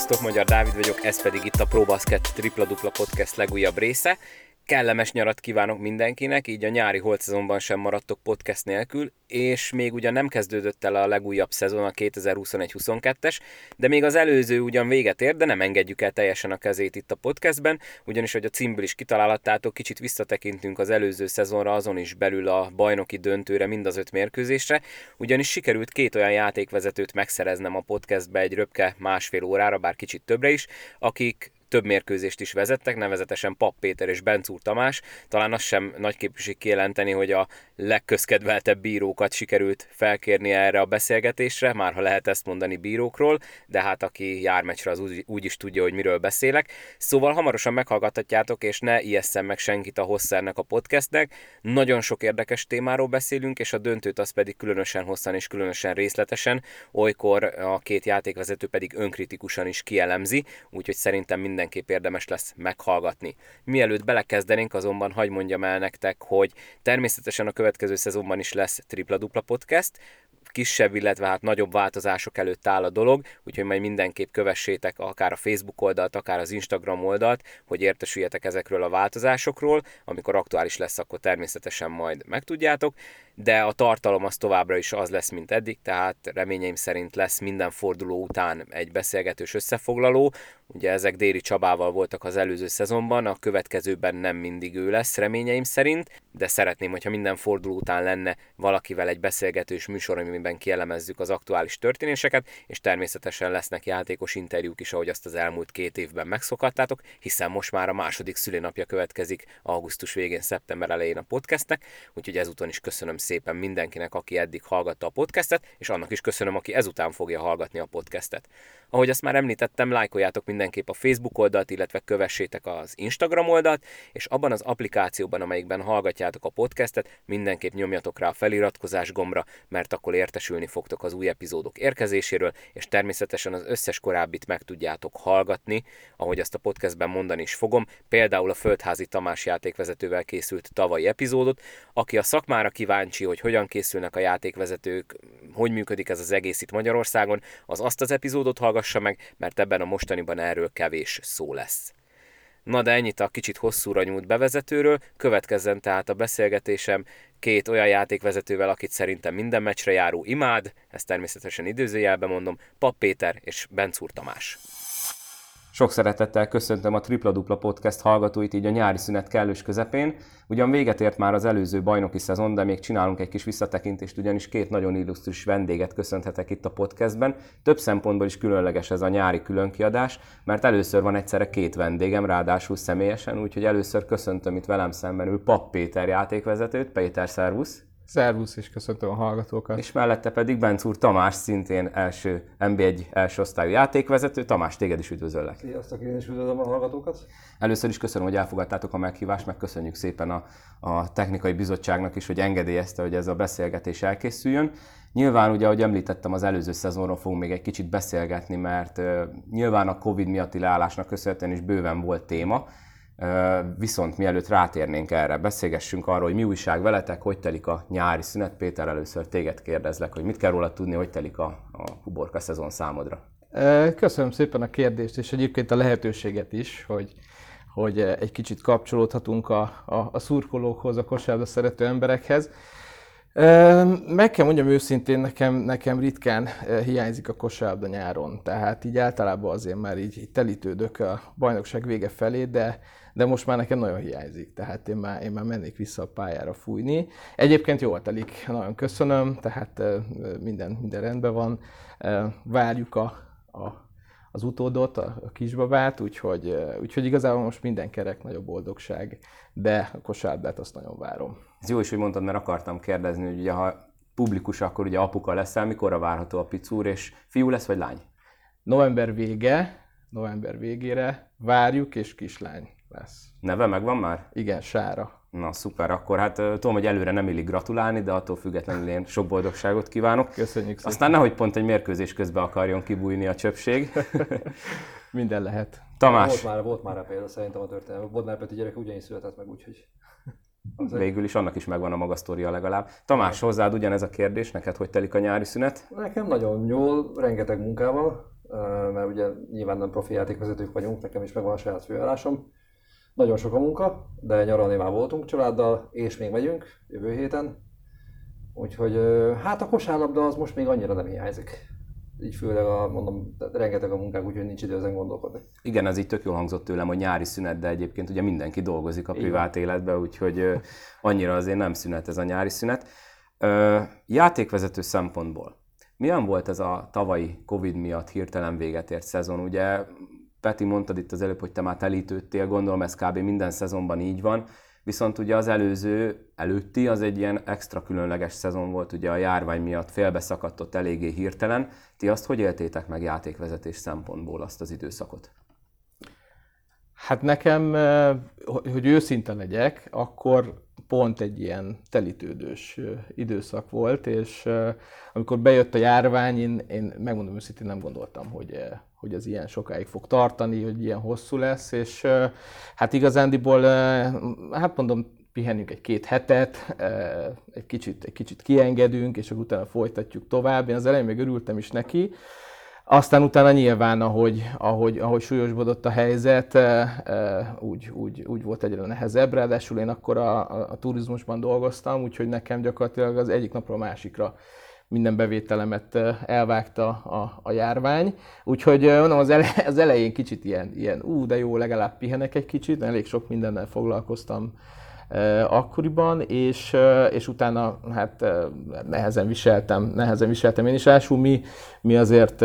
Sziasztok, Magyar Dávid vagyok, ez pedig itt a ProBasket Tripla Dupla Podcast legújabb része. Kellemes nyarat kívánok mindenkinek, így a nyári holtszezonban sem maradtok podcast nélkül, és még ugyan nem kezdődött el a legújabb szezon, a 2021-22-es, de még az előző ugyan véget ért, de nem engedjük el teljesen a kezét itt a podcastben, ugyanis, hogy a címből is kitalálhattátok, kicsit visszatekintünk az előző szezonra, azon is belül a bajnoki döntőre, mind az 5 mérkőzésre, ugyanis sikerült 2 olyan játékvezetőt megszereznem a podcastbe egy röpke másfél órára, bár kicsit többre is, akik több mérkőzést is vezettek, nevezetesen Papp Péter és Bencúr Tamás. Talán azt sem nagy képűség kijelenteni, hogy a legközkedveltebb bírókat sikerült felkérni erre a beszélgetésre, már ha lehet ezt mondani bírókról, de hát aki jár meccsre, az úgy is tudja, hogy miről beszélek. Szóval hamarosan meghallgathatjátok, és ne ijesszem meg senkit a hossz ennek a podcastnek. Nagyon sok érdekes témáról beszélünk, és a döntőt az pedig különösen hosszan és különösen részletesen, olykor a 2 játékvezető pedig önkritikusan is kielemzi, úgyhogy szerintem mindenképp érdemes lesz meghallgatni. Mielőtt belekezdenénk, azonban hadd mondjam el nektek, hogy természetesen a következő szezonban is lesz Tripla Dupla Podcast, kisebb, illetve hát nagyobb változások előtt áll a dolog, úgyhogy majd mindenképp kövessétek akár a Facebook oldalt, akár az Instagram oldalt, hogy értesüljetek ezekről a változásokról, amikor aktuális lesz, akkor természetesen majd megtudjátok, de a tartalom az továbbra is az lesz, mint eddig, tehát reményeim szerint lesz minden forduló után egy beszélgetős összefoglaló. Ugye ezek Déri Csabával voltak az előző szezonban, a következőben nem mindig ő lesz reményeim szerint, de szeretném, hogyha minden forduló után lenne valakivel egy beszélgetős műsor, amiben kielemezzük az aktuális történéseket, és természetesen lesznek játékos interjúk is, ahogy azt az elmúlt 2 évben megszokhattátok, hiszen most már a második szülinapja következik augusztus végén, szeptember elején a podcastnek, úgyhogy ezúton is köszönöm szépen mindenkinek, aki eddig hallgatta a podcastet, és annak is köszönöm, aki ezután fogja hallgatni a podcastet. Ahogy azt már említettem, lájkoljátok mindenképp a Facebook oldalt, illetve kövessétek az Instagram oldalt, és abban az applikációban, amelyikben hallgatjátok a podcastet, mindenképp nyomjatok rá a feliratkozás gombra, mert akkor értesülni fogtok az új epizódok érkezéséről, és természetesen az összes korábbit meg tudjátok hallgatni, ahogy azt a podcastben mondani is fogom, például a Földházi Tamás játékvezetővel készült tavalyi epizódot, aki a szakmára kíváncsi, hogy hogyan készülnek a játékvezetők, hogy működik ez az egész itt Magyarországon, azt az epizódot hallgassa meg, mert ebben a mostaniban erről kevés szó lesz. Na de ennyit a kicsit hosszúra nyúlt bevezetőről, következzen tehát a beszélgetésem 2 olyan játékvezetővel, akit szerintem minden meccsre járó imád, ezt természetesen időzőjelben mondom, Papp Péter és Bencúr Tamás. Sok szeretettel köszöntöm a Tripla Dupla Podcast hallgatóit így a nyári szünet kellős közepén. Ugyan véget ért már az előző bajnoki szezon, de még csinálunk egy kis visszatekintést, ugyanis 2 nagyon illusztris vendéget köszönhetek itt a podcastben. Több szempontból is különleges ez a nyári különkiadás, mert először van egyszerre 2 vendégem, ráadásul személyesen, úgyhogy először köszöntöm itt velem szemben ül Papp Péter játékvezetőt. Péter, szervusz! Szervusz, és köszöntöm a hallgatókat. És mellette pedig Bencúr Tamás, szintén NB1 első osztályú játékvezető. Tamás, téged is üdvözöllek. Sziasztok, én is üdvözlöm a hallgatókat. Először is köszönöm, hogy elfogadtátok a meghívást, meg köszönjük szépen a technikai bizottságnak is, hogy engedélyezte, hogy ez a beszélgetés elkészüljön. Nyilván ugye, ahogy említettem, az előző szezonról fogunk még egy kicsit beszélgetni, mert nyilván a Covid miatti leállásnak köszönhetően is bőven volt téma. Viszont mielőtt rátérnénk erre, beszélgessünk arról, hogy mi újság veletek, hogy telik a nyári szünet. Péter, először téged kérdezlek, hogy mit kell róla tudni, hogy telik a Huborka szezon számodra. Köszönöm szépen a kérdést, és egyébként a lehetőséget is, hogy egy kicsit kapcsolódhatunk a szurkolókhoz, a kosárlabda szerető emberekhez. Meg kell mondjam őszintén, nekem ritkán hiányzik a kosárlabda nyáron, tehát így általában azért már így telítődök a bajnokság vége felé, de most már nekem nagyon hiányzik, tehát én már mennék vissza a pályára fújni. Egyébként jól telik, nagyon köszönöm, tehát minden rendben van, várjuk az utódot, a kisbabát, úgyhogy igazából most minden kerek nagyobb boldogság, de a kosárlabdát azt nagyon várom. Ez jó is, hogy mondtad, mert akartam kérdezni, hogy ugye, ha publikus, akkor ugye apuka leszel, mikorra várható a picúr, és fiú lesz, vagy lány? November végére várjuk, és kislány lesz. Neve megvan már? Igen, Sára. Na szuper, akkor hát tudom, hogy előre nem illik gratulálni, de attól függetlenül én sok boldogságot kívánok. Köszönjük szépen. Aztán nehogy pont egy mérkőzés közben akarjon kibújni a csöpség. Minden lehet. Tamás. Volt már példa szerintem a történelem. Bodnár Peti gyerek ugyanígy született meg, úgyhogy... Végül is annak is megvan a maga sztoria legalább. Tamás, hozzád ugyanez a kérdés, neked hogy telik a nyári szünet? Nekem nagyon jól, rengeteg munkával. mert ugye nyilván nem profi játékvezetők vagyunk, nekem is megvan a saját főállásom. Nagyon sok a munka, de nyaralni már voltunk családdal, és még megyünk jövő héten. Úgyhogy hát a kosárlabda az most még annyira nem hiányzik. Így főleg mondom, rengeteg a munkák, úgyhogy nincs idő ezen gondolkodni. Igen, ez így tök jól hangzott tőlem, hogy nyári szünet, de egyébként ugye mindenki dolgozik a privát életben, úgyhogy annyira azért nem szünet ez a nyári szünet. Játékvezető szempontból, milyen volt ez a tavalyi Covid miatt hirtelen véget ért szezon? Ugye Peti, mondtad itt az előbb, hogy te már telítődtél, gondolom ez kb. Minden szezonban így van, viszont ugye az előtti az egy ilyen extra különleges szezon volt, ugye a járvány miatt félbeszakadt ott eléggé hirtelen. Ti azt hogy éltétek meg játékvezetés szempontból azt az időszakot? Hát nekem, hogy őszinte legyek, akkor pont egy ilyen telítődős időszak volt, és amikor bejött a járvány, én megmondom őszintén, nem gondoltam, hogy ez ilyen sokáig fog tartani, hogy ilyen hosszú lesz, és hát igazándiból, hát mondom, pihenjünk egy-két hetet, egy kicsit kiengedünk, és akkor utána folytatjuk tovább. Én az elején még örültem is neki. Aztán utána nyilván, ahogy súlyosbodott a helyzet, úgy volt egyre nehezebb. Ráadásul én akkor a turizmusban dolgoztam, úgyhogy nekem gyakorlatilag az egyik napról a másikra minden bevételemet elvágta a járvány. Úgyhogy mondom, az elején kicsit ilyen de jó, legalább pihenek egy kicsit, elég sok mindennel foglalkoztam akkoriban, és utána hát nehezen viseltem én is. Ráadásul mi azért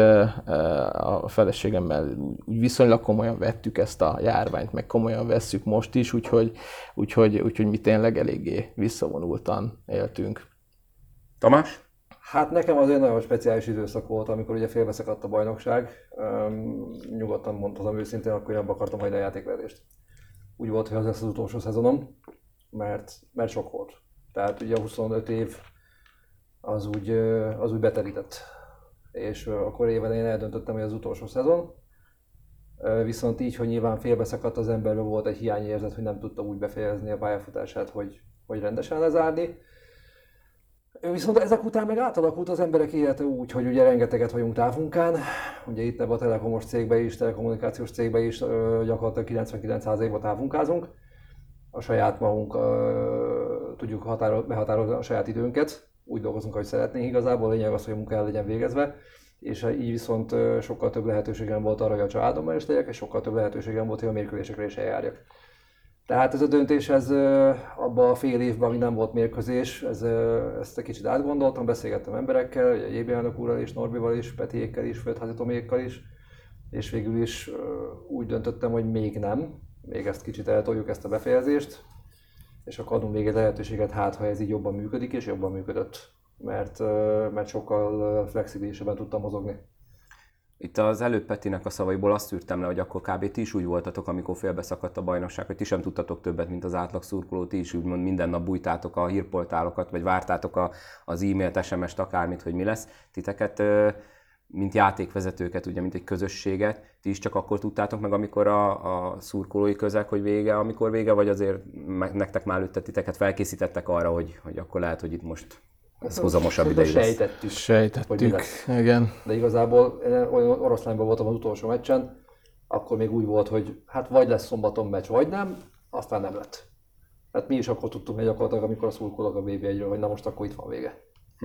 a feleségemmel úgy viszonylag komolyan vettük ezt a járványt, meg komolyan vesszük most is, úgyhogy mi tényleg eléggé visszavonultan éltünk. Tamás? Hát nekem az egy nagyon speciális időszak volt, amikor ugye félbeszakadt a bajnokság. Nyugodtan mondhatom őszintén, akkor én abba akartam hagyni a játékverést. Úgy volt, hogy az lesz az utolsó szezonom, mert sok volt. Tehát ugye a 25 év az úgy beterített. És akkor éven én eldöntöttem, hogy az utolsó szezon. Viszont így, hogy nyilván félbeszakadt az emberben, volt egy hiányérzet, hogy nem tudta úgy befejezni a pályafutását, hogy rendesen lezárni. Viszont ezek után meg átalakult az emberek élete úgy, hogy ugye rengeteget vagyunk távmunkán. Ugye itt ebben a telekomos cégben is, telekommunikációs cégben is gyakorlatilag 99%-ban távmunkázunk. A saját magunk tudjuk behatározni a saját időnket. Úgy dolgozunk, ahogy szeretnénk igazából. A lényeg az, hogy a munka el legyen végezve. És így viszont sokkal több lehetőségem volt arra, hogy a családommal is legyek, és sokkal több lehetőségem volt, hogy a mérkőzésekre is eljárjak. Tehát ez a döntés, abban a fél évben, ami nem volt mérkőzés, ezt egy kicsit átgondoltam, beszélgettem emberekkel, a JB elnök úrral is, Norbival is, Petiékkel is, Földházi Tomékkal is, és végül is úgy döntöttem, hogy még nem, még ezt kicsit eltoljuk ezt a befejezést, és akkor adunk még egy lehetőséget, hát ha ez így jobban működik, és jobban működött, mert sokkal flexibilisebben tudtam mozogni. Itt az előbb Petinek a szavaiból azt szűrtem le, hogy akkor kb. Ti is úgy voltatok, amikor félbeszakadt a bajnokság, hogy ti sem tudtatok többet, mint az átlag szurkoló, ti is úgymond minden nap bújtátok a hírportálokat, vagy vártátok az e-mailt, SMS-t, akármit, hogy mi lesz. Titeket, mint játékvezetőket, ugye, mint egy közösséget, ti is csak akkor tudtátok meg, amikor a szurkolói közeg, hogy vége, amikor vége, vagy azért nektek már előtte titeket felkészítettek arra, hogy akkor lehet, hogy itt most ez hozamosabb ideig lesz. Sejtettük, igen. De igazából Oroszlányban voltam az utolsó meccsen, akkor még úgy volt, hogy hát vagy lesz szombaton meccs, vagy nem, aztán nem lett. Hát mi is akkor tudtunk, hogy gyakorlatilag, amikor a szurkolók a BB1-ről, hogy na most akkor itt van vége.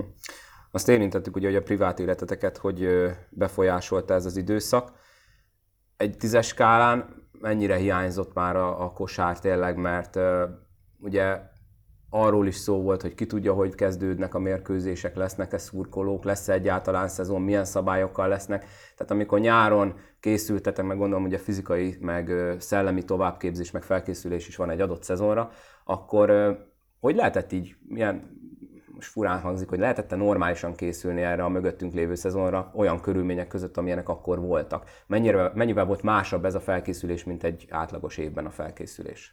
Azt érintettük ugye, hogy a privát életeteket hogy befolyásolta ez az időszak. Egy 10-es skálán mennyire hiányzott már a kosár tényleg, mert ugye arról is szó volt, hogy ki tudja, hogy kezdődnek a mérkőzések, lesznek-e szurkolók, lesz-e egyáltalán szezon, milyen szabályokkal lesznek. Tehát amikor nyáron készültetek, meg gondolom, hogy a fizikai, meg szellemi továbbképzés, meg felkészülés is van egy adott szezonra, akkor hogy lehetett így, milyen, most furán hangzik, hogy lehetett-e normálisan készülni erre a mögöttünk lévő szezonra olyan körülmények között, amilyenek akkor voltak? Mennyivel volt másabb ez a felkészülés, mint egy átlagos évben a felkészülés?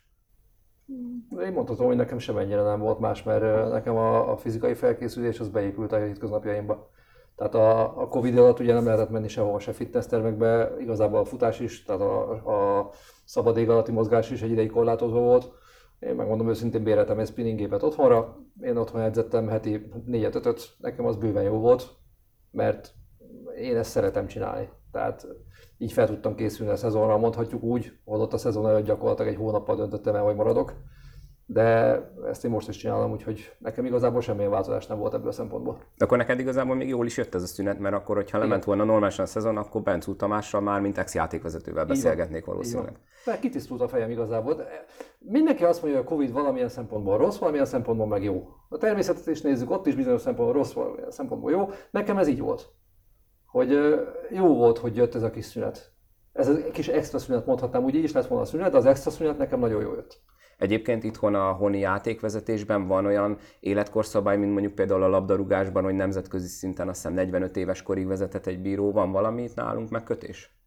Én mondhatom, hogy nekem sem ennyire nem volt más, mert nekem a fizikai felkészülés az beépült a hétköznapjaimba. Tehát a Covid alatt ugye nem lehetett menni sehova, se fitnesstermekbe, igazából a futás is, tehát a szabad ég alatti mozgás is egy ideig korlátozva volt. Én megmondom őszintén, béreltem egy spinninggépet otthonra, én otthon edzettem heti 4-5-öt, nekem az bőven jó volt, mert én ezt szeretem csinálni. Tehát így fel tudtam készülni a szezonra, mondhatjuk úgy, holott a szezon előtt gyakorlatilag egy hónappal döntöttem el, hogy maradok. De ezt én most is csinálom, úgyhogy nekem igazából semmilyen változás nem volt ebből a szempontból. De akkor neked igazából még jól is jött ez a szünet, mert akkor, hogyha lement volna normálisan a szezon, akkor Bencú Tamással már mint ex-játékvezetővel beszélgetnék valószínűleg. Mert kitisztult a fejem igazából. Mindenki azt mondja, hogy a Covid valamilyen szempontból rossz, valamilyen szempontból meg jó. A természetet is nézzük, ott is bizonyos szempontból rossz, valamilyen szempontból jó. Nekem ez így volt. Hogy jó volt, hogy jött ez a kis szünet. Ez egy kis extra szünet, mondhatnám, úgy így is lett volna a szünet, de az extra szünet nekem nagyon jó jött. Egyébként itthon a honi játékvezetésben van olyan életkorszabály, mint mondjuk például a labdarúgásban, hogy nemzetközi szinten azt hiszem 45 éves korig vezethet egy bíró. Van valami itt nálunk megkötés?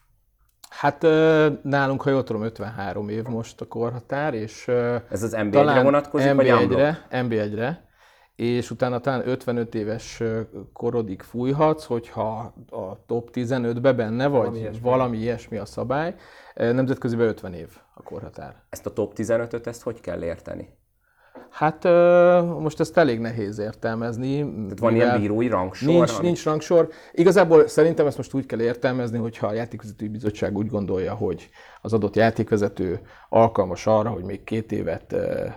Hát nálunk, ha jól tudom, 53 év most a korhatár, és ez az NB1-re vonatkozik, vagy NB1-re, és utána talán 55 éves korodig fújhatsz, hogyha a top 15-be benne vagy, valami ilyesmi a szabály. Nemzetköziben 50 év a korhatár. Ezt a top 15-öt, ezt hogy kell érteni? Hát most ezt elég nehéz értelmezni. Tehát van ilyen bírói rangsor? Nincs rangsor. Igazából szerintem ezt most úgy kell értelmezni, hogyha a játékvezetői bizottság úgy gondolja, hogy az adott játékvezető alkalmas arra, hogy még 2 évet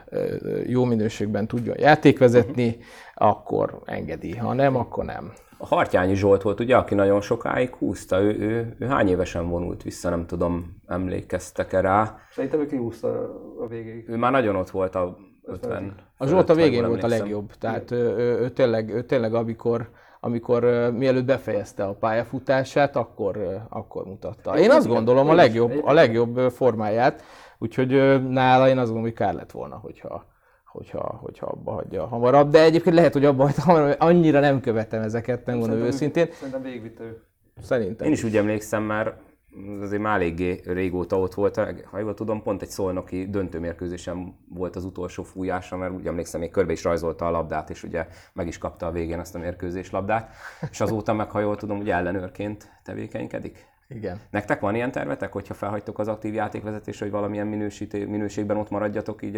jó minőségben tudjon játékvezetni, akkor engedi, ha nem, akkor nem. A Hartyányi Zsolt volt, ugye, aki nagyon sokáig húzta. Ő hány évesen vonult vissza, nem tudom, emlékeztek-e rá? Szerintem ő kihúzta a végéig. Ő már nagyon ott volt a 50. A Zsolt a végén volt a legjobb, tehát ő tényleg amikor mielőtt befejezte a pályafutását, akkor mutatta. Én azt gondolom a legjobb formáját, úgyhogy nála én azt gondolom, hogy kár lett volna, hogyha abba hagyja hamarabb, de egyébként lehet, hogy abba hagyta hamarabb, annyira nem követem ezeket, nem gondolom őszintén. Szerintem végigvitte ő. Szerintem Én is úgy emlékszem, már azért már eléggé régóta ott volt, ha jól tudom, pont egy szolnoki döntőmérkőzésen volt az utolsó fújása, mert úgy emlékszem, még körbe is rajzolta a labdát, és ugye meg is kapta a végén ezt a mérkőzés labdát, és azóta meg, ha jól tudom, ugye ellenőrként tevékenykedik. Igen. Nektek van ilyen tervetek, hogyha felhagytok az aktív játékvezetést, hogy valamilyen minőségben ott maradjatok így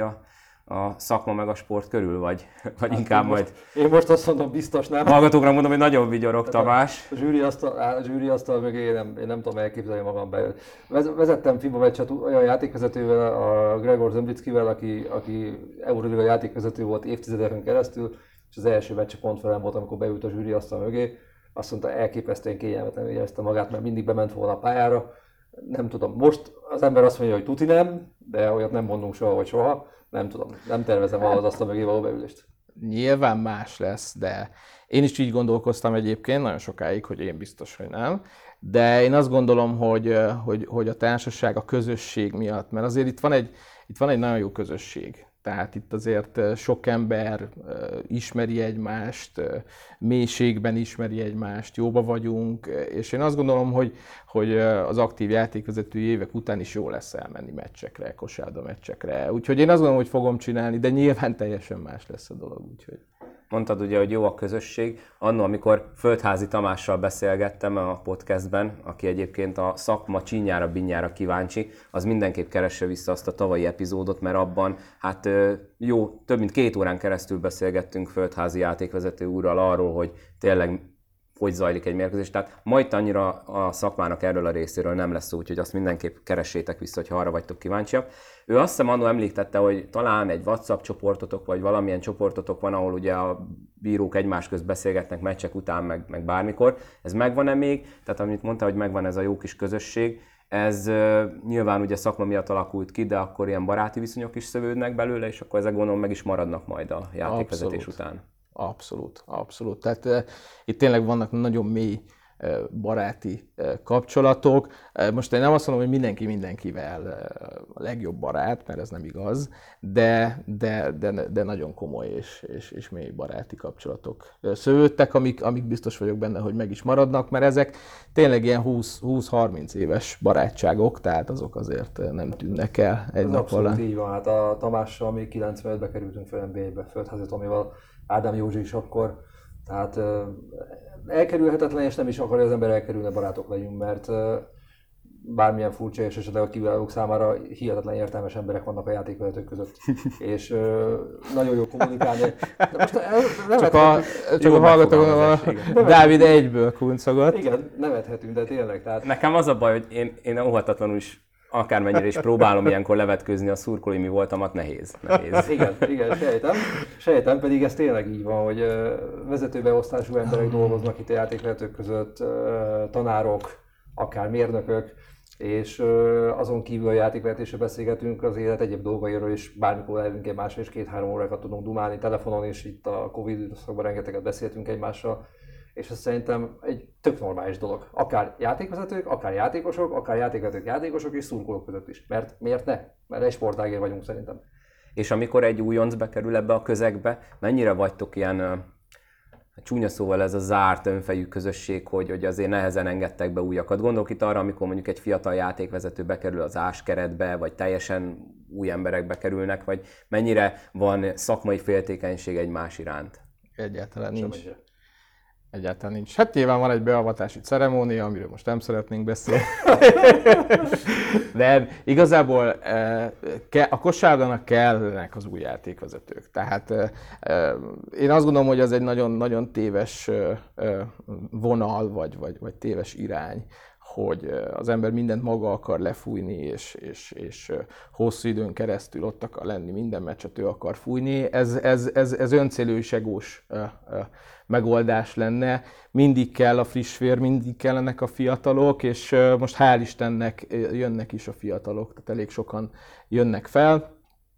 a szakma meg a sport körül, vagy hát inkább majd... Én most azt mondom, biztos nem. Hallgatókra mondom, hogy nagyon vigyorog Tamás. A zsűri asztal mögé én nem tudom elképzelni magam belőle. Vezettem FIBA meccset olyan játékvezetővel, a Gregor Zembickivel, aki Euroliga játékvezető volt évtizedeken keresztül, és az első meccs pont velem volt, amikor beült a zsűri asztal mögé. Azt mondta, elképesztően kényelmetlenül érezte magát, mert mindig bement volna a pályára. Nem tudom, most az ember azt mondja, hogy tuti nem, de olyat nem mondunk soha, vagy soha. Nem tudom, nem tervezem az asztal mögé való beülést. Nyilván más lesz, de én is így gondolkoztam egyébként nagyon sokáig, hogy én biztos, hogy nem. De én azt gondolom, hogy a társaság, a közösség miatt, mert azért itt van egy nagyon jó közösség. Tehát itt azért sok ember ismeri egymást, mélységben ismeri egymást, jóba vagyunk, és én azt gondolom, hogy az aktív játékvezetői évek után is jó lesz elmenni meccsekre, kosárlabda meccsekre. Úgyhogy én azt gondolom, hogy fogom csinálni, de nyilván teljesen más lesz a dolog. Úgyhogy. Mondtad ugye, hogy jó a közösség. Annó, amikor Földházi Tamással beszélgettem a podcastben, aki egyébként a szakma csínyára, binnyára kíváncsi, az mindenképp keresse vissza azt a tavalyi epizódot, mert abban hát jó, több mint 2 órán keresztül beszélgettünk Földházi játékvezető úrral arról, hogy tényleg hogy zajlik egy mérkőzés. Tehát majd annyira a szakmának erről a részéről nem lesz szó, úgyhogy azt mindenképp keressétek vissza, ha arra vagytok kíváncsiak. Ő azt hiszem annól említette, hogy talán egy WhatsApp csoportotok, vagy valamilyen csoportotok van, ahol ugye a bírók egymás közt beszélgetnek meccsek után, meg bármikor. Ez megvan-e még? Tehát amit mondta, hogy megvan ez a jó kis közösség, ez nyilván ugye szakma miatt alakult ki, de akkor ilyen baráti viszonyok is szövődnek belőle, és akkor ezek gondolom meg is maradnak majd a játékvezetés után. Abszolút. Tehát itt tényleg vannak nagyon mély baráti kapcsolatok. Most én nem azt mondom, hogy mindenki mindenkivel a legjobb barát, mert ez nem igaz, de nagyon komoly és mély baráti kapcsolatok szövődtek, amik biztos vagyok benne, hogy meg is maradnak, mert ezek tényleg ilyen 20-30 éves barátságok, tehát azok azért nem tűnnek el egy nap alatt. Abszolút így van, hát a Tamással még 95-be kerültünk fel NBA-be, Földházi Tomival, Ádám Józsi is akkor, tehát elkerülhetetlen, és nem is akarja az ember elkerülni, barátok legyünk, mert bármilyen furcsa és esetleg a kívülállók számára hihetetlen értelmes emberek vannak a játékvezetők között, és nagyon jó kommunikálni. De most csak a hallgatók, Dávid egyből kuncogott. Igen, nevethetünk, de tényleg. Tehát... Nekem az a baj, hogy én óhatatlanul is akármennyire is próbálom ilyenkor levetkőzni a szurkolói mi voltamat, nehéz. Igen, sejtem, pedig ez tényleg így van, hogy vezetőbeosztású emberek dolgoznak itt a játékvezetők között, tanárok, akár mérnökök, és azon kívül a játékvezetésre beszélgetünk az élet egyéb dolgairól is, bármikor elvünk egymással, és 2-3 órákat tudunk dumálni telefonon, és itt a Covid időszakban rengeteget beszéltünk egymással, és ez szerintem egy tök normális dolog. Akár játékvezetők, akár játékosok, akár játékosok és szurkolók között is. Mert miért ne? Mert egy sportágért vagyunk szerintem. És amikor egy újonc bekerül ebbe a közegbe, mennyire vagytok ilyen, csúnya szóval ez a zárt önfejű közösség, hogy azért nehezen engedtek be újakat. Gondolok itt arra, amikor mondjuk egy fiatal játékvezető bekerül az áskeretbe, vagy teljesen új emberek bekerülnek, vagy mennyire van szakmai féltékenység egymás iránt? Egyáltalán nincs. Egyáltalán nincs. Hát nyilván van egy beavatási ceremónia, amiről most nem szeretnénk beszélni. De igazából a kosárlabdának kellenek az új játékvezetők. Tehát én azt gondolom, hogy az egy nagyon téves vonal, vagy téves irány, hogy az ember mindent maga akar lefújni, és hosszú időn keresztül ott akar lenni, minden meccset ő akar fújni. Ez öncélű és egós megoldás lenne. Mindig kell a friss vér, mindig kellenek a fiatalok, és most hál' Istennek jönnek is a fiatalok, tehát elég sokan jönnek fel.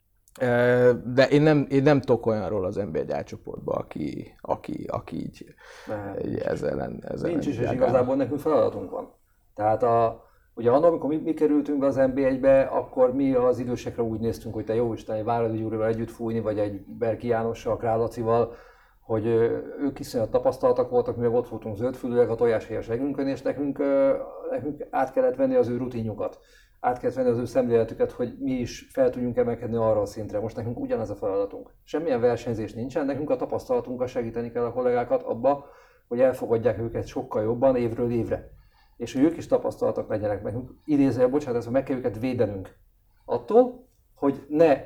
De én nem tudok olyanról az NB1 átcsoportban, aki így ezzel nincs is, és igazából nekünk feladatunk van. Tehát ugye annak, amikor mi kerültünk be az NB1-be, akkor mi az idősekre úgy néztünk, hogy te jó Isten, egy Váradi Gyurival együtt fújni, vagy egy Berki Jánossal, Králacival, hogy ők iszonyat tapasztaltak voltak, mi meg ott voltunk zöldfülűek a tojáshéjas regünkön, és nekünk át kellett venni az ő rutinjukat. Át kellett venni az ő szemléletüket, hogy mi is fel tudjunk emelkedni arra a szintre. Most nekünk ugyanez a feladatunk. Semmilyen versenyzés nincsen, nekünk a tapasztalatunkkal segíteni kell a kollégákat abba, hogy elfogadják őket sokkal jobban évről évre. És hogy ők is tapasztaltak legyenek, nekünk idézően, bocsánat, meg kell őket védenünk attól, hogy ne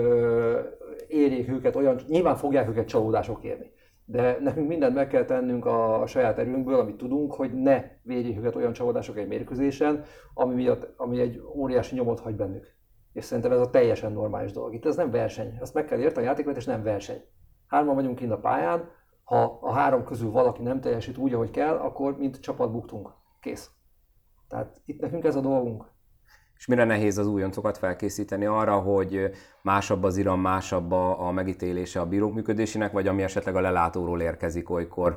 érjék őket olyan, nyilván fogják őket csalódások érni. De nekünk mindent meg kell tennünk a saját erőnkből, amit tudunk, hogy ne vérjék őket olyan csalódások egy mérkőzésen, ami egy óriási nyomot hagy bennük. És szerintem ez a teljesen normális dolog. Itt ez nem verseny. Azt meg kell érteni, a játékvezetés nem verseny. 3-an vagyunk kint a pályán, ha a 3 közül valaki nem teljesít úgy, ahogy kell, akkor mint csapat buktunk. Kész. Tehát itt nekünk ez a dolgunk. És mire nehéz az újoncokat felkészíteni arra, hogy másabb az iram, másabb a megítélése a bírók működésének, vagy ami esetleg a lelátóról érkezik, olykor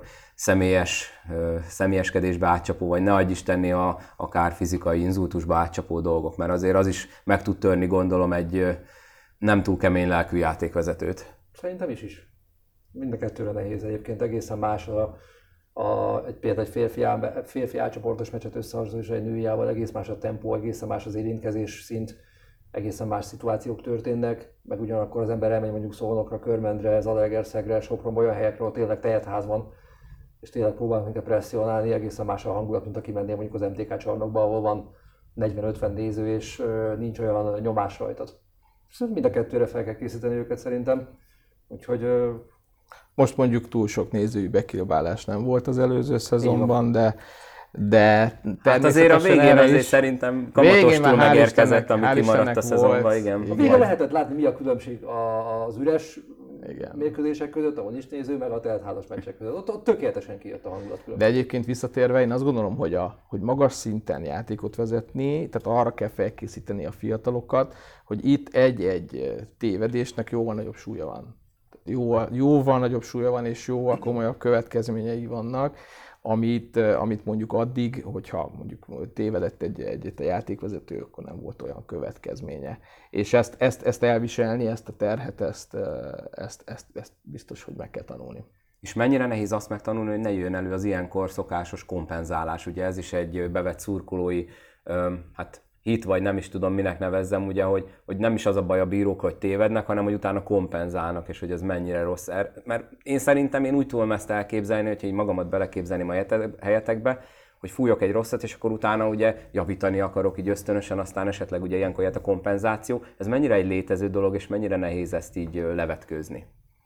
személyeskedésbe átcsapó, vagy ne adj Istenné akár fizikai inzultusba átcsapó dolgok, mert azért az is meg tud törni, gondolom, egy nem túl kemény lelkű játékvezetőt. Szerintem is. Mind a kettőre nehéz egyébként, egészen más például egy férfi átcsoportos meccset összehasonlítani és egy nőjával, egész más a tempó, egészen más az érintkezés szint, egészen más szituációk történnek, meg ugyanakkor az ember elmegy mondjuk Szolnokra, Körmendre, Zalaegerszegre, Sopronba, olyan helyekről tényleg tejetház van, és tényleg próbálunk minket presszionálni, egészen más a hangulat, mint aki mennél mondjuk az MTK csarnokba, ahol van 40-50 néző, és nincs olyan nyomás rajtad. Mind a kettőre fel kell készíteni őket szerintem, úgyhogy most mondjuk túl sok nézői bekiabálás nem volt az előző szezonban, de hát azért a végén azért szerintem kamatostól megérkezett, ami kimaradt a szezonban, igen. A végén lehetett látni, mi a különbség az üres mérkőzések között, ahol nincs néző, meg a teltházas meccsek között. Ott tökéletesen kijött a hangulat különbség. De egyébként visszatérve, én azt gondolom, hogy magas szinten játékot vezetni, tehát arra kell felkészíteni a fiatalokat, hogy itt egy tévedésnek jóval nagyobb súlya van. Jóval nagyobb súlya van, és jóval komolyabb következményei vannak, amit mondjuk addig, hogyha mondjuk tévedett egy játékvezető, akkor nem volt olyan következménye. És ezt elviselni, ezt a terhet, ezt biztos, hogy meg kell tanulni. És mennyire nehéz azt megtanulni, hogy ne jöjjön elő az ilyenkor szokásos kompenzálás. Ugye ez is egy bevett szurkolói, hit, vagy nem is tudom, minek nevezzem, ugye, hogy nem is az a baj a bírók, hogy tévednek, hanem hogy utána kompenzálnak, és hogy ez mennyire rossz. Mert én szerintem úgy tudom ezt elképzelni, hogyha így magamat beleképzelném a helyetekbe, hogy fújok egy rosszat, és akkor utána ugye javítani akarok így ösztönösen, aztán esetleg ugye ilyenkor jött a kompenzáció. Ez mennyire egy létező dolog, és mennyire nehéz ezt így levetkőzni?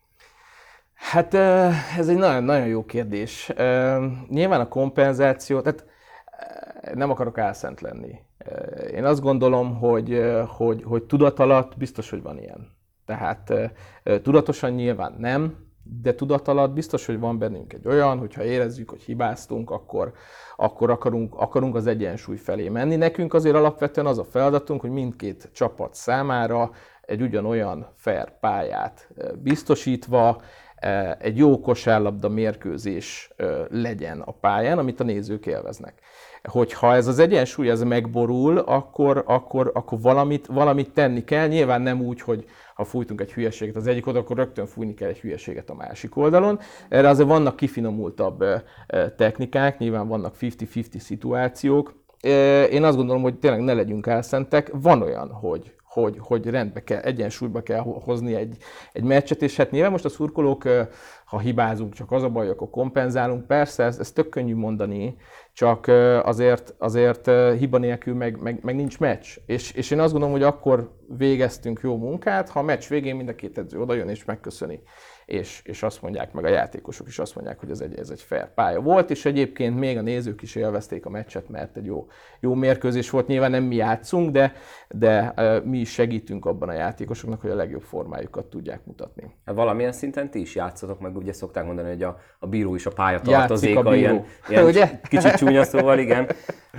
Hát ez egy nagyon jó kérdés. Nyilván a kompenzáció, tehát nem akarok álszent lenni. Én azt gondolom, hogy tudat alatt biztos, hogy van ilyen. Tehát tudatosan nyilván nem, de tudat alatt biztos, hogy van bennünk egy olyan, hogyha érezzük, hogy hibáztunk, akkor akarunk az egyensúly felé menni. Nekünk azért alapvetően az a feladatunk, hogy mindkét csapat számára egy ugyanolyan fair pályát biztosítva, egy jó kosárlabda mérkőzés legyen a pályán, amit a nézők élveznek. Hogyha ez az egyensúly ez megborul, akkor valamit tenni kell. Nyilván nem úgy, hogy ha fújtunk egy hülyeséget az egyik oldalon, akkor rögtön fújni kell egy hülyeséget a másik oldalon. Erre azért vannak kifinomultabb technikák, nyilván vannak 50-50 szituációk. Én azt gondolom, hogy tényleg ne legyünk álszentek. Van olyan, hogy rendbe kell, egyensúlyba kell hozni egy meccset, és hát nyilván most a szurkolók, ha hibázunk, csak az a baj, akkor kompenzálunk. Persze, ez tök könnyű mondani, csak azért hiba nélkül meg nincs meccs. És én azt gondolom, hogy akkor végeztünk jó munkát, ha a meccs végén mind a két edző odajön és megköszöni. És azt mondják, meg a játékosok is azt mondják, hogy ez egy fair pálya volt, és egyébként még a nézők is élvezték a meccset, mert egy jó mérkőzés volt. Nyilván nem mi játszunk, de mi is segítünk abban a játékosoknak, hogy a legjobb formájukat tudják mutatni. Valamilyen szinten ti is játszotok, meg ugye szokták mondani, hogy a bíró is a pályatartozéka, a bíró. ilyen Ugye? Kicsit csúnya szóval, igen.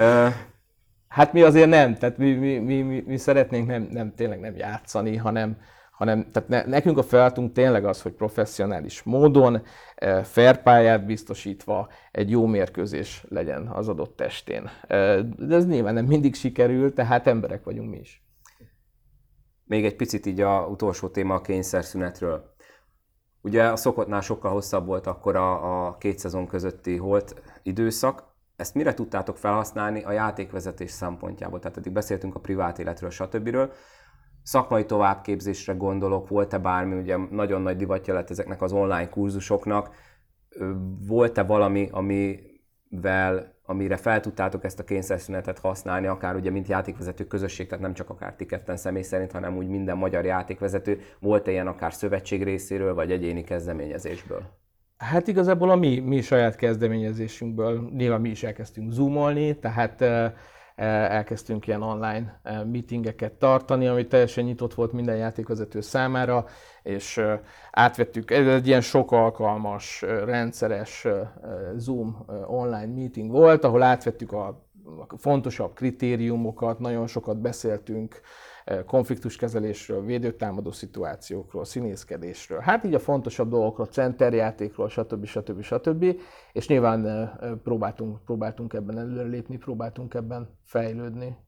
Hát mi azért nem, tehát mi szeretnénk tényleg nem játszani, hanem tehát nekünk a feladatunk tényleg az, hogy professzionális módon, fair pályát biztosítva egy jó mérkőzés legyen az adott testén. De ez nyilván nem mindig sikerül, tehát emberek vagyunk mi is. Még egy picit így a utolsó téma a kényszerszünetről. Ugye a szokottnál sokkal hosszabb volt akkor a két szezon közötti holt időszak. Ezt mire tudtátok felhasználni a játékvezetés szempontjából? Tehát eddig beszéltünk a privát életről, stb. Szakmai továbbképzésre gondolok, volt-e bármi, ugye nagyon nagy divatja lett ezeknek az online kurzusoknak, volt-e valami, amire fel tudtátok ezt a kényszerszünetet használni, akár ugye mint játékvezető közösség, tehát nem csak akár ti ketten személy szerint, hanem úgy minden magyar játékvezető, volt-e ilyen akár szövetség részéről, vagy egyéni kezdeményezésből? Hát igazából a mi saját kezdeményezésünkből nyilván mi is elkezdtünk zoomolni, tehát elkezdtünk ilyen online meetingeket tartani, ami teljesen nyitott volt minden játékvezető számára, és átvettük, egy ilyen sok alkalmas, rendszeres Zoom online meeting volt, ahol átvettük a fontosabb kritériumokat, nagyon sokat beszéltünk konfliktuskezelésről, védőtámadó szituációkról, színészkedésről, hát így a fontosabb dolgokról, centerjátékról, stb. És nyilván próbáltunk ebben előrelépni, próbáltunk ebben fejlődni.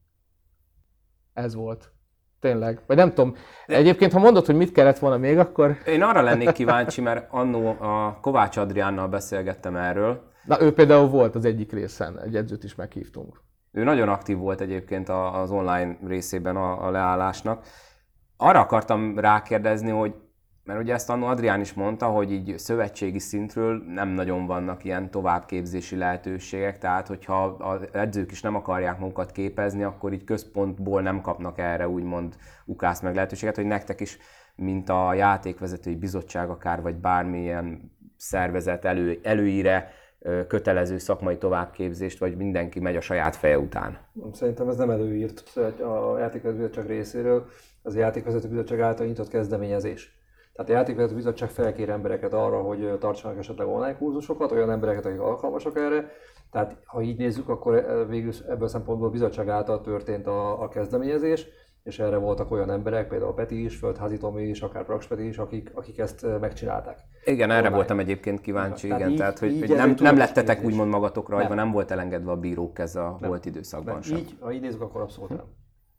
Ez volt. Tényleg. Vagy nem tudom, egyébként ha mondod, hogy mit kellett volna még, akkor... Én arra lennék kíváncsi, mert annó a Kovács Adriánnal beszélgettem erről. Na, ő például volt az egyik részen, egy edzőt is meghívtunk. Ő nagyon aktív volt egyébként az online részében a leállásnak. Arra akartam rákérdezni, hogy, mert ugye ezt annó Adrián is mondta, hogy így szövetségi szintről nem nagyon vannak ilyen továbbképzési lehetőségek, tehát hogyha az edzők is nem akarják magukat képezni, akkor így központból nem kapnak erre úgymond ukász meg lehetőséget, hogy nektek is, mint a játékvezetői bizottság akár, vagy bármilyen szervezet előíre kötelező szakmai továbbképzést, vagy mindenki megy a saját feje után? Szerintem ez nem előírt a játékvezető bizottság részéről, az a játékvezető bizottság által nyitott kezdeményezés. Tehát a játékvezető bizottság felkér embereket arra, hogy tartsanak esetleg online kurzusokat, olyan embereket, akik alkalmasak erre. Tehát ha így nézzük, akkor végül ebből a szempontból a bizottság által történt a kezdeményezés, és erre voltak olyan emberek, például Peti is, Földházi Tomi is, akár Praks Peti is, akik ezt megcsinálták. Igen, erre voltam egyébként kíváncsi, tehát hogy nem lettetek úgymond magatokra hagyva, nem volt elengedve a bírók kez a volt időszakban sem. Ha így nézzük, akkor abszolút nem.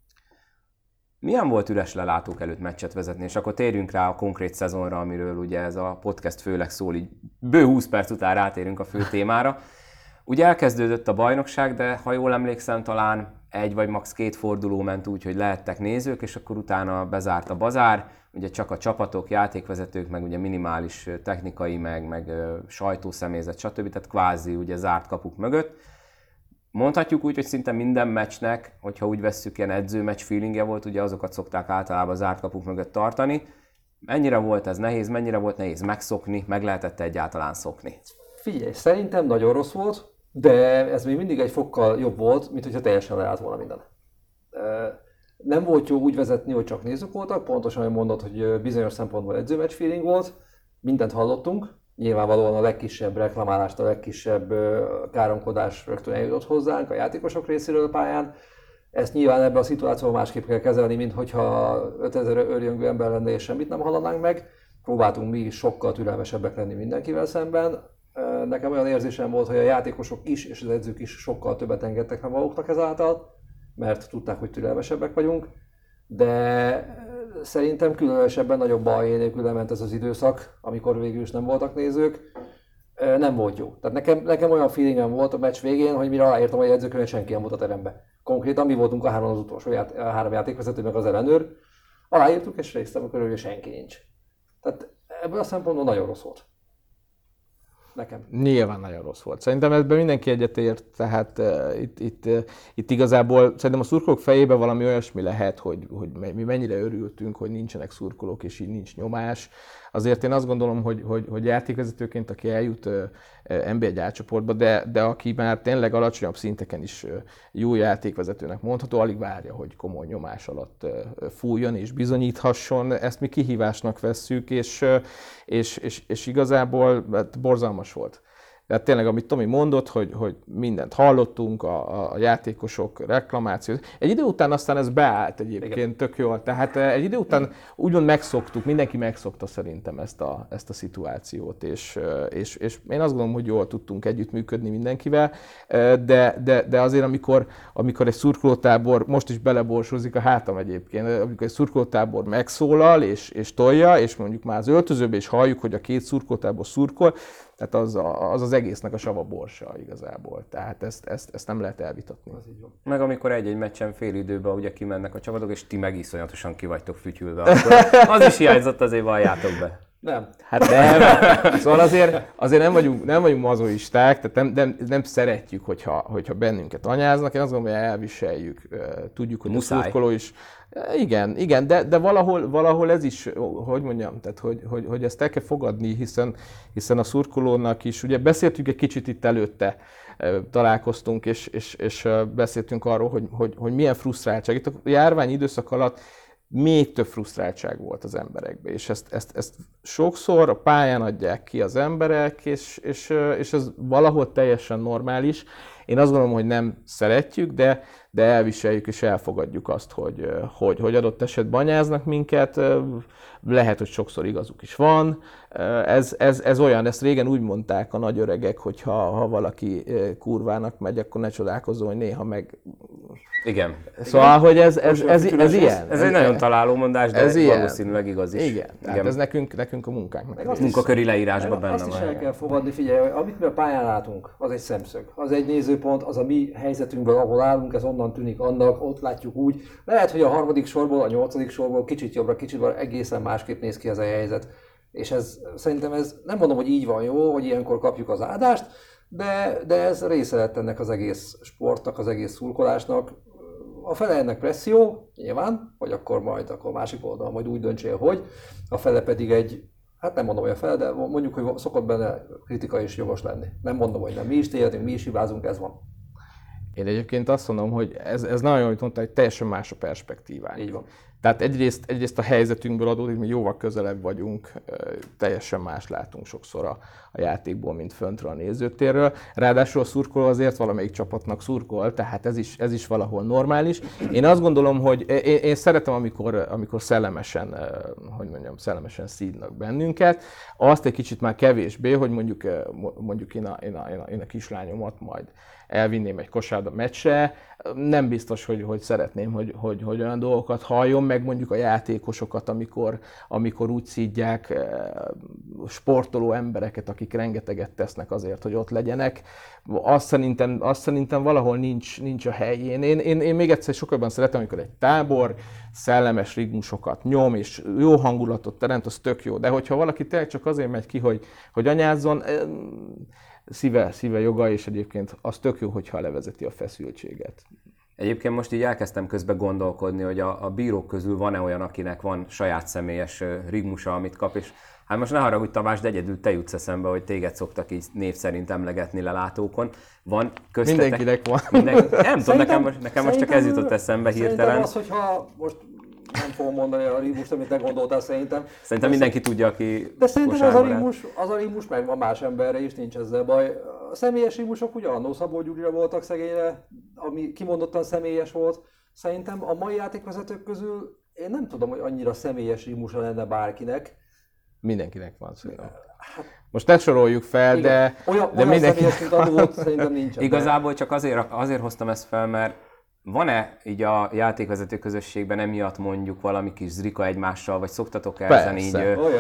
Milyen volt üres lelátók előtt meccset vezetni, és akkor térjünk rá a konkrét szezonra, amiről ugye ez a podcast főleg szól, így bő 20 perc után rátérünk a fő témára. Ugye elkezdődött a bajnokság, de ha jól emlékszem, talán egy vagy max. 2 forduló ment úgy, hogy lehettek nézők, és akkor utána bezárt a bazár, ugye csak a csapatok, játékvezetők, meg ugye minimális technikai, meg sajtószemélyzet, stb. Tehát kvázi ugye zárt kapuk mögött. mondhatjuk úgy, hogy szinte minden meccsnek, hogyha úgy vesszük, ilyen edzőmeccs feelingje volt, ugye azokat szokták általában zárt kapuk mögött tartani. Mennyire volt ez nehéz, mennyire volt nehéz megszokni, meg lehetett egyáltalán szokni? Figyelj, szerintem nagyon rossz volt, de ez még mindig egy fokkal jobb volt, mint hogyha teljesen leállt volna minden. Nem volt jó úgy vezetni, hogy csak nézők voltak, pontosan, hogy mondod, hogy bizonyos szempontból edzőmeccs feeling volt, mindent hallottunk, nyilvánvalóan a legkisebb reklamálást, a legkisebb káromkodás rögtön eljutott hozzánk a játékosok részéről a pályán. Ezt nyilván ebben a szituációban másképp kell kezelni, mint hogyha 5000 örjöngő ember lenne és semmit nem hallanánk meg. Próbáltunk mi is sokkal türelmesebbek lenni mindenkivel szemben. Nekem olyan érzésem volt, hogy a játékosok is és az edzők is sokkal többet engedtek meg maguknak ezáltal, mert tudták, hogy türelmesebbek vagyunk, de szerintem különösebben nagyobb baj nélkül lement ez az időszak, amikor végül is nem voltak nézők. Nem volt jó. Tehát nekem olyan feelingem volt a meccs végén, hogy mire aláírtam a jegyzőkönyvet, senki nem volt a teremben. Konkrétan mi voltunk a hárman az utolsó három játékvezető, meg az ellenőr. Aláírtuk és résztem, amikor ő senki nincs. Tehát ebből a szempontból nagyon rossz volt. Nekem. Nyilván nagyon rossz volt. Szerintem ebben mindenki egyetért, tehát itt igazából szerintem a szurkolók fejében valami olyasmi lehet, hogy mi mennyire örültünk, hogy nincsenek szurkolók és így nincs nyomás. Azért én azt gondolom, hogy játékvezetőként, aki eljut NB1 átcsoportba, de aki már tényleg alacsonyabb szinteken is jó játékvezetőnek mondható, alig várja, hogy komoly nyomás alatt fújjon és bizonyíthasson. Ezt mi kihívásnak vesszük, és igazából borzalmas volt. Tehát tényleg, amit Tomi mondott, hogy mindent hallottunk, a játékosok reklamációt. Egy idő után aztán ez beállt egyébként, igen. Tök jól. Tehát egy idő után úgymond megszoktuk, mindenki megszokta szerintem ezt a szituációt, és én azt gondolom, hogy jól tudtunk együttműködni mindenkivel, de azért, amikor egy szurkolótábor, most is beleborsózik a hátam egyébként, amikor egy szurkolótábor megszólal és tolja, és mondjuk már az öltözőbe is halljuk, hogy a két szurkolótábor szurkol, tehát az egésznek a sava borsa igazából. Tehát ezt nem lehet elvitatni. Meg amikor egy-egy meccsen fél időben ugye kimennek a csapatok, és ti meg iszonyatosan ki vagytok fütyülve, akkor az is hiányzott, azért valljátok be. Nem. Hát nem. Szóval azért nem vagyunk mazoisták, tehát nem szeretjük, hogyha bennünket anyáznak. Én azt gondolom, hogy elviseljük. Tudjuk, hogy muszáj. A szurkoló is. Igen, de valahol ez is, hogy mondjam, tehát hogy ezt el kell fogadni, hiszen a szurkolónak is, ugye beszéltünk egy kicsit itt előtte, találkoztunk, és beszéltünk arról, hogy milyen frusztráltság. Itt a járvány időszak alatt még több frusztráltság volt az emberekben, és ezt sokszor a pályán adják ki az emberek, és ez valahol teljesen normális. Én azt gondolom, hogy nem szeretjük, de elviseljük és elfogadjuk azt, hogy adott esetben anyáznak minket, lehet, hogy sokszor igazuk is van. Ez olyan, ezt régen úgy mondták a nagy öregek, hogy ha valaki kurvának megy, akkor ne csodálkozzon, hogy néha meg... Igen. Szóval, hogy ez ilyen. Ez egy nagyon találó mondás, de valószínűleg igaz is. Igen. Tehát ez nekünk a munkánknak. Munkaköri leírásban benne van. Azt is el kell fogadni, figyelj, amit mi a pályán látunk, az egy szemszög, az egy nézőpont, az a mi helyzetünkből, ahol állunk, ez onnan tűnik annak, ott látjuk úgy. Lehet, hogy a harmadik sorból, a nyolcadik sorból kicsit jobbra, kicsit balra, egészen másképp néz ki ez a helyzet. És szerintem nem mondom, hogy így van jó, hogy ilyenkor kapjuk az áldást, de ez része lett ennek az egész sportnak, az egész szurkolásnak. A fele ennek presszió, nyilván, hogy akkor másik oldal majd úgy döntsél, hogy. A fele pedig hát nem mondom, hogy a fele, de mondjuk, hogy szokott benne kritika is jogos lenni. Nem mondom, hogy nem. Mi is tévedünk, mi is hibázunk, ez van. Én egyébként azt mondom, hogy ez nagyon, amit mondta, hogy teljesen más a perspektívánk. Így van. Tehát egyrészt a helyzetünkből adódik, mi jóval közelebb vagyunk, teljesen más látunk sokszor a játékból, mint föntről a nézőtérről. Ráadásul a szurkoló azért valamelyik csapatnak szurkol, tehát ez is valahol normális. Én azt gondolom, hogy én szeretem, amikor szellemesen szídnak bennünket. Azt egy kicsit már kevésbé, hogy mondjuk én a kislányomat majd elvinném egy kosárlabda meccsre. Nem biztos, hogy szeretném, hogy olyan dolgokat halljon, meg mondjuk a játékosokat, amikor úgy szídják sportoló embereket, akik rengeteget tesznek azért, hogy ott legyenek. Azt szerintem valahol nincs a helyén. Én még egyszer sokkal szeretem, amikor egy tábor szellemes ritmusokat nyom, és jó hangulatot teremt, az tök jó. De hogyha valaki tényleg csak azért megy ki, hogy anyázzon, szíve joga, és egyébként az tök jó, hogyha levezeti a feszültséget. Egyébként most így elkezdtem közben gondolkodni, hogy a bírók közül van-e olyan, akinek van saját személyes rigmusa, amit kap, és hát most ne haragudj Tamás, de egyedül te jutsz eszembe, hogy téged szoktak így név szerint emlegetni lelátókon. Van köztetek... Mindenkinek van. Nem tudom, nekem most csak ez jutott eszembe hirtelen. Szerintem az, hogyha most nem fogom mondani a rigmust, amit te gondoltál szerintem. Szerintem mindenki tudja, aki de szerintem az a rigmus megvan más emberre is, nincs ezzel baj. A személyes rigmusok ugye annó Szabó Gyurira voltak szegényre, ami kimondottan személyes volt. Szerintem a mai játékvezetők közül én nem tudom, hogy annyira személyes rigmusa lenne bárkinek. Mindenkinek van szerintem. Most ne soroljuk fel, igen. de olyan mindenki... személyes, mint annó volt, szerintem nincsen. Igazából csak azért hoztam ezt fel, mert van-e így a játékvezető közösségben emiatt mondjuk valami kis zrika egymással, vagy szoktatok ezen így...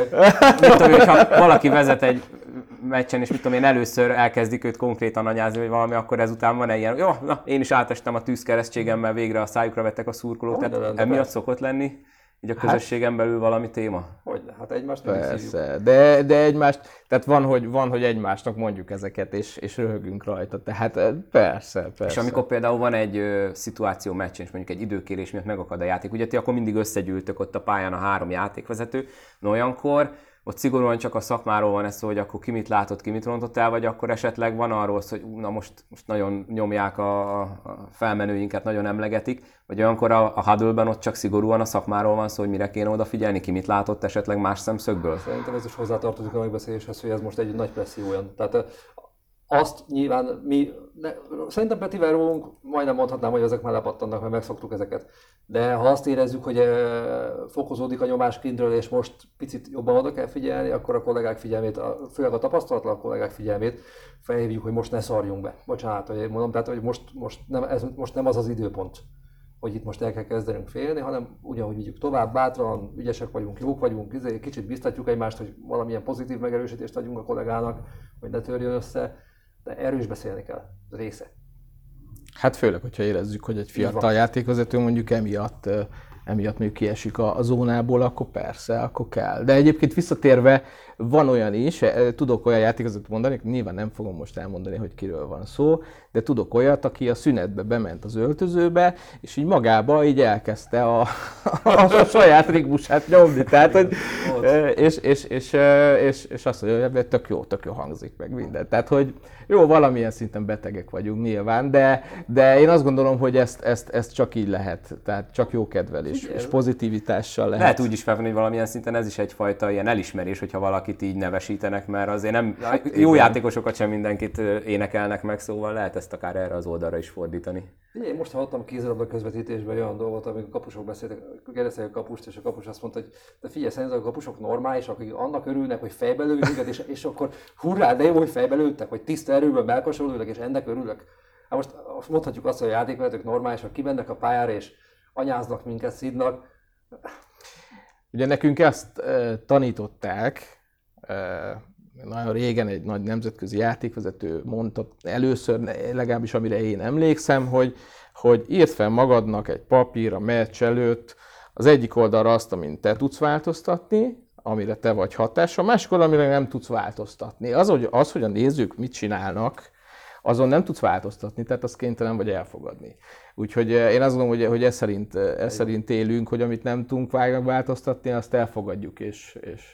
Mit tudom, hogyha valaki vezet egy meccsen, és mit tudom én, először elkezdik őt konkrétan anyázni, vagy valami, akkor ezután van-e ilyen, jó, na, én is átestem a tűzkeresztségemmel, végre a szájukra vettek a szurkolók, tehát emiatt szokott lenni így a közösségen belül valami téma? Hogyne, hát egymást nem persze, de egymást, tehát van, hogy egymásnak mondjuk ezeket, és röhögünk rajta, tehát persze. És amikor például van egy szituáció meccsen, és mondjuk egy időkérés miatt megakad a játék, ugye ti akkor mindig összegyűltök ott a pályán a 3 játékvezető, no olyankor ott szigorúan csak a szakmáról van ez szó, hogy akkor ki mit látott, ki mit rontott el, vagy akkor esetleg van arról szó, hogy na most nagyon nyomják a felmenőinket, nagyon emlegetik, vagy olyankor a huddle-ben ott csak szigorúan a szakmáról van szó, hogy mire kéne odafigyelni, ki mit látott esetleg más szemszögből? Szerintem ez is hozzátartozik a megbeszéléshez, hogy ez most egy nagy presszió olyan. Tehát azt nyilván szerintem Petivel rólunk majdnem mondhatnám, hogy ezek már lepattannak, mert megszoktuk ezeket. De ha azt érezzük, hogy fokozódik a nyomás kintről, és most picit jobban oda kell figyelni, akkor a kollégák figyelmét, főleg a tapasztalatlan kollégák figyelmét felhívjuk, hogy most ne szarjunk be. Bocsánat, hogy mondom, tehát hogy most nem az az időpont, hogy itt most el kell kezdenünk félni, hanem ugyanúgy vigyük tovább, bátran, ügyesek vagyunk, jók vagyunk, kicsit biztatjuk egymást, hogy valamilyen pozitív megerősítést adjunk a kollégának, hogy ne törjön össze, de erről is beszélni kell, ez része. Hát főleg, hogyha érezzük, hogy egy fiatal játékvezető mondjuk emiatt még kiesik a zónából, akkor persze, akkor kell. De egyébként visszatérve, van olyan is, tudok olyan játékvezetőt mondani, nyilván nem fogom most elmondani, hogy kiről van szó, de tudok olyat, aki a szünetbe bement az öltözőbe, és így magába így elkezdte a saját rigmusát nyomni. Tehát, hogy, és azt mondja, hogy tök jó hangzik meg minden. Tehát, hogy jó, valamilyen szinten betegek vagyunk nyilván, de én azt gondolom, hogy ezt csak így lehet. Tehát csak jó kedvel és pozitivitással lehet. Lehet úgy is felvenni, hogy valamilyen szinten ez is egyfajta ilyen elismerés, hogyha valakit így nevesítenek, mert azért nem jó játékosokat sem mindenkit énekelnek meg, szóval lehet ezt akár erre az oldalra is fordítani. Én most hallottam kézilabda közvetítésben olyan dolgot, amikor a kapusok beszéltek, kérdezték a kapust, és a kapus azt mondta, hogy de figyelj, szerintem a kapusok normálisak, akik annak örülnek, hogy fejbe lőjük őket, és akkor hurrá, de jó, hogy fejbe lőttek, hogy tiszta erőből melkasról és ennek örülök. Hát most mondhatjuk azt, hogy a játékvezetők normálisak, kimennek a pályára és anyáznak minket, szidnak. Ugye nekünk ezt tanították, nagyon régen egy nagy nemzetközi játékvezető mondta először, legalábbis amire én emlékszem, hogy írd fel magadnak egy papír a meccs előtt az egyik oldalra azt, amit te tudsz változtatni, amire te vagy hatással, a másik oldalra, amire nem tudsz változtatni. Az, hogy a nézők mit csinálnak, azon nem tudsz változtatni, tehát azt kénytelen vagy elfogadni. Úgyhogy én azt gondolom, hogy ez szerint élünk, hogy amit nem tudunk változtatni, azt elfogadjuk, és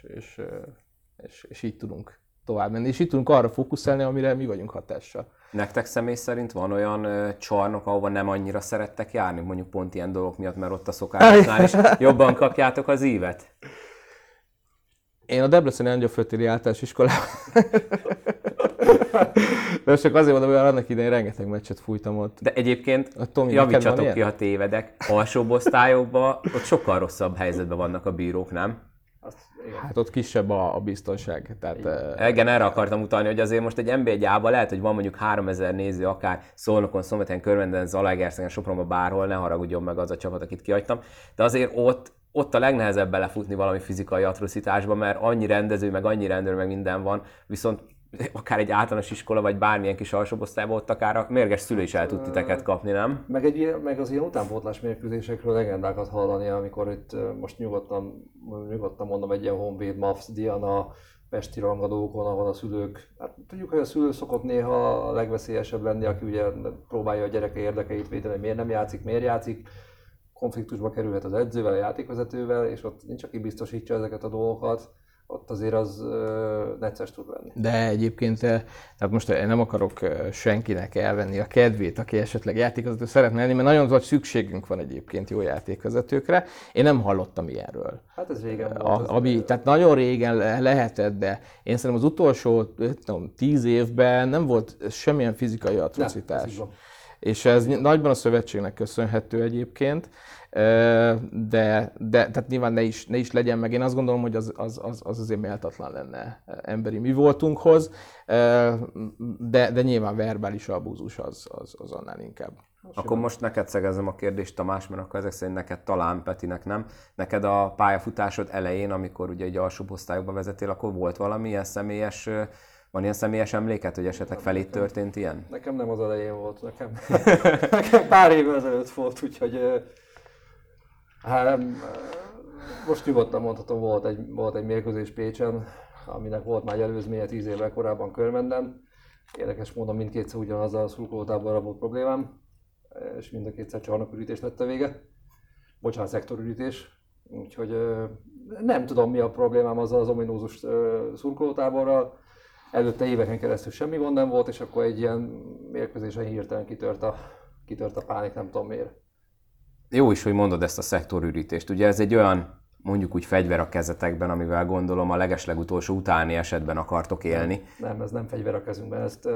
így tudunk tovább menni. És így tudunk arra fókuszálni, amire mi vagyunk hatással. Nektek személy szerint van olyan csarnok, ahova nem annyira szerettek járni, mondjuk pont ilyen dolgok miatt, mert ott a szokásoknál is jobban kapjátok az ívet? Én a Debreceni Angyalföldtéri Általános Iskolában. De csak azért mondom, hogy annak idején rengeteg meccset fújtam ott. De egyébként javítsatok ki, ha tévedek, alsóbb osztályokban ott sokkal rosszabb helyzetben vannak a bírók, nem? Hát ott kisebb a biztonság. Tehát, igen, erre akartam utalni, hogy azért most egy NB1-ában lehet, hogy van mondjuk 3000 néző, akár Szolnokon, Szombathelyen, Körmenden, Zalaegerszegen, Sopronban, bárhol, ne haragudjon meg az a csapat, akit kihagytam. De azért ott a legnehezebb belefutni valami fizikai atrocitásba, mert annyi rendező, meg annyi rendőr, meg minden van, viszont akár egy általános iskola, vagy bármilyen kis alsóbosztályban ott akár a mérges szülő is el tud titeket kapni, nem? Meg az ilyen utánpótlás mérkőzésekről legendákat hallani, amikor itt most nyugodtan mondom egy ilyen Honvéd, Mavs, Diana, pesti rangadókon, ahol a szülők, hát tudjuk, hogy a szülő szokott néha a legveszélyesebb lenni, aki ugye próbálja a gyereke érdekeit védeni, hogy miért nem játszik, miért játszik. Konfliktusba kerülhet az edzővel, a játékvezetővel, és ott nincs, aki biztosítja ezeket a dolgokat, ott azért az necces tud lenni. De egyébként, tehát most nem akarok senkinek elvenni a kedvét, aki esetleg játékvezető szeretne lenni, mert nagyon nagy szükségünk van egyébként jó játékvezetőkre. Én nem hallottam ilyenről. Hát ez régen volt. Tehát nagyon régen lehetett, de én szerintem az utolsó 10 évben nem volt semmilyen fizikai atrocitás. És ez nagyban a szövetségnek köszönhető egyébként, de tehát nyilván ne is legyen meg. Én azt gondolom, hogy az azért méltatlan lenne emberi mi voltunkhoz, de nyilván verbális abúzus az annál inkább. Akkor most neked szegezem a kérdést, Tamás, mert akkor ezek szerint neked talán, Petinek nem. Neked a pályafutásod elején, amikor ugye egy alsóbb osztályokba vezetél, akkor volt valami ilyen személyes, van ilyen személyes emléket, hogy esetleg felét történt ilyen? Nekem nem az elején volt, nekem pár évvel ezelőtt volt, úgyhogy most nyugodtan mondhatom, volt egy mérkőzés Pécsen, aminek volt már előzménye 10 évvel korábban Körmenden. Érdekes módon mindkétszer ugyanazzal a szurkolótáborral volt problémám, és mind a kétszer csarnokürítés lett a vége. Bocsánat, szektorürítés. Úgyhogy nem tudom, mi a problémám azzal az ominózus szurkolótáborral. Előtte éveken keresztül semmi gond nem volt, és akkor egy ilyen mérkőzésen hirtelen kitört a pánik, nem tudom miért. Jó is, hogy mondod ezt a szektorürítést. Ugye ez egy olyan, mondjuk úgy fegyver a kezetekben, amivel gondolom a legeslegutolsó utáni esetben akartok élni. Nem, ez nem fegyver a kezünkben. Ezt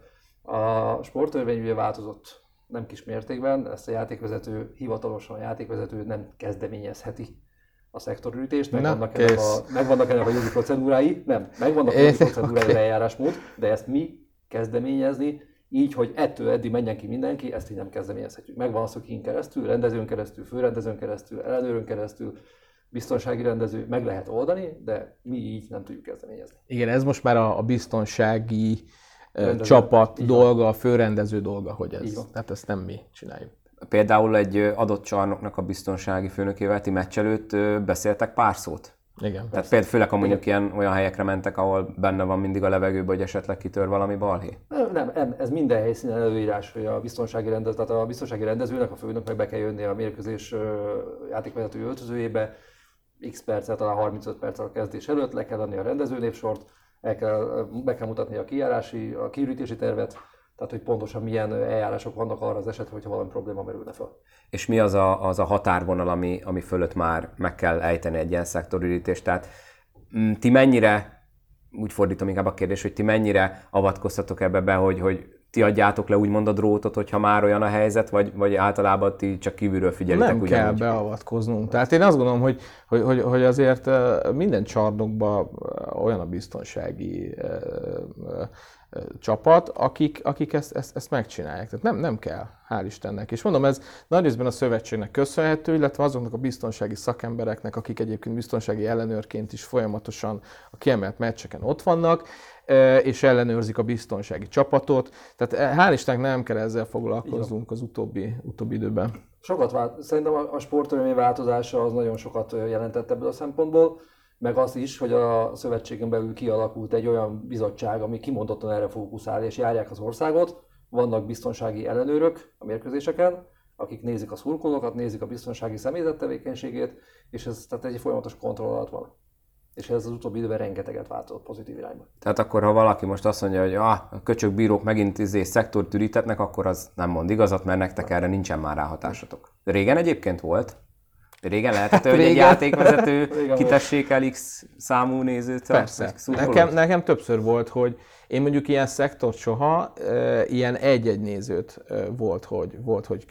a sporttörvény ugye változott nem kis mértékben, ezt a játékvezető, hivatalosan a játékvezető nem kezdeményezheti a szektorürítést, megvannak ennek a jogi procedúrái, megvannak a jogi procedúrái, eljárásmód, de ezt mi kezdeményezni, így, hogy ettől eddig menjen ki mindenki, ezt így nem kezdeményezhetjük. Megvan az, hogy kin keresztül, rendezőn keresztül, főrendezőn keresztül, ellenőrön keresztül, biztonsági rendező, meg lehet oldani, de mi így nem tudjuk kezdeményezni. Igen, ez most már a biztonsági csapat dolga, a főrendező dolga, hogy ez. Tehát ezt nem mi csináljuk. Például egy adott csarnoknak a biztonsági főnökével ti meccs előtt beszéltek pár szót? Igen. Tehát például főleg, ha mondjuk olyan helyekre mentek, ahol benne van mindig a levegőben, hogy esetleg kitör valami balhé? Nem, ez minden helyszínen előírás, hogy a biztonsági rendező, tehát a biztonsági rendezőnek, a főnöknek be kell jönni a mérkőzés játékvezető öltözőjébe, x perccel, talán 35 perccel a kezdés előtt, le kell adni a rendezőnévsort, be kell mutatni a kiürítési tervet, tehát hogy pontosan milyen eljárások vannak arra az esetre, hogyha valami probléma merülne fel. És mi az a határvonal, ami fölött már meg kell ejteni egy ilyen szektorürítést? Tehát ti mennyire, úgy fordítom inkább a kérdést, hogy ti mennyire avatkoztatok ebbe be, hogy ti adjátok le úgymond a drótot, hogyha már olyan a helyzet, vagy általában ti csak kívülről figyelitek nem ugyanúgy? Nem kell beavatkoznunk. Tehát én azt gondolom, hogy azért minden csarnokban olyan a biztonsági csapat, akik ezt megcsinálják. Tehát nem kell, hál' Istennek. És mondom, ez nagy részben a szövetségnek köszönhető, illetve azoknak a biztonsági szakembereknek, akik egyébként biztonsági ellenőrként is folyamatosan a kiemelt meccseken ott vannak, és ellenőrzik a biztonsági csapatot. Tehát hál' Istennek nem kell ezzel foglalkoznunk az utóbbi időben. Szerintem a sporttörvény változása az nagyon sokat jelentett ebből a szempontból, meg az is, hogy a szövetségen belül kialakult egy olyan bizottság, ami kimondottan erre fókuszál, és járják az országot. Vannak biztonsági ellenőrök a mérkőzéseken, akik nézik a szurkolókat, nézik a biztonsági személyzet tevékenységét, és ez tehát egy folyamatos kontroll alatt van. És ez az utóbbi időben rengeteget változott pozitív irányba. Tehát akkor, ha valaki most azt mondja, hogy a köcsög bírók megint szektort ürítetnek, akkor az nem mond igazat, mert nektek erre nincsen már ráhatásotok. Régen egyébként volt? Régen lehetett, hogy egy játékvezető kitessék el X számú nézőt? Persze. Nekem többször volt, hogy én mondjuk ilyen szektort soha, ilyen egy-egy nézőt volt, hogy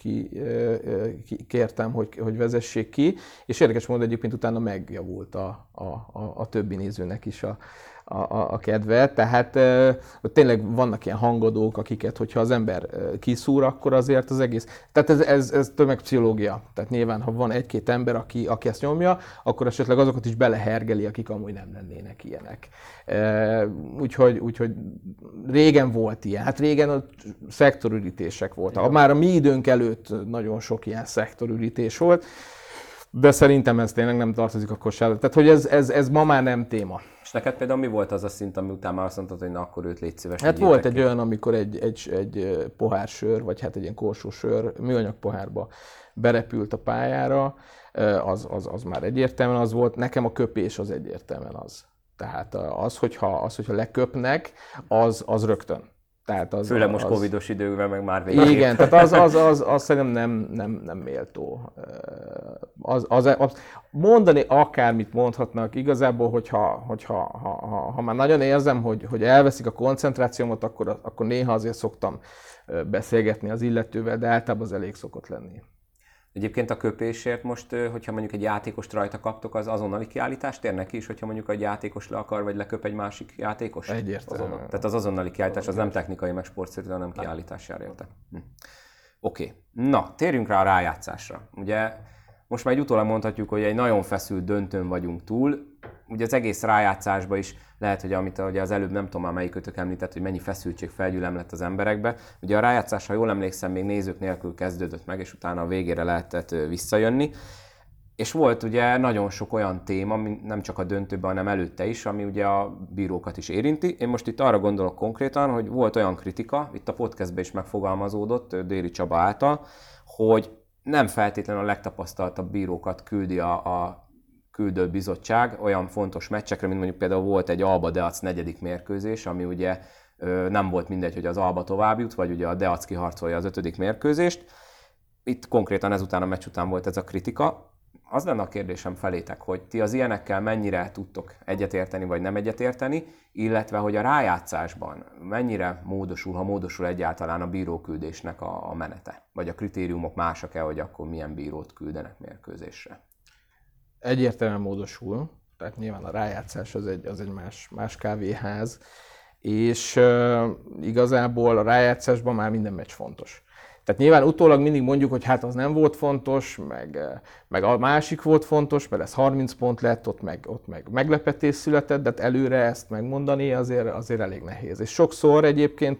kértem, hogy vezessék ki, és érdekes módon egyébként utána megjavult a többi nézőnek is a kedve. Tehát tényleg vannak ilyen hangadók, akiket, hogyha az ember kiszúr, akkor azért az egész... Tehát ez tömegpszichológia. Tehát nyilván, ha van egy-két ember, aki ezt nyomja, akkor esetleg azokat is belehergeli, akik amúgy nem lennének ilyenek. Úgyhogy régen volt ilyen. Hát régen a szektorürítések voltak. Már a mi időnk előtt nagyon sok ilyen szektorürítés volt. de szerintem ez tényleg nem tartozik a kosárba. Tehát, hogy ez ma már nem téma. És neked például mi volt az a szint, ami után már azt mondtad, hogy na akkor őt légy szíves? Hát volt egy olyan, amikor egy pohár sör, vagy hát egy ilyen korsó sör műanyag pohárba berepült a pályára, az már egyértelműen az volt. Nekem a köpés az egyértelműen az. Tehát az, hogyha leköpnek, az rögtön. Tehát főleg most covidos időben meg már végén. Igen, tehát az szerintem nem méltó. Mondani akármit mondhatnak, igazából, hogyha már nagyon érzem, hogy elveszik a koncentrációmat, akkor néha azért szoktam beszélgetni az illetővel, de általában az elég szokott lenni. Egyébként a köpésért most, hogyha mondjuk egy játékost rajta kaptok, az azonnali kiállítást ér neki is, hogyha mondjuk egy játékos le akar, vagy leköp egy másik játékos? Egyértelműen. Tehát az azonnali kiállítás, az nem technikai, meg sportszerű, hanem kiállítás jár érte. Oké. Na, térjünk rá a rájátszásra. Ugye most már egy utólag mondhatjuk, hogy egy nagyon feszült döntőn vagyunk túl. Ugye az egész rájátszásban is lehet, hogy amit ugye az előbb nem tudom már melyikötök említett, hogy mennyi feszültség felgyűlöm lett az emberekbe. Ugye a rájátszás, ha jól emlékszem, még nézők nélkül kezdődött meg, és utána a végére lehetett visszajönni. És volt ugye nagyon sok olyan téma, nem csak a döntőben, hanem előtte is, ami ugye a bírókat is érinti. Én most itt arra gondolok konkrétan, hogy volt olyan kritika, itt a podcastben is megfogalmazódott Déri Csaba által, hogy nem feltétlenül a legtapasztaltabb bírókat küldi a küldő bizottság olyan fontos meccsekre, mint mondjuk például volt egy Alba Deac 4. mérkőzés, ami ugye nem volt mindegy, hogy az Alba tovább jut, vagy ugye a Deac kiharcolja az 5. mérkőzést. Itt konkrétan ezután a meccs után volt ez a kritika. Az lenne a kérdésem felétek, hogy ti az ilyenekkel mennyire tudtok egyetérteni, vagy nem egyetérteni, illetve hogy a rájátszásban mennyire módosul, ha módosul egyáltalán a bíróküldésnek a menete, vagy a kritériumok másak-e, hogy akkor milyen bírót küldenek mérkőzésre? Egyértelműen módosul, tehát nyilván a rájátszás az egy más kávéház, és igazából a rájátszásban már minden meccs fontos. Tehát nyilván utólag mindig mondjuk, hogy hát az nem volt fontos, meg a másik volt fontos, mert ez 30 pont lett, ott meg meglepetés született, de előre ezt megmondani azért elég nehéz. És sokszor egyébként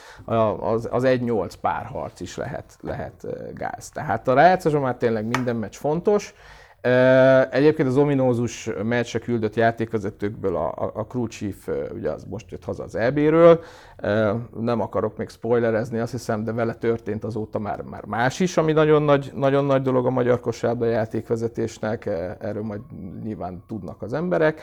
az 1-8 párharc is lehet gáz. Tehát a rájátszásban már tényleg minden meccs fontos. Egyébként az ominózus meccsre küldött játékvezetőkből a Crew Chief, ugye az most jött haza az EB-ről, nem akarok még spoilerezni, azt hiszem, de vele történt azóta már más is, ami nagyon nagy dolog a magyar kosárlabda játékvezetésnek, erről majd nyilván tudnak az emberek.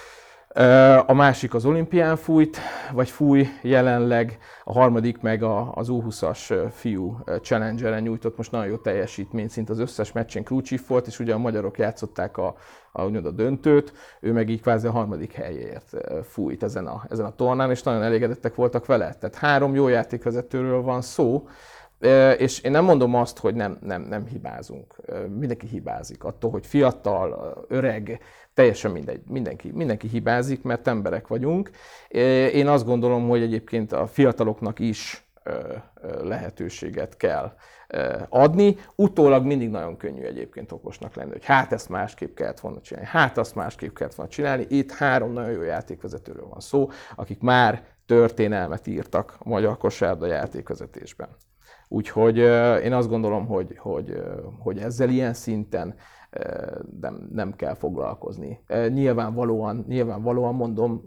A másik az olimpián fúj jelenleg, a harmadik meg az U20-as fiú Challengeren nyújtott most nagyon jó teljesítményt, szinte az összes meccsen Crew Chief volt, és ugye a magyarok játszották a döntőt, ő meg így kvázi a harmadik helyéért fújt ezen a tornán, és nagyon elégedettek voltak vele. Tehát 3 jó játékvezetőről van szó, és én nem mondom azt, hogy nem hibázunk. Mindenki hibázik. Attól, hogy fiatal, öreg, teljesen mindegy. Mindenki hibázik, mert emberek vagyunk. Én azt gondolom, hogy egyébként a fiataloknak is lehetőséget kell adni. Utólag mindig nagyon könnyű egyébként okosnak lenni, hogy hát ezt másképp kellett volna csinálni, hát azt másképp kellett volna csinálni. Itt 3 nagyon jó játékvezetőről van szó, akik már történelmet írtak a magyar kosárlabda játékvezetésben. Úgyhogy én azt gondolom, hogy ezzel ilyen szinten nem kell foglalkozni. Nyilvánvalóan mondom,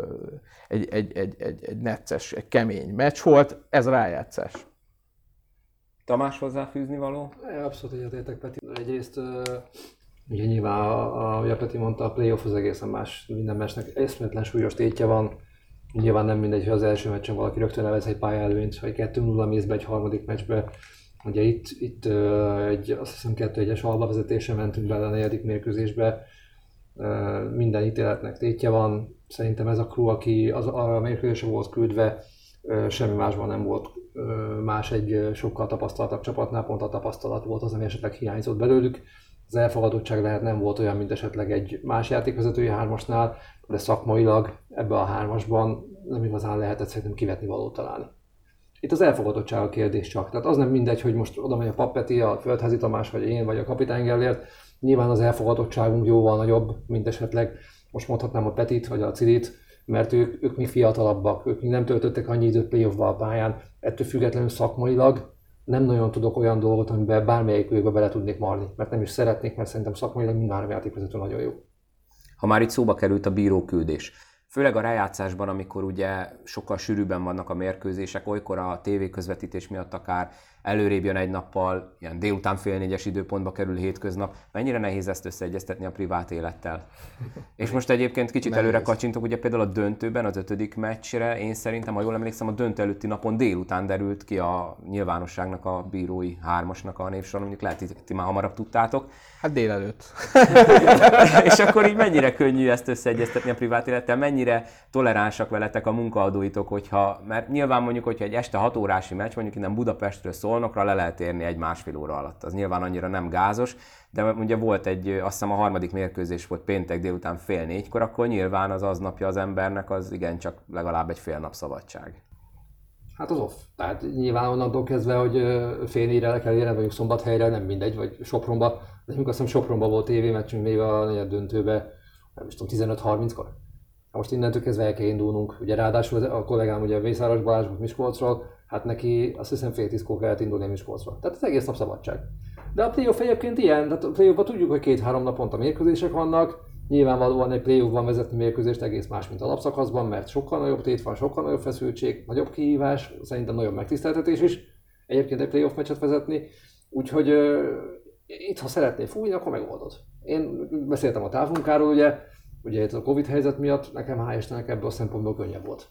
egy necces, egy kemény meccs volt, ez rájátszás. Tamás, hozzáfűzni való? Abszolút egyetértek, Peti. Egyrészt ugye nyilván, ahogy Peti mondta, a playoff az egészen más, minden meccsnek eszméletlen súlyos tétje van. Nyilván nem mindegy, hogy az első meccsen valaki rögtön levesz egy pályálőnyt, vagy 2-0 mész be egy harmadik meccsbe. Ugye itt azt hiszem 2-1-es Alba vezetésre mentünk bele a 4. mérkőzésbe. Minden ítéletnek tétje van. Szerintem ez a Crew, aki arra a mérkőzésre volt küldve, semmi másban nem volt más egy sokkal tapasztaltabb csapatnál, pont a tapasztalat volt az, ami esetleg hiányzott belőlük. Az elfogadottság lehet nem volt olyan, mint esetleg egy más játékvezetői 3-asnál, de szakmailag ebbe a 3-asban nem igazán lehetett szerintem kivetni valót találni. Itt az elfogadottság a kérdés csak. Tehát az nem mindegy, hogy most oda megy a Pappeti, a Földházi Tamás, vagy én, vagy a Kapitány Gellért. Nyilván az elfogadottságunk jóval nagyobb, mint esetleg most mondhatnám a Petit, vagy a Cidit, mert ők még fiatalabbak, ők még nem töltöttek annyi időt playoffba a pályán, ettől függetlenül szakmailag nem nagyon tudok olyan dolgot, amiben bármelyik őkbe bele tudnék marni, mert nem is szeretnék, mert szerintem szakmailag mindhárom játékvezető nagyon jó. Ha már itt szóba került a bíróküldés, főleg a rájátszásban, amikor ugye sokkal sűrűbben vannak a mérkőzések, olykor a tévéközvetítés miatt akár előrébb jön egy nappal, ilyen délután 3:30 időpontba kerül hétköznap, mennyire nehéz ezt összeegyeztetni a privát élettel? És most egyébként kicsit előre kacsintok, ugye például a döntőben, az 5. meccsre, én szerintem, ha jól emlékszem, a döntő előtti napon délután derült ki a nyilvánosságnak, a bírói 3-asnak a névsor, mondjuk lehet, hogy ti már hamarabb tudtátok. Hát délelőtt. És akkor így mennyire könnyű ezt összeegyeztetni a privát élettel, mennyire toleránsak veletek a munkaadóitok, mert nyilván mondjuk, hogyha egy este 6 órási meccs, mondjuk innen Budapestről Szolnokra le lehet érni egy 1,5 óra alatt. Az nyilván annyira nem gázos, de ugye volt azt hiszem a 3. mérkőzés volt péntek délután 3:30, akkor nyilván az aznapja az embernek az igencsak legalább egy fél nap szabadság. Hát az off. Tehát nyilván onnantól kezdve, hogy 3:30-re le kell érni, mondjuk Szombathelyre, nem mindegy, vagy Sopronba. De mondjuk azt hiszem Sopronba volt tévémeccsünk még a negyed döntőbe, nem is tudom, 15:30-kor. Most innentől kezdve el kell indulnunk. Ugye ráadásul a kollégám ugye Vészáros Balázs volt Miskolcról, hát neki azt hiszem 9:30-kor kellett indulni Miskolcról. Tehát az egész nap szabadság. De a playoff egyébként ilyen, tehát a playoffban tudjuk, hogy 2-3 naponta mérkőzések vannak. Nyilvánvalóan egy playoffban vezetni mérkőzést egész más, mint a alapszakaszban, mert sokkal nagyobb tét van, sokkal nagyobb feszültség, nagyobb kihívás, szerintem nagyobb megtiszteltetés is egyébként egy playoff meccset vezetni. Úgyhogy itt, ha szeretnél fújni, akkor megoldod. Én beszéltem a távmunkáról, ugye itt a Covid helyzet miatt nekem hál' Istennek ebből a szempontból könnyebb volt.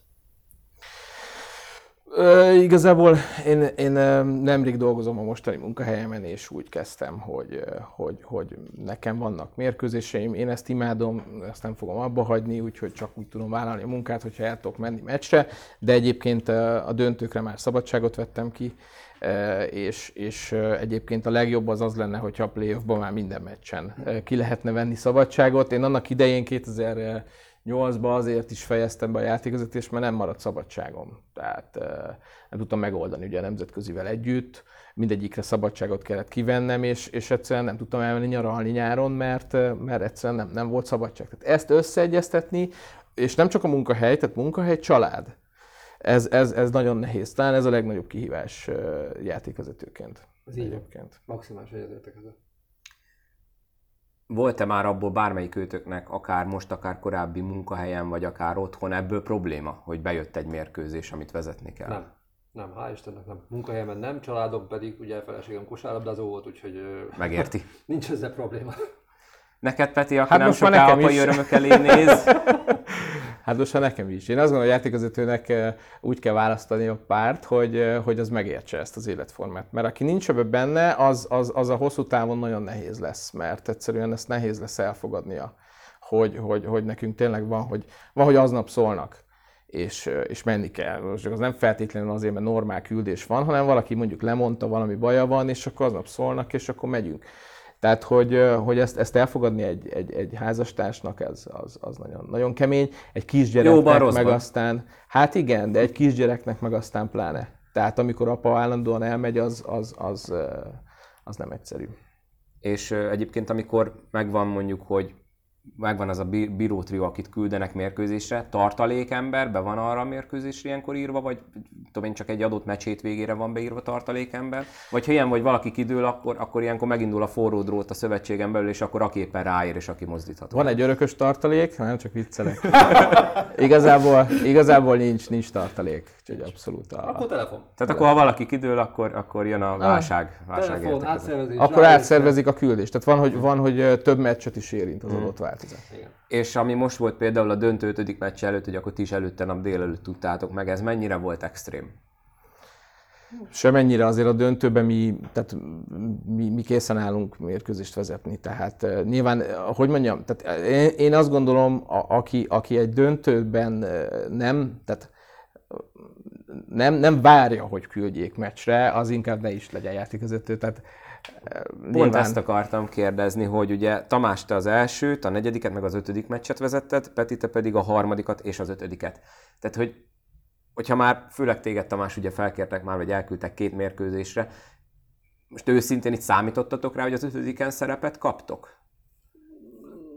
Igazából én nemrég dolgozom a mostani munkahelyemen, és úgy kezdtem, hogy nekem vannak mérkőzéseim, én ezt imádom, ezt nem fogom abba hagyni, úgyhogy csak úgy tudom vállalni a munkát, hogyha el tudok menni meccsre, de egyébként a döntőkre már szabadságot vettem ki, és egyébként a legjobb az lenne, hogyha a playoffban már minden meccsen ki lehetne venni szabadságot. Én annak idején 2008-ban azért is fejeztem be a játékvezetést, mert nem maradt szabadságom. Tehát nem tudtam megoldani ugye a nemzetközivel együtt, mindegyikre szabadságot kellett kivennem, és egyszerűen nem tudtam elmenni nyaralni nyáron, mert egyszerűen nem volt szabadság. Tehát ezt összeegyeztetni, és nem csak a munkahely, tehát munkahely, család. Ez nagyon nehéz. Talán ez a legnagyobb kihívás játékvezetőként. Ez így egyébként. Maximális egyetértek ezzel. Volt-e már abból bármelyik őtöknek, akár most, akár korábbi munkahelyen, vagy akár otthon ebből probléma, hogy bejött egy mérkőzés, amit vezetni kell? Nem, hál' Istennek nem. Munkahelyemen nem, családok pedig, ugye feleségem kosárlabdázó volt, úgyhogy megérti. Nincs ezzel probléma. Neked, Peti, akkor hát nem soká apai örömök elé néz. Hát most nekem is. Én azt gondolom, hogy a játékvezetőnek úgy kell választani a párt, hogy az megértse ezt az életformát. Mert aki nincs ebben benne, az a hosszú távon nagyon nehéz lesz, mert egyszerűen ezt nehéz lesz elfogadnia, hogy nekünk tényleg van, hogy aznap szólnak, és menni kell. Most az nem feltétlenül azért, mert normál küldés van, hanem valaki mondjuk lemondta, valami baja van, és akkor aznap szólnak, és akkor megyünk. Tehát, hogy ezt elfogadni egy házastársnak, az nagyon, nagyon kemény. Egy kisgyereknek jóban, meg aztán, hát igen, de egy kisgyereknek meg aztán pláne. Tehát amikor apa állandóan elmegy, az nem egyszerű. És egyébként amikor megvan mondjuk, hogy megvan az a bírótrió, akit küldenek mérkőzésre, tartalékember, be van arra a mérkőzésre ilyenkor írva, vagy tudom én, csak egy adott meccs hétvégére van beírva tartalékember, vagy ha ilyen vagy valaki kidől, akkor ilyenkor megindul a forró drót a szövetségen belül, és akkor aki éppen ráér, és aki mozdítható. Van egy örökös tartalék, nem csak viccelek. Igazából nincs tartalék, úgyhogy abszolút. Akkor telefon. Tehát akkor ha valaki kidől, akkor jön a válság telefon, átszervezés. Akkor átszervezik a küldést. Tehát van, hogy több meccset is érint az adott változat. Igen. És ami most volt például a döntő 5. meccs előtt, hogy akkor ti is előtte nap délelőtt tudtátok meg, ez mennyire volt extrém? Semennyire, azért a döntőben mi készen állunk mérkőzést vezetni. Tehát nyilván, hogy mondjam, tehát én azt gondolom, aki egy döntőben nem várja, hogy küldjék meccsre, az inkább ne is legyen játékvezető. Tehát Pont ezt akartam kérdezni, hogy ugye Tamás, te az elsőt, a 4., meg az 5. meccset vezetted, Peti, te pedig a 3. és az 5. Tehát, hogyha már főleg téged, Tamás, ugye felkértek már, vagy elküldtek 2 mérkőzésre, most őszintén itt számítottatok rá, hogy az 5. szerepet kaptok?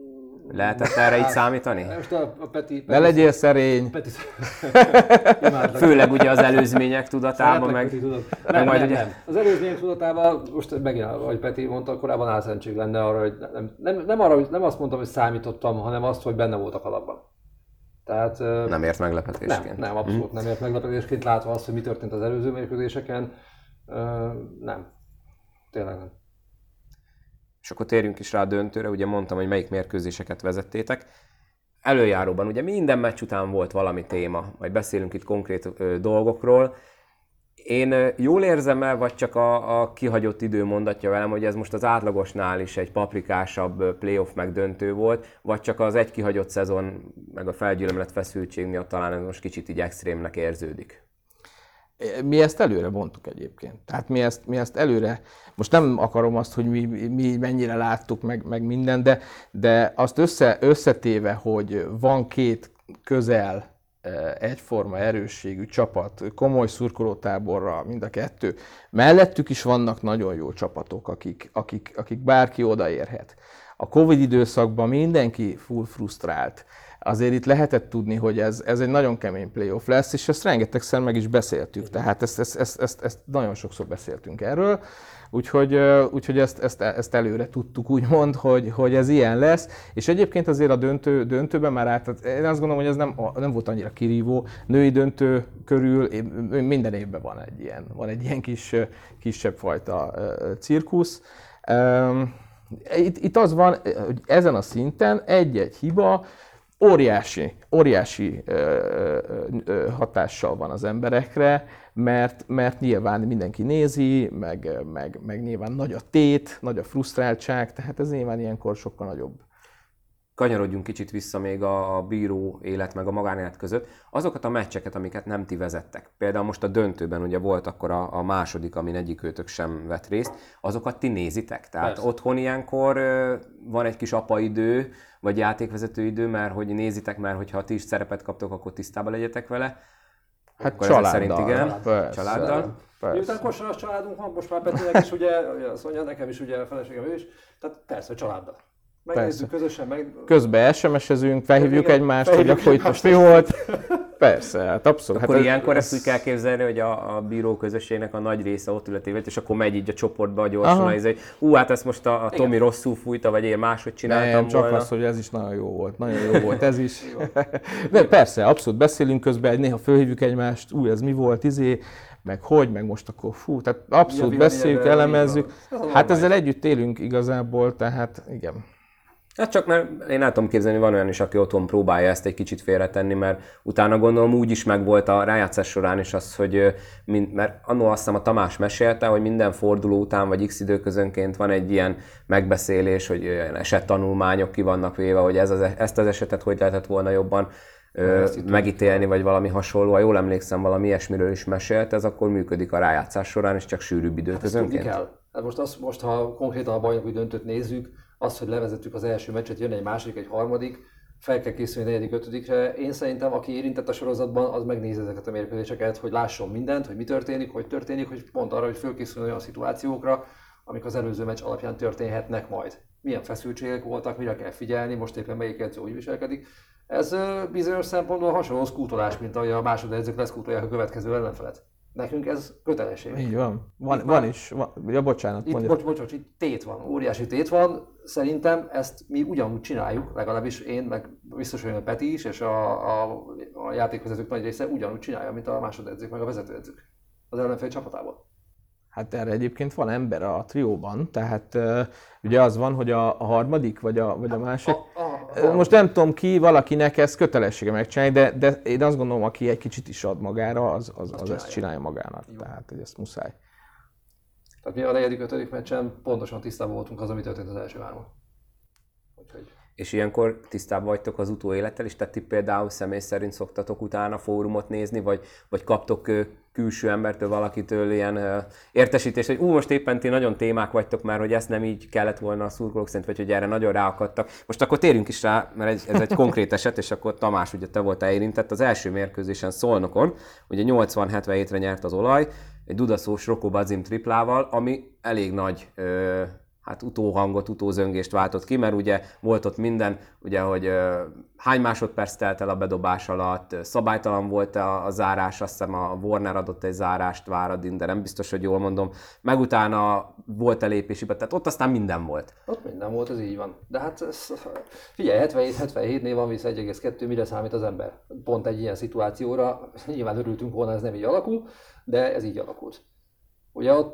Lehetett erre így számítani? Most a Peti... Ne legyél szerény! Peti... Főleg ugye az előzmények tudatában, meg... Nem. Az előzmények tudatában, most megint, ahogy Peti mondta, korábban álszentség lenne arra, hogy nem azt mondtam, hogy számítottam, hanem azt, hogy benne voltak alapban. Tehát... Nem ért meglepetésként. Nem, abszolút nem ért meglepetésként, látva azt, hogy mi történt az előző mérkőzéseken. Nem. Tényleg nem. És akkor térjünk is rá a döntőre, ugye mondtam, hogy melyik mérkőzéseket vezettétek. Előjáróban ugye minden meccs után volt valami téma, majd beszélünk itt konkrét dolgokról. Én jól érzem-e, vagy csak a kihagyott idő mondatja velem, hogy ez most az átlagosnál is egy paprikásabb playoff meg döntő volt, vagy csak az egy kihagyott szezon, meg a felgyülemlett feszültség miatt talán ez most kicsit így extrémnek érződik? Mi ezt előre mondtuk egyébként. Tehát mi ezt előre, most nem akarom azt, hogy mi mennyire láttuk meg minden, de azt összetéve, hogy van két közel egyforma erősségű csapat, komoly szurkolótáborra mind a kettő. Mellettük is vannak nagyon jó csapatok, akik bárki odaérhet. A Covid időszakban mindenki full frusztrált. Azért itt lehetett tudni, hogy ez egy nagyon kemény playoff lesz, és ezt rengetegszer meg is beszéltük. Tehát ezt nagyon sokszor beszéltünk erről. Úgyhogy ezt előre tudtuk úgymond, hogy ez ilyen lesz. És egyébként azért a döntőben már én azt gondolom, hogy ez nem volt annyira kirívó. Női döntő körül minden évben van egy ilyen kisebb fajta cirkusz. Itt az van, hogy ezen a szinten egy-egy hiba óriási hatással van az emberekre, mert nyilván mindenki nézi, meg nyilván nagy a tét, nagy a frusztráltság, tehát ez nyilván ilyenkor sokkal nagyobb. Kanyarodjunk kicsit vissza még a bíró élet meg a magánélet között. Azokat a meccseket, amiket nem ti vezettek, például most a döntőben ugye volt akkor a második, amin egyikőtök sem vett részt, azokat ti nézitek? Tehát persze. Otthon ilyenkor van egy kis apaidő, vagy játékvezető idő, mert hogy nézitek, mert hogyha ti is szerepet kaptok, akkor tisztában legyetek vele. Hát családdal. Szerint igen. Persze. Családdal. Miután kosaras családunk van, most már Petinek is ugye, Szonya, nekem is ugye, a feleségem ő is, tehát persze családdal. Megnézzük közösen, közben SMS-ezünk, felhívjuk egymást, hogy akkor itt most mi volt. Persze, hát abszolút. Akkor ilyenkor ezt úgy kell képzelni, hogy a bíró közösségnek a nagy része ott ületévet, és akkor megy így a csoportba gyorsan, hogy hát ezt most a Tomi rosszul fújta, vagy én máshogy csináltam nem, csak volna. az, hogy ez is nagyon jó volt ez is. De persze, abszolút beszélünk közben, néha felhívjuk egymást, ez mi volt, meg most akkor tehát abszolút beszéljük, elemezzük. Hát ezzel együtt élünk igazából, tehát igen. Hát csak mert én el tudom képzelni, van olyan is, aki otthon próbálja ezt egy kicsit félretenni, mert utána gondolom úgy is megvolt a rájátszás során is az, hogy mert annól azt hiszem a Tamás mesélte, hogy minden forduló után vagy x időközönként van egy ilyen megbeszélés, hogy esettanulmányok ki vannak véve, hogy ezt az esetet hogy lehetett volna jobban megítélni, vagy valami hasonló. Ha jól emlékszem, valami ilyesmiről is mesélt, ez akkor működik a rájátszás során, és csak sűrűbb időközönként. Hát kell. Hát most, ha konkrétan a bajnoki döntőt nézzük, az, hogy levezettük az első meccset, jön egy második, egy harmadik, fel kell készülni negyedik, ötödikre. Én szerintem, aki érintett a sorozatban, az megnézi ezeket a mérkőzéseket, hogy lásson mindent, hogy mi történik, hogy pont arra, hogy fölkészülni olyan szituációkra, amik az előző meccs alapján történhetnek majd. Milyen feszültségek voltak, mire kell figyelni, most éppen melyik edző úgy viselkedik. Ez bizonyos szempontból hasonló szkútolás, mint ahogy a másodedzők leszkútolják a következő ellenfelet. Nekünk ez kötelesség. Így van. Van is. Ja, bocsánat. Itt tét van, óriási tét van. Szerintem ezt mi ugyanúgy csináljuk, legalábbis én, meg biztos, hogy a Peti is, és a játékvezetők nagy része ugyanúgy csinálja, mint a másodedzők, meg a vezetőedzők az ellenfél csapatában. Hát erre egyébként van ember a trióban, tehát ugye az van, hogy a harmadik, vagy a másik. Most nem tudom ki, valakinek ez kötelessége megcsinálni, de én azt gondolom, aki egy kicsit is ad magára, az ezt csinálja magának. Jó. Tehát, hogy ezt muszáj. Tehát mi a negyedik, ötödik meccsen pontosan tisztában voltunk az, ami történt az első hárman. És ilyenkor tisztában vagytok az utóélettel is, tehát ti például személy szerint szoktatok utána fórumot nézni, vagy kaptok külső embertől, valakitől ilyen értesítést, hogy most éppen ti nagyon témák vagytok már, hogy ezt nem így kellett volna a szurkolók szerint, vagy hogy erre nagyon ráakadtak. Most akkor térjünk is rá, mert ez egy konkrét eset, és akkor Tamás, ugye te voltál érintett az első mérkőzésen Szolnokon, ugye 80-77-re nyert az Olaj, egy dudaszós Rokko Bazim triplával, ami elég nagy hát utóhangot, utózöngést váltott ki, mert ugye volt ott minden, ugye, hogy hány másodperc telt el a bedobás alatt, szabálytalan volt a zárás, azt hiszem a Warner adott egy zárást Váradin, de nem biztos, hogy jól mondom, meg utána volt a lépési, tehát ott aztán minden volt. Ott minden volt, ez így van. De hát figyelj, 77-nél van vissza 1,2, mire számít az ember? Pont egy ilyen szituációra, nyilván örültünk volna, ez nem így alakul, de ez így alakult. Ugye ott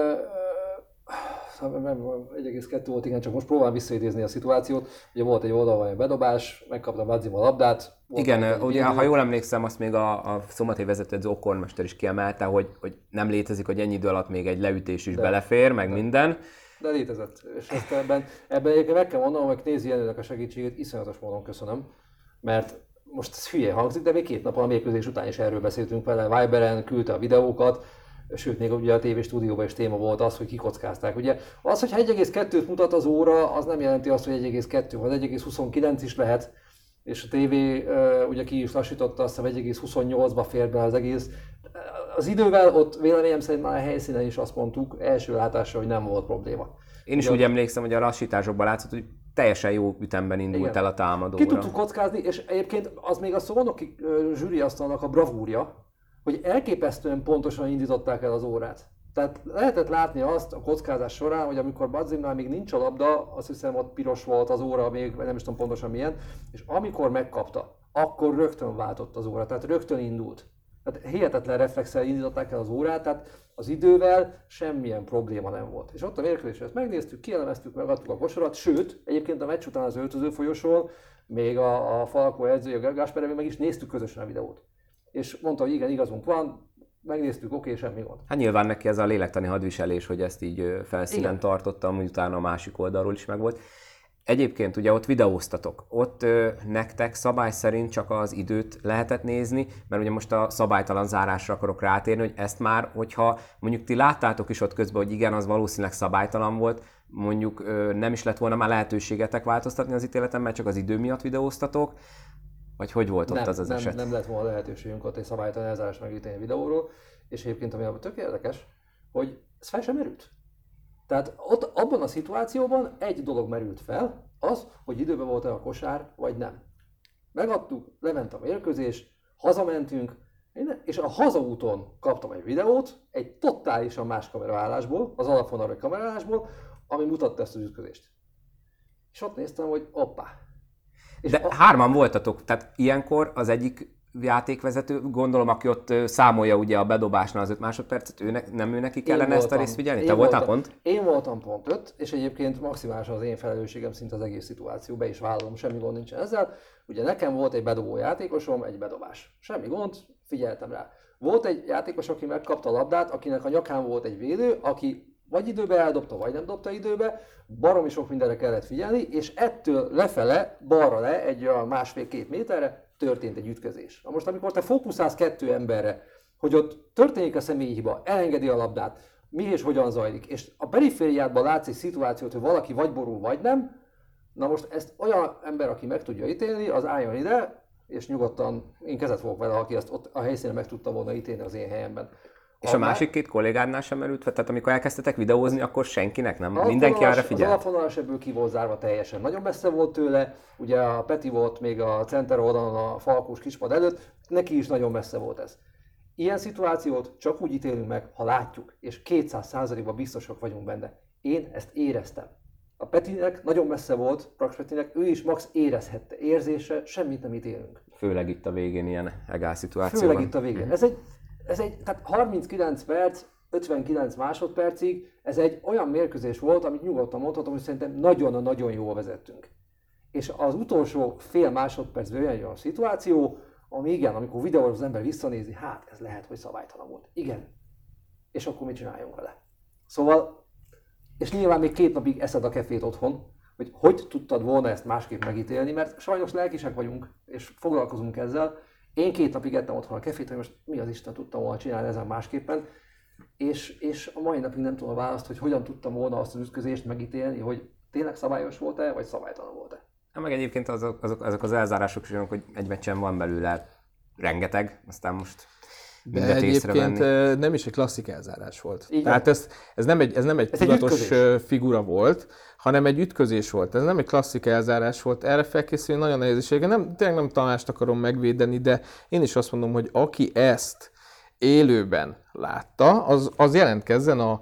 1,2 volt, igen, csak most próbálom visszaidézni a szituációt. Ugye volt egy oldalon bedobás, megkapta Vadzim a labdát. Igen, ugye, ha jól emlékszem, azt még a szombathi vezetőedző Okormester is kiemelte, hogy nem létezik, hogy ennyi idő alatt még egy leütés is belefér, meg minden. De létezett. És ezt ebben egyébként meg kell mondanom, hogy Knézi Jenőnek a segítségét iszonyatos módon köszönöm, mert most ez hülye hangzik, de még 2 nap a mérkőzés után is erről beszéltünk vele, Viberen küldte a videókat, sőt, még ugye a TV stúdióban is téma volt az, hogy kikockázták. Ugye az, hogy 1,2-t mutat az óra, az nem jelenti azt, hogy 1,2 vagy 1,29 is lehet, és a TV ugye ki is lassította, azt hiszem 1,28-ba fér be az egész. Az idővel ott véleményem szerint már a helyszínen is azt mondtuk, első látásra, hogy nem volt probléma. Én is úgy emlékszem, hogy a lassításokban látszott, hogy teljesen jó ütemben indult el a támadóra. Ki tudtuk kockázni, és egyébként az még a Szolnoki zsűriasztalnak a bravúrja, hogy elképesztően pontosan indították el az órát. Tehát lehetett látni azt a kockázás során, hogy amikor Badzimnál még nincs a labda, azt hiszem ott piros volt az óra, még nem is tudom pontosan milyen, és amikor megkapta, akkor rögtön váltott az óra, tehát rögtön indult. Tehát hihetetlen reflexel indították el az órát, tehát az idővel semmilyen probléma nem volt. És ott a mérkőzésre ezt megnéztük, kielemeztük, megadtuk a kosarat, sőt, egyébként a meccs után az öltöző folyosón még a Falkó edzője Gáspár, meg is néztük közösen a videót. És mondta, hogy igen, igazunk van, megnéztük, oké, semmi gond. Hát nyilván neki ez a lélektani hadviselés, hogy ezt így felszínen tartottam, utána a másik oldalról is megvolt. Egyébként ugye ott videóztatok, ott nektek szabály szerint csak az időt lehetett nézni, mert ugye most a szabálytalan zárásra akarok rátérni, hogy ezt már, hogyha mondjuk ti láttátok is ott közben, hogy igen, az valószínűleg szabálytalan volt, mondjuk nem is lett volna már lehetőségetek változtatni az ítéleten, mert csak az idő miatt videóztatok, vagy hogy volt ott az eset? Nem lett volna lehetőségünk ott egy szabálytalan elzárás megítélni a videóról, és egyébként ami abban tök érdekes, hogy ez fel sem merült. Tehát ott abban a szituációban egy dolog merült fel, az, hogy időben volt-e a kosár, vagy nem. Megadtuk, lement a mérkőzés, hazamentünk, és a hazaúton kaptam egy videót, egy totálisan más kameraállásból, az alapvonalai kameraállásból, ami mutatta ezt az ütközést. És ott néztem, hogy hoppá. De hárman voltatok, tehát ilyenkor az egyik játékvezető, gondolom, aki ott számolja ugye a bedobásnál az 5 másodpercet, nem ő neki kellene ezt a részt figyelni? Te voltál pont? Én voltam pont 5, és egyébként maximálisan az én felelősségem szinte az egész szituáció, be is vállalom, semmi gond nincsen ezzel. Ugye nekem volt egy bedobó játékosom, egy bedobás. Semmi gond, figyeltem rá. Volt egy játékos, aki megkapta a labdát, akinek a nyakán volt egy védő, aki vagy időbe eldobta, vagy nem dobta időbe, baromi sok mindenre kellett figyelni, és ettől lefele, balra le, egy olyan 1,5-2 méterre történt egy ütközés. Na most, amikor te fókuszálsz 2 emberre, hogy ott történik a személyi hiba, elengedi a labdát, mi és hogyan zajlik, és a perifériádban látsz egy szituációt, hogy valaki vagy borul, vagy nem, na most ezt olyan ember, aki meg tudja ítélni, az álljon ide, és nyugodtan én kezet fogok vele, aki ezt ott a helyszínen meg tudta volna ítélni az én helyemben. És a másik 2 kollégádnál sem merült fel? Tehát amikor elkezdtetek videózni, akkor senkinek nem? Mindenki arra figyelt? Az alapvonalas ebből ki volt zárva teljesen. Nagyon messze volt tőle, ugye a Peti volt még a center oldalon a Falkós kispad előtt, neki is nagyon messze volt ez. Ilyen szituációt csak úgy ítélünk meg, ha látjuk, és 200%-ban biztosak vagyunk benne. Én ezt éreztem. A Petinek nagyon messze volt, Praks Petinek, ő is max érezhette, érzése, semmit nem ítélünk. Főleg itt a végén ilyen egál szituációban. Főleg itt a végén. Tehát 39 perc, 59 másodpercig, ez egy olyan mérkőzés volt, amit nyugodtan mondhatom, hogy szerintem nagyon-nagyon jól vezettünk. És az utolsó fél másodpercben olyan szituáció, ami igen, amikor videóra az ember visszanézi, hát ez lehet, hogy szabálytalan volt. Igen. És akkor mit csináljunk vele? Szóval, és nyilván még 2 napig eszed a kefét otthon, hogy tudtad volna ezt másképp megítélni, mert sajnos lelkisek vagyunk, és foglalkozunk ezzel. Én 2 napig ettem otthon a kefét, hogy most mi az Isten tudtam volna csinálni ezen másképpen, és a mai napig nem tudom a választ, hogy hogyan tudtam volna azt az ütközést megítélni, hogy tényleg szabályos volt-e, vagy szabálytalan volt-e. Hát meg egyébként azok az elzárások is olyanok, hogy egy meccsen van belőle rengeteg, aztán most De mindet egyébként észrevenni. nem is egy klasszik elzárás volt. Így Tehát ez nem egy tudatos figura volt, hanem egy ütközés volt. Ez nem egy klasszik elzárás volt. Erre felkészülni nagyon nehézsége. Tényleg nem Tamást akarom megvédeni, de én is azt mondom, hogy aki ezt élőben látta, az jelentkezzen a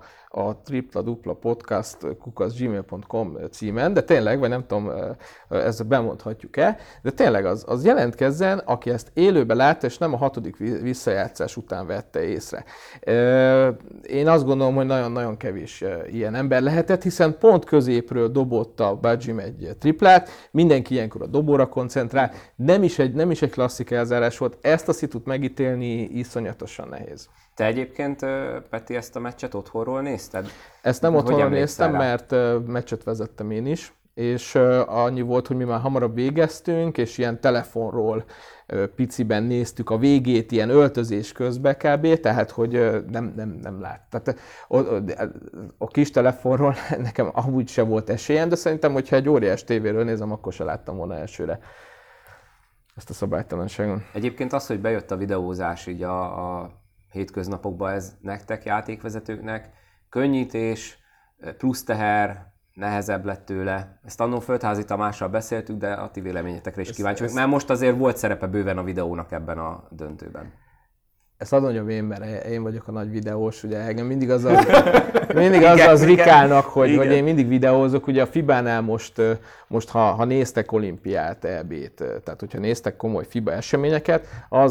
tripladupla-podcast@gmail.com címen, de tényleg, vagy nem tudom, ezt bemondhatjuk-e, de tényleg az jelentkezzen, aki ezt élőben látta, és nem a 6. visszajátszás után vette észre. Én azt gondolom, hogy nagyon-nagyon kevés ilyen ember lehetett, hiszen pont középről dobott a Bajim egy triplát, mindenki ilyenkor a dobóra koncentrál, nem is egy klasszik elzárás volt, ezt a szitut megítélni iszonyatosan nehéz. Te egyébként, Peti, ezt a meccset otthonról nézted? Ezt nem otthonról néztem, mert meccset vezettem én is, és annyi volt, hogy mi már hamarabb végeztünk, és ilyen telefonról piciben néztük a végét, ilyen öltözés közben kb., tehát hogy nem lát. Tehát a kis telefonról nekem amúgy se volt esélyem, de szerintem, hogyha egy óriás tévéről nézem, akkor se láttam volna elsőre ezt a szabálytalanságon. Egyébként az, hogy bejött a videózás így a hétköznapokban, ez nektek, játékvezetőknek könnyítés, plusz teher, nehezebb lett tőle. Ezt annól Földházi Tamással beszéltük, de a ti véleményetekre is kíváncsi vagyok, mert most azért volt szerepe bőven a videónak ebben a döntőben. Ezt hadd mondjam én, mert én vagyok a nagy videós, ugye engem mindig az rikálnak, hogy én mindig videózok, ugye a FIBA-nál most ha néztek olimpiát, EB-t, tehát hogyha néztek komoly FIBA eseményeket, az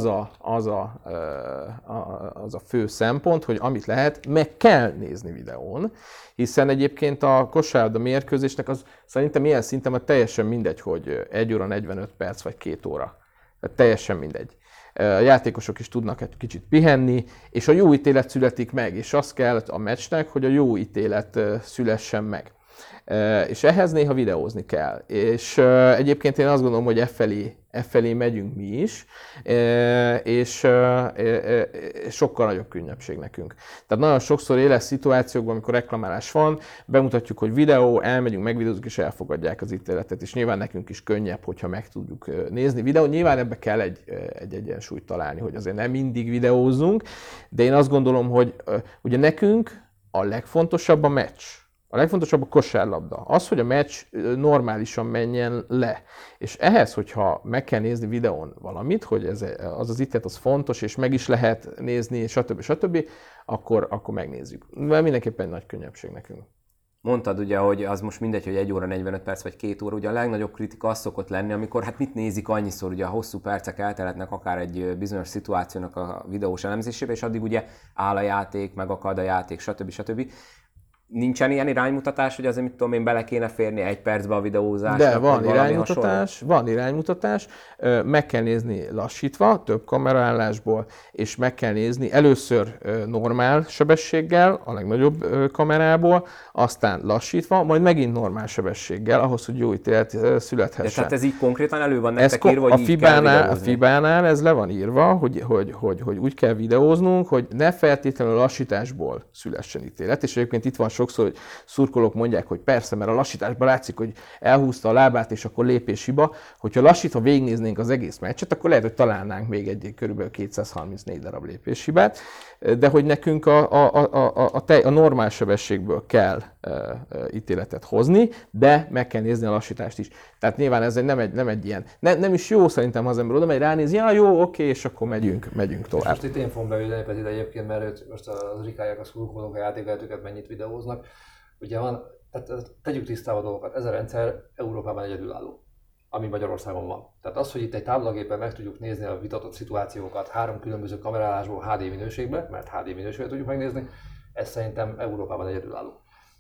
a fő szempont, hogy amit lehet, meg kell nézni videón, hiszen egyébként a kosárlabda mérkőzésnek az szerintem ilyen szinten teljesen mindegy, hogy 1 óra 45 perc vagy 2 óra. Tehát teljesen mindegy. A játékosok is tudnak egy kicsit pihenni, és a jó ítélet születik meg, és az kell a meccsnek, hogy a jó ítélet szülessen meg. És ehhez néha videózni kell. És egyébként én azt gondolom, hogy e felé megyünk mi is, és sokkal nagyobb könnyebbség nekünk. Tehát nagyon sokszor éles szituációkban, amikor reklamálás van, bemutatjuk, hogy videó, elmegyünk, megvideózunk, és elfogadják az ítéletet. És nyilván nekünk is könnyebb, hogyha meg tudjuk nézni videót. Nyilván ebbe kell egy egyensúlyt találni, hogy azért nem mindig videózzunk, de én azt gondolom, hogy ugye nekünk a legfontosabb a meccs. A legfontosabb a kosárlabda. Az, hogy a meccs normálisan menjen le. És ehhez, hogyha meg kell nézni videón valamit, hogy az ítélet az fontos, és meg is lehet nézni, stb., akkor megnézzük. Mert mindenképpen egy nagy könnyebbség nekünk. Mondtad ugye, hogy az most mindegy, hogy 1 óra 45 perc vagy 2 óra, ugye a legnagyobb kritika az szokott lenni, amikor hát mit nézik annyiszor, ugye a hosszú percek elteletnek akár egy bizonyos szituációnak a videós elemzésébe, és addig ugye áll a játék, megakad a játék, stb. Nincsen ilyen iránymutatás, hogy azért mit tudom én, bele kéne férni 1 percbe a videózásnak? De van iránymutatás, meg kell nézni lassítva, több kameraállásból, és meg kell nézni először normál sebességgel, a legnagyobb kamerából, aztán lassítva, majd megint normál sebességgel, ahhoz, hogy jó ítélet születhessen. De tehát ez így konkrétan elő van nektek írva, hogy így kell videózni? A FIBA-nál ez le van írva, hogy úgy kell videóznunk, hogy ne feltétlenül lassításból szülessen ítélet, és egyébként itt van sokszor, hogy szurkolók mondják, hogy persze, mert a lassításban látszik, hogy elhúzta a lábát, és akkor lépéshiba. Hogyha lassítva végignéznénk az egész meccset, akkor lehet, hogy találnánk még egy kb. 234 darab lépéshibát, de hogy nekünk a normál sebességből kell ítéletet hozni, de meg kell nézni a lassítást is. Tehát nyilván ez nem egy ilyen, nem is jó szerintem, ha az ember oda megy ránéz, ja jó, oké, és akkor megyünk tovább. Most itt én fogom bevédeni Petit egyébként, mert most az rikálják a szurkolók, a játékvezetőket mennyit videóznak. Ugye van, tehát tegyük tisztába a dolgokat, ez a rendszer Európában egyedülálló, ami Magyarországon van. Tehát az, hogy itt egy táblagépen meg tudjuk nézni a vitatott szituációkat 3 különböző kamerálásból HD minőségben, mert HD minőségben tudjuk megnézni, ez szerintem Európában egyedülálló.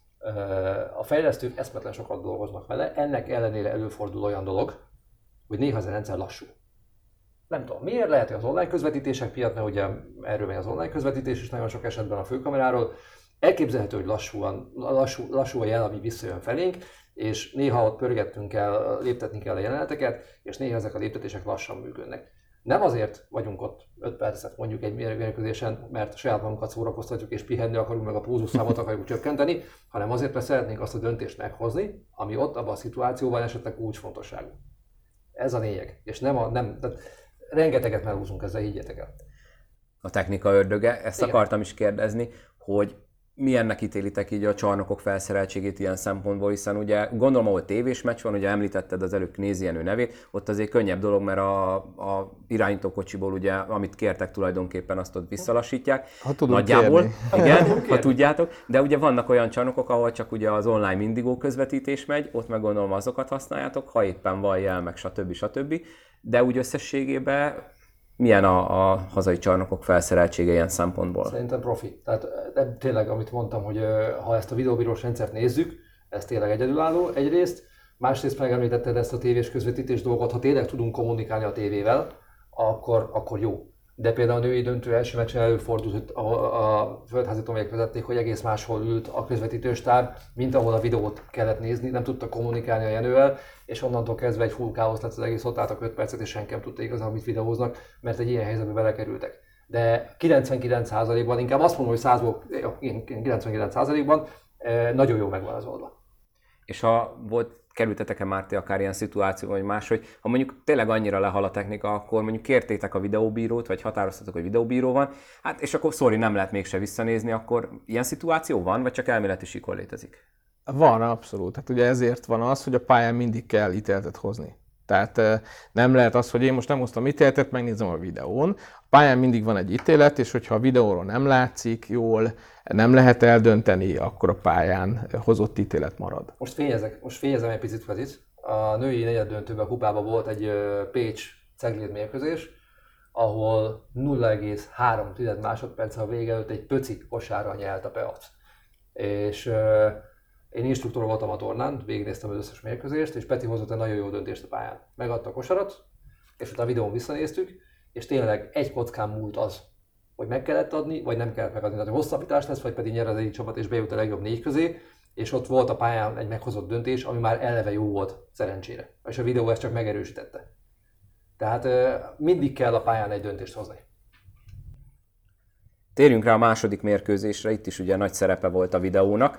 A fejlesztők eszmetlen sokat dolgoznak vele, ennek ellenére előfordul olyan dolog, hogy néha ez a rendszer lassú. Nem tudom miért, lehet, hogy az online közvetítések miatt, mert ugye erről megy az online közvetítés is nagyon sok esetben a főkameráról. Elképzelhető, hogy lassú a jel, ami visszajön felénk, és néha ott pörgettünk el, léptetni kell a jeleneteket, és néha ezek a léptetések lassan működnek. Nem azért vagyunk ott 5 percet mondjuk egy mérkőzésen, mert saját magunkat szórakoztatjuk és pihenni akarunk, meg a pulzusszámot akarjuk csökkenteni, hanem azért, mert szeretnénk azt a döntést meghozni, ami ott abban a szituációban esetleg kulcsfontosságú. Ez a lényeg. És tehát rengeteget melhúzunk ezzel, higgyetek el. a technika ördöge. Ezt Igen. akartam is kérdezni, hogy milyennek ítélitek így a csarnokok felszereltségét ilyen szempontból, hiszen ugye gondolom, ahol tévés meccs van, ugye említetted az előbb Knézi Jenő nevét, ott azért könnyebb dolog, mert a irányítókocsiból ugye, amit kértek tulajdonképpen, azt ott visszalassítják. Ha tudunk nagyjából, kérni. igen, ha tudjátok, de ugye vannak olyan csarnokok, ahol csak ugye az online Mindigo közvetítés megy, ott meg gondolom azokat használjátok, ha éppen van jel, meg stb. De úgy összességében milyen a hazai csarnokok felszereltsége ilyen szempontból? Szerintem profi. Tehát tényleg, amit mondtam, hogy ha ezt a videóbírós rendszert nézzük, ez tényleg egyedülálló egyrészt, másrészt megemlítetted ezt a tévés közvetítés dolgot, ha tényleg tudunk kommunikálni a tévével, akkor jó. De például a női döntő első meccsen előfordult, hogy a földházi tornák vezették, hogy egész máshol ült a közvetítőstár, mint ahol a videót kellett nézni, nem tudtak kommunikálni a Jenővel, és onnantól kezdve egy full káosz lett az egész, ott álltak 5 percet, és senki nem tudta igazán, mit videóznak, mert egy ilyen helyzetbe belekerültek. De 99%-ban, inkább azt mondom, hogy 100-ból, 99%-ban nagyon jó megvan az oldal. És ha kerültetek-e már ti akár ilyen szituáció, vagy más, hogy ha mondjuk tényleg annyira lehal a technika, akkor mondjuk kértétek a videóbírót, vagy határoztatok, hogy videóbíró van, hát és akkor sorry, nem lehet mégse visszanézni, akkor ilyen szituáció van, vagy csak elméleti síkon létezik? Van, abszolút. Hát ugye ezért van az, hogy a pályán mindig kell ítéletet hozni. Tehát nem lehet az, hogy én most nem hoztam ítéletet, megnézem a videón. A pályán mindig van egy ítélet, és hogyha a videóról nem látszik jól, nem lehet eldönteni, akkor a pályán hozott ítélet marad. Most fényezem egy picit Fezit. A női negyeddöntőben a kupában volt egy Pécs-Cegléd mérkőzés, ahol 0,3 másodperc a vége előtt egy pöci kosárra nyelt a Peac. És én instruktor voltam a tornán, végignéztem az összes mérkőzést, és Peti hozott egy nagyon jó döntést a pályán. Megadta a kosarat, és utána a videón visszanéztük, és tényleg egy kockán múlt az, hogy meg kellett adni, vagy nem kellett megadni. Tehát hosszabbítás lesz, vagy pedig nyer az egyik csapat, és bejut a legjobb 4 közé, és ott volt a pályán egy meghozott döntés, ami már eleve jó volt, szerencsére. És a videó ezt csak megerősítette. Tehát mindig kell a pályán egy döntést hozni. Térjünk rá a második mérkőzésre, itt is ugye nagy szerepe volt a videónak.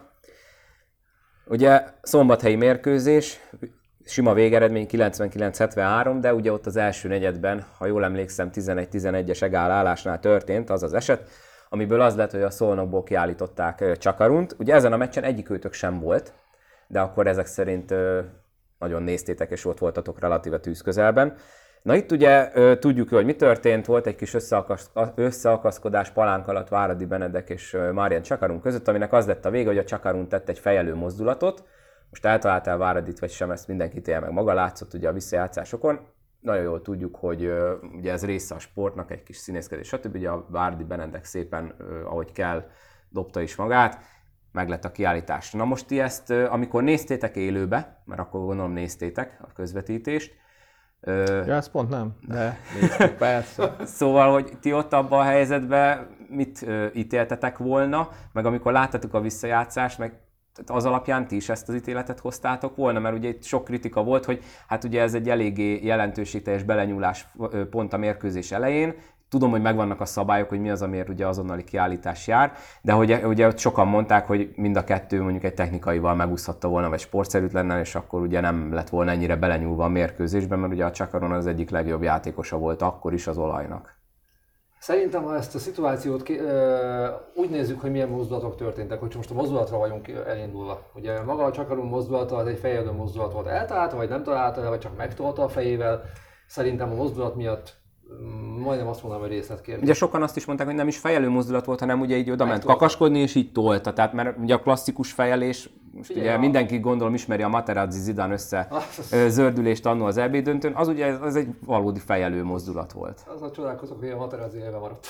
Ugye szombathelyi mérkőzés, sima végeredmény 99-73, de ugye ott az első negyedben, ha jól emlékszem, 11-11-es egálállásnál történt az az eset, amiből az lett, hogy a Szolnokból kiállították Csakarunt. Ugye ezen a meccsen egyikőtök sem volt, de akkor ezek szerint nagyon néztétek, és ott voltatok relatíve tűzközelben. Na itt ugye tudjuk, hogy mi történt, volt egy kis összeakaszkodás palánk alatt Váradi Benedek és Marian Csakarun között, aminek az lett a vége, hogy a Csakarun tett egy fejelő mozdulatot. Most eltaláltál Váradit vagy sem, ezt mindenki ítélje meg, maga látszott ugye a visszajátszásokon. Nagyon jól tudjuk, hogy ugye ez része a sportnak, egy kis színészkedés, stb. Ugye a Váradi Benedek szépen, ahogy kell, dobta is magát, meg lett a kiállítás. Na most ti ezt, amikor néztétek élőbe, mert akkor gondolom néztétek a közvetítést, Ja, ez pont nem, de néztük, persze. Szóval, hogy ti ott abban a helyzetben mit ítéltetek volna, meg amikor láttatok a visszajátszást, meg az alapján ti is ezt az ítéletet hoztátok volna, mert ugye itt sok kritika volt, hogy hát ugye ez egy eléggé jelentőségteljes belenyúlás pont a mérkőzés elején. Tudom, hogy megvannak a szabályok, hogy mi az, amiért ugye azonnali kiállítás jár, de ugye ott sokan mondták, hogy mind a kettő mondjuk egy technikaival megúszhatta volna, vagy sportszerűtlennel, és akkor ugye nem lett volna ennyire belenyúlva a mérkőzésben, mert ugye a Csakaron az egyik legjobb játékosa volt akkor is az olajnak. Szerintem, ha ezt a szituációt úgy nézzük, hogy milyen mozdulatok történtek, hogy most a mozdulatra vagyunk elindulva. Ugye maga a Csakarun mozdulata az egy fejelő mozdulat volt, eltalálta, vagy nem találta, vagy csak megtolta a fejével. Szerintem a mozdulat miatt majdnem azt mondanám, hogy részletkérdés. Ugye sokan azt is mondták, hogy nem is fejelő mozdulat volt, hanem ugye így oda ment kakaskodni, és így tolta. Tehát mert ugye a klasszikus fejelés, most ugye mindenki gondolom ismeri a Materazzi Zidane zördülést annó az EB döntőn, az ugye az egy valódi fejelő mozdulat volt. Azon csodálkozok, hogy a Materazzi élve maradt.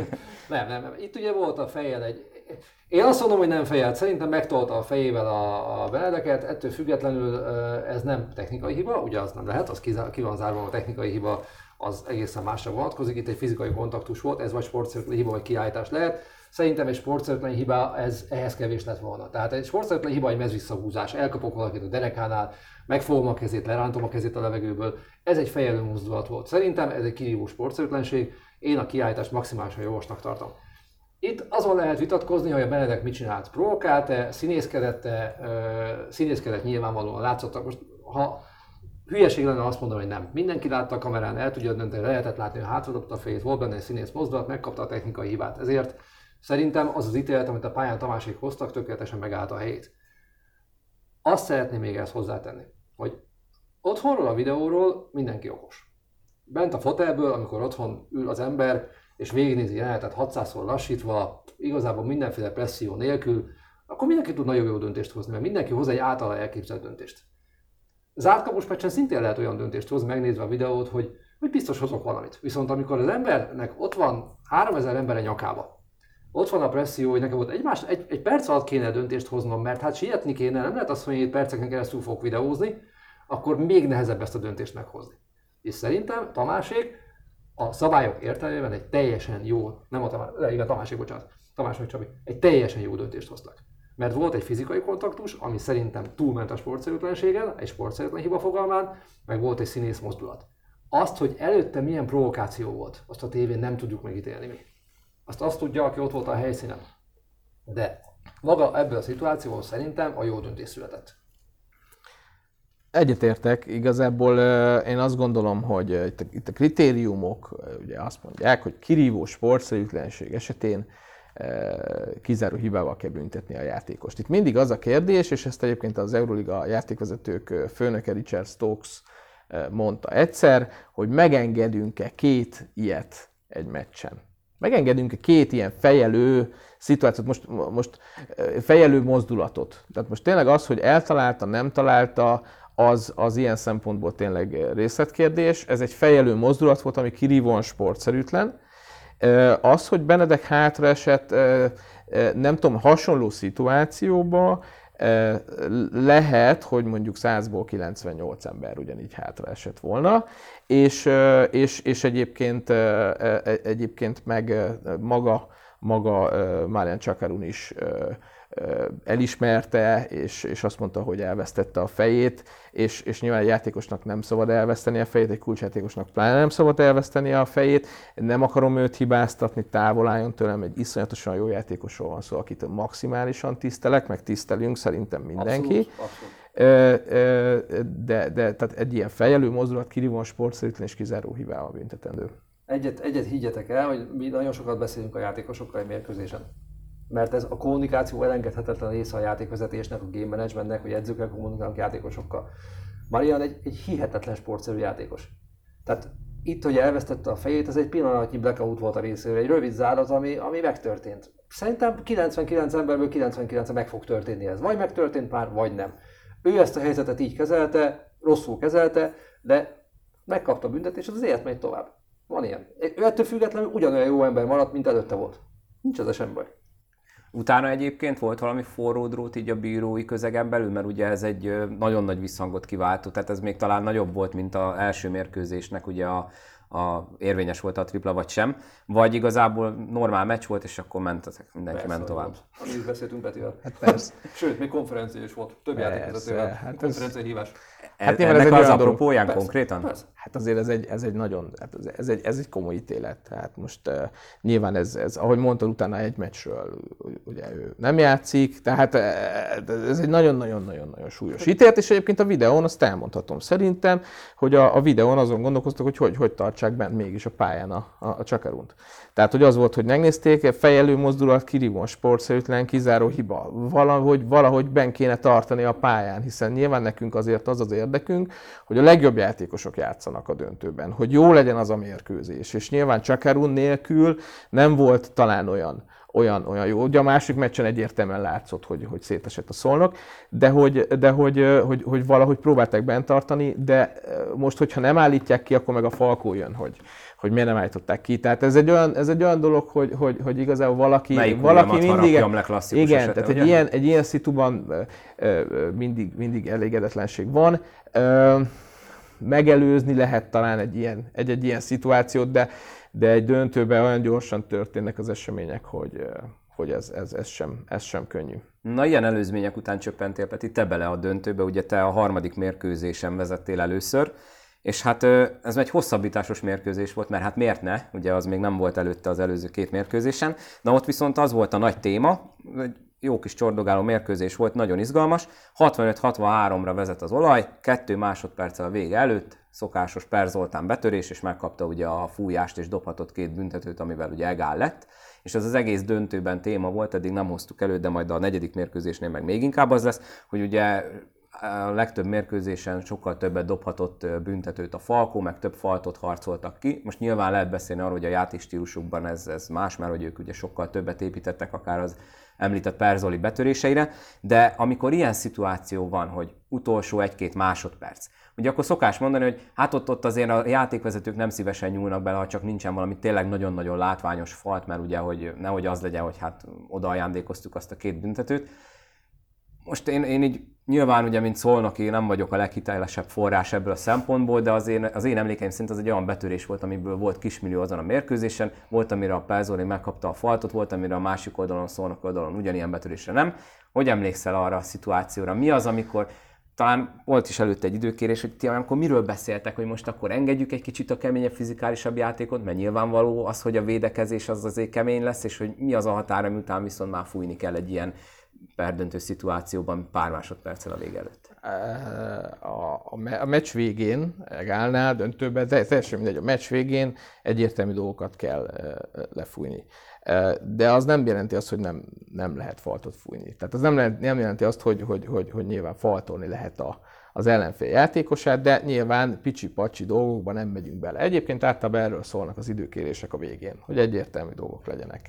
nem. Itt ugye volt a fejjel egy... Én azt mondom, hogy nem fejelt. Szerintem megtolta a fejével a Benedeket, ettől függetlenül ez nem technikai hiba, ugye az nem lehet, az ki van zárva, a technikai hiba az egészen másra vonatkozik, itt egy fizikai kontaktus volt, ez vagy sportszerűtlen hiba, vagy kiállítás lehet. Szerintem egy sportszerűtlen hiba, ehhez kevés lett volna. Tehát egy sportszerűtlen hiba egy mezvisszaghúzás, elkapok valakit a derekánál, megfogom a kezét, lerántom a kezét a levegőből, ez egy fejelő mozdulat volt. Szerintem ez egy kirívó sportszerűtlenség, én a kiállítást maximálisan jósnak tartom. Itt azon lehet vitatkozni, hogy a Benedek mit csinált, provokált-e, színészkedett nyilvánvalóan látszottak. Most ha hülyeség lenne azt mondani, hogy nem. Mindenki látta a kamerán, el tudja dönteni, lehetett látni, hogy hátradobta a fejét, volt benne egy színész mozdulat, megkapta a technikai hibát. Ezért szerintem az az ítélet, amit a pályán Tamásék hoztak, tökéletesen megállt a helyét. Azt szeretném még ezt hozzátenni, hogy otthonról a videóról mindenki okos. Bent a fotelből, amikor otthon ül az ember, és végignézi jelenetet 600-szor lassítva, igazából mindenféle presszió nélkül, akkor mindenki tud nagyon jó döntést hozni, mert mindenki hoz egy általa elképzelt döntést. Zárt kapus meccsen szintén lehet olyan döntést hozni, megnézve a videót, hogy biztos hozok valamit. Viszont amikor az embernek ott van 3000 ember a nyakába, ott van a presszió, hogy nekem ott egy perc alatt kéne döntést hoznom, mert hát sietni kéne, nem lehet azt mondani, hogy perceken keresztül fogok videózni, akkor még nehezebb ezt a döntést meghozni. És szerintem Tamásék a szabályok értelmében egy teljesen jó, nem a Tamásék, bocsánat, Tamás meg Csabi, egy teljesen jó döntést hoztak. Mert volt egy fizikai kontaktus, ami szerintem túlment a sportszerűtlenségen, egy sportszerűtlen hiba fogalmán, meg volt egy színész mozdulat. Azt, hogy előtte milyen provokáció volt, azt a tévén nem tudjuk megítélni mi. Azt tudja, aki ott volt a helyszínen. De maga ebből a szituációból szerintem a jó döntés született. Egyetértek, igazából én azt gondolom, hogy itt a kritériumok ugye azt mondják, hogy kirívó sportszerűtlenség esetén kizáró hibával kell büntetni a játékost. Itt mindig az a kérdés, és ezt egyébként az Euroliga játékvezetők főnöke Richard Stokes mondta egyszer, hogy megengedünk-e 2 ilyet egy meccsen. Megengedünk-e 2 ilyen fejelő szituációt, most fejelő mozdulatot. Tehát most tényleg az, hogy eltalálta, nem találta, az ilyen szempontból tényleg részletkérdés. Ez egy fejelő mozdulat volt, ami kirívóan sportszerűtlen. Az, hogy Benedek hátraesett, nem tudom, hasonló szituációban lehet, hogy mondjuk 100-ból 98 ember ugyanígy hátraesett volna, és egyébként meg maga Marian Chakarun is elismerte, és azt mondta, hogy elvesztette a fejét, és nyilván egy játékosnak nem szabad elveszteni a fejét, egy kulcsjátékosnak pláne nem szabad elveszteni a fejét. Nem akarom őt hibáztatni, távol álljon tőlem, egy iszonyatosan jó játékosról van szó, akit maximálisan tisztelek, meg tisztelünk szerintem mindenki. Abszolút. De tehát egy ilyen fejelő mozdulat kirívóan sportszerűtlen és kizáró hibával büntetendő. Egyet higgyetek el, hogy mi nagyon sokat beszélünk a játékosokkal egy mérkőzésen. Mert ez a kommunikáció elengedhetetlen része a játékvezetésnek, a game managementnek, hogy edzőkkel kommunikálunk játékosokkal. Marian egy hihetetlen sportszerű játékos. Tehát itt, hogy elvesztette a fejét, ez egy pillanatnyi blackout volt a részéről, egy rövid zárat, ami megtörtént. Szerintem 99 emberből 99 meg fog történni ez. Vagy megtörtént már, vagy nem. Ő ezt a helyzetet így kezelte, rosszul kezelte, de megkapta a büntetést, az élet megy tovább. Van ilyen. Ő ettől függetlenül ugyanolyan jó ember maradt, mint előtte volt. Nincs ez sem baj. Utána egyébként volt valami forró drót így a bírói közegen belül, mert ugye ez egy nagyon nagy visszhangot kiváltó, tehát ez még talán nagyobb volt, mint az első mérkőzésnek ugye érvényes volt a tripla vagy sem, vagy igazából normál meccs volt, és akkor mindenki ment tovább. Amit beszéltünk Petivel. Hát persze. Sőt, még konferencia is volt, több játékvezetővel, hát konferencia hívás. Hát ennek az apropóján konkrétan? Persze. Hát azért ez egy nagyon, ez egy komoly ítélet. Tehát most nyilván ez, ahogy mondtad, utána egy meccsről ugye ő nem játszik, tehát ez egy nagyon-nagyon-nagyon súlyos ítélet, és egyébként a videón azt elmondhatom szerintem, hogy a videón azon gondolkoztak, hogy tartsák bent mégis a pályán a Chakarunt. Tehát, hogy az volt, hogy megnézték, fejelő mozdulat, kirívón sportszerűtlen, kizáró hiba. Valahogy benn kéne tartani a pályán, hiszen nyilván nekünk azért az érdekünk, hogy a legjobb játékosok játszanak a döntőben, hogy jó legyen az a mérkőzés. És nyilván Chakarun nélkül nem volt talán olyan jó. Ugye a másik meccsen egyértelműen látszott, hogy szétesett a Szolnok, de hogy valahogy próbálták bent tartani, de most, hogyha nem állítják ki, akkor meg a Falkó jön, hogy miért nem állították ki. Tehát ez egy olyan dolog, hogy igazából valaki mindig... Igen, esete, tehát egy ilyen szituban mindig elégedetlenség van. Megelőzni lehet talán egy ilyen szituációt, de egy döntőben olyan gyorsan történnek az események, hogy ez sem könnyű. Na, ilyen előzmények után csöppentél, Peti, te bele a döntőbe, ugye te a harmadik mérkőzésen vezettél először, és hát ez egy hosszabbításos mérkőzés volt, mert hát miért ne, ugye az még nem volt előtte az előző 2 mérkőzésen, de ott viszont az volt a nagy téma, jó kis csordogáló mérkőzés volt, nagyon izgalmas. 65-63-ra vezet az olaj, 2 másodperccel a vége előtt, szokásos Per Zoltán betörés, és megkapta ugye a fújást, és dobhatott 2 büntetőt, amivel ugye egál lett. És ez az egész döntőben téma volt, eddig nem hoztuk elő, de majd a 4. mérkőzésnél meg még inkább az lesz, hogy ugye a legtöbb mérkőzésen sokkal többet dobhatott büntetőt a Falkó, meg több faltot harcoltak ki. Most nyilván lehet beszélni arról, hogy a játékstílusukban ez más, mert hogy ők ugye sokkal többet építettek akár az említett Per Zoli betöréseire, de amikor ilyen szituáció van, hogy utolsó 1-2 másodperc, ugye akkor szokás mondani, hogy hát ott azért a játékvezetők nem szívesen nyúlnak bele, ha csak nincsen valami tényleg nagyon-nagyon látványos falt, mert ugye, hogy nehogy az legyen, hogy hát oda ajándékoztuk azt a 2 büntetőt. Most én így nyilván ugye, mint szolnoki, nem vagyok a leghitelesebb forrás ebből a szempontból, de az én emlékeim szerint az egy olyan betörés volt, amiből volt kismillió azon a mérkőzésen, volt, amire a Per Zoli megkapta a faltot, volt, amire a másik oldalon, Szolnoki oldalon ugyanilyen betörésre nem. Hogy emlékszel arra a szituációra? Mi az, amikor talán volt is előtte egy időkérés, hogy ti akkor miről beszéltek, hogy most akkor engedjük egy kicsit a keményebb, fizikálisabb játékot, mert nyilvánvaló az, hogy a védekezés az azért kemény lesz, és hogy mi az a határ, ami után viszont már fújni kell egy ilyen perdöntő szituációban pár másodperccel a vége előtt. A meccs végén, Egálnál, döntőben, de teljesen mindegy, a meccs végén egyértelmű dolgokat kell lefújni. De az nem jelenti azt, hogy nem lehet faltot fújni. Tehát az nem jelenti azt, hogy nyilván faltolni lehet az ellenfél játékosát, de nyilván picsi-pacsi dolgokban nem megyünk bele. Egyébként általában erről szólnak az időkérések a végén, hogy egyértelmű dolgok legyenek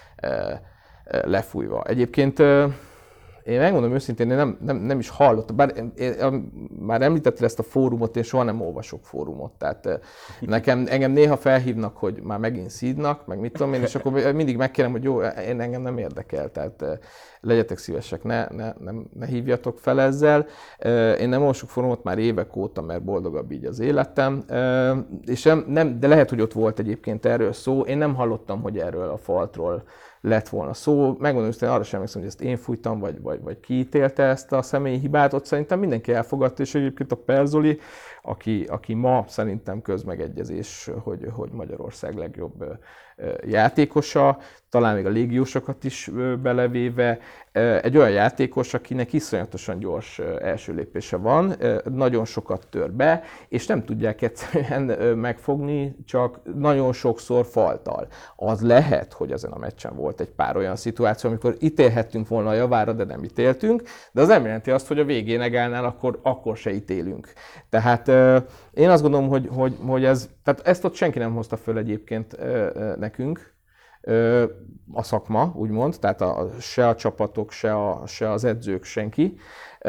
lefújva. Egyébként én megmondom őszintén, én nem is hallottam, bár már említetted ezt a fórumot, én soha nem olvasok fórumot, tehát engem néha felhívnak, hogy már megint szídnak, meg mit tudom én, és akkor mindig megkérem, hogy jó, engem nem érdekel, tehát legyetek szívesek, ne hívjatok fel ezzel. Én nem olvasok fórumot már évek óta, mert boldogabb így az életem, és de lehet, hogy ott volt egyébként erről szó, én nem hallottam, hogy erről a faltról lett volna szó. Megmondom, hogy arra sem emlékszem, hogy ezt én fújtam, vagy kiítélte ezt a személyi hibát. Ott szerintem mindenki elfogadta, és egyébként a Per Zoli, aki ma szerintem közmegegyezés, hogy Magyarország legjobb játékosa, talán még a légiósokat is belevéve, egy olyan játékos, akinek iszonyatosan gyors első lépése van, nagyon sokat tör be, és nem tudják egyszerűen megfogni, csak nagyon sokszor faltal. Az lehet, hogy ezen a meccsen volt egy pár olyan szituáció, amikor ítélhettünk volna a javára, de nem ítéltünk, de az nem jelenti azt, hogy a végén Egálnál akkor se ítélünk. Tehát én azt gondolom, hogy tehát ezt ott senki nem hozta föl egyébként nekünk, a szakma, úgymond, tehát se a csapatok, se az edzők, senki.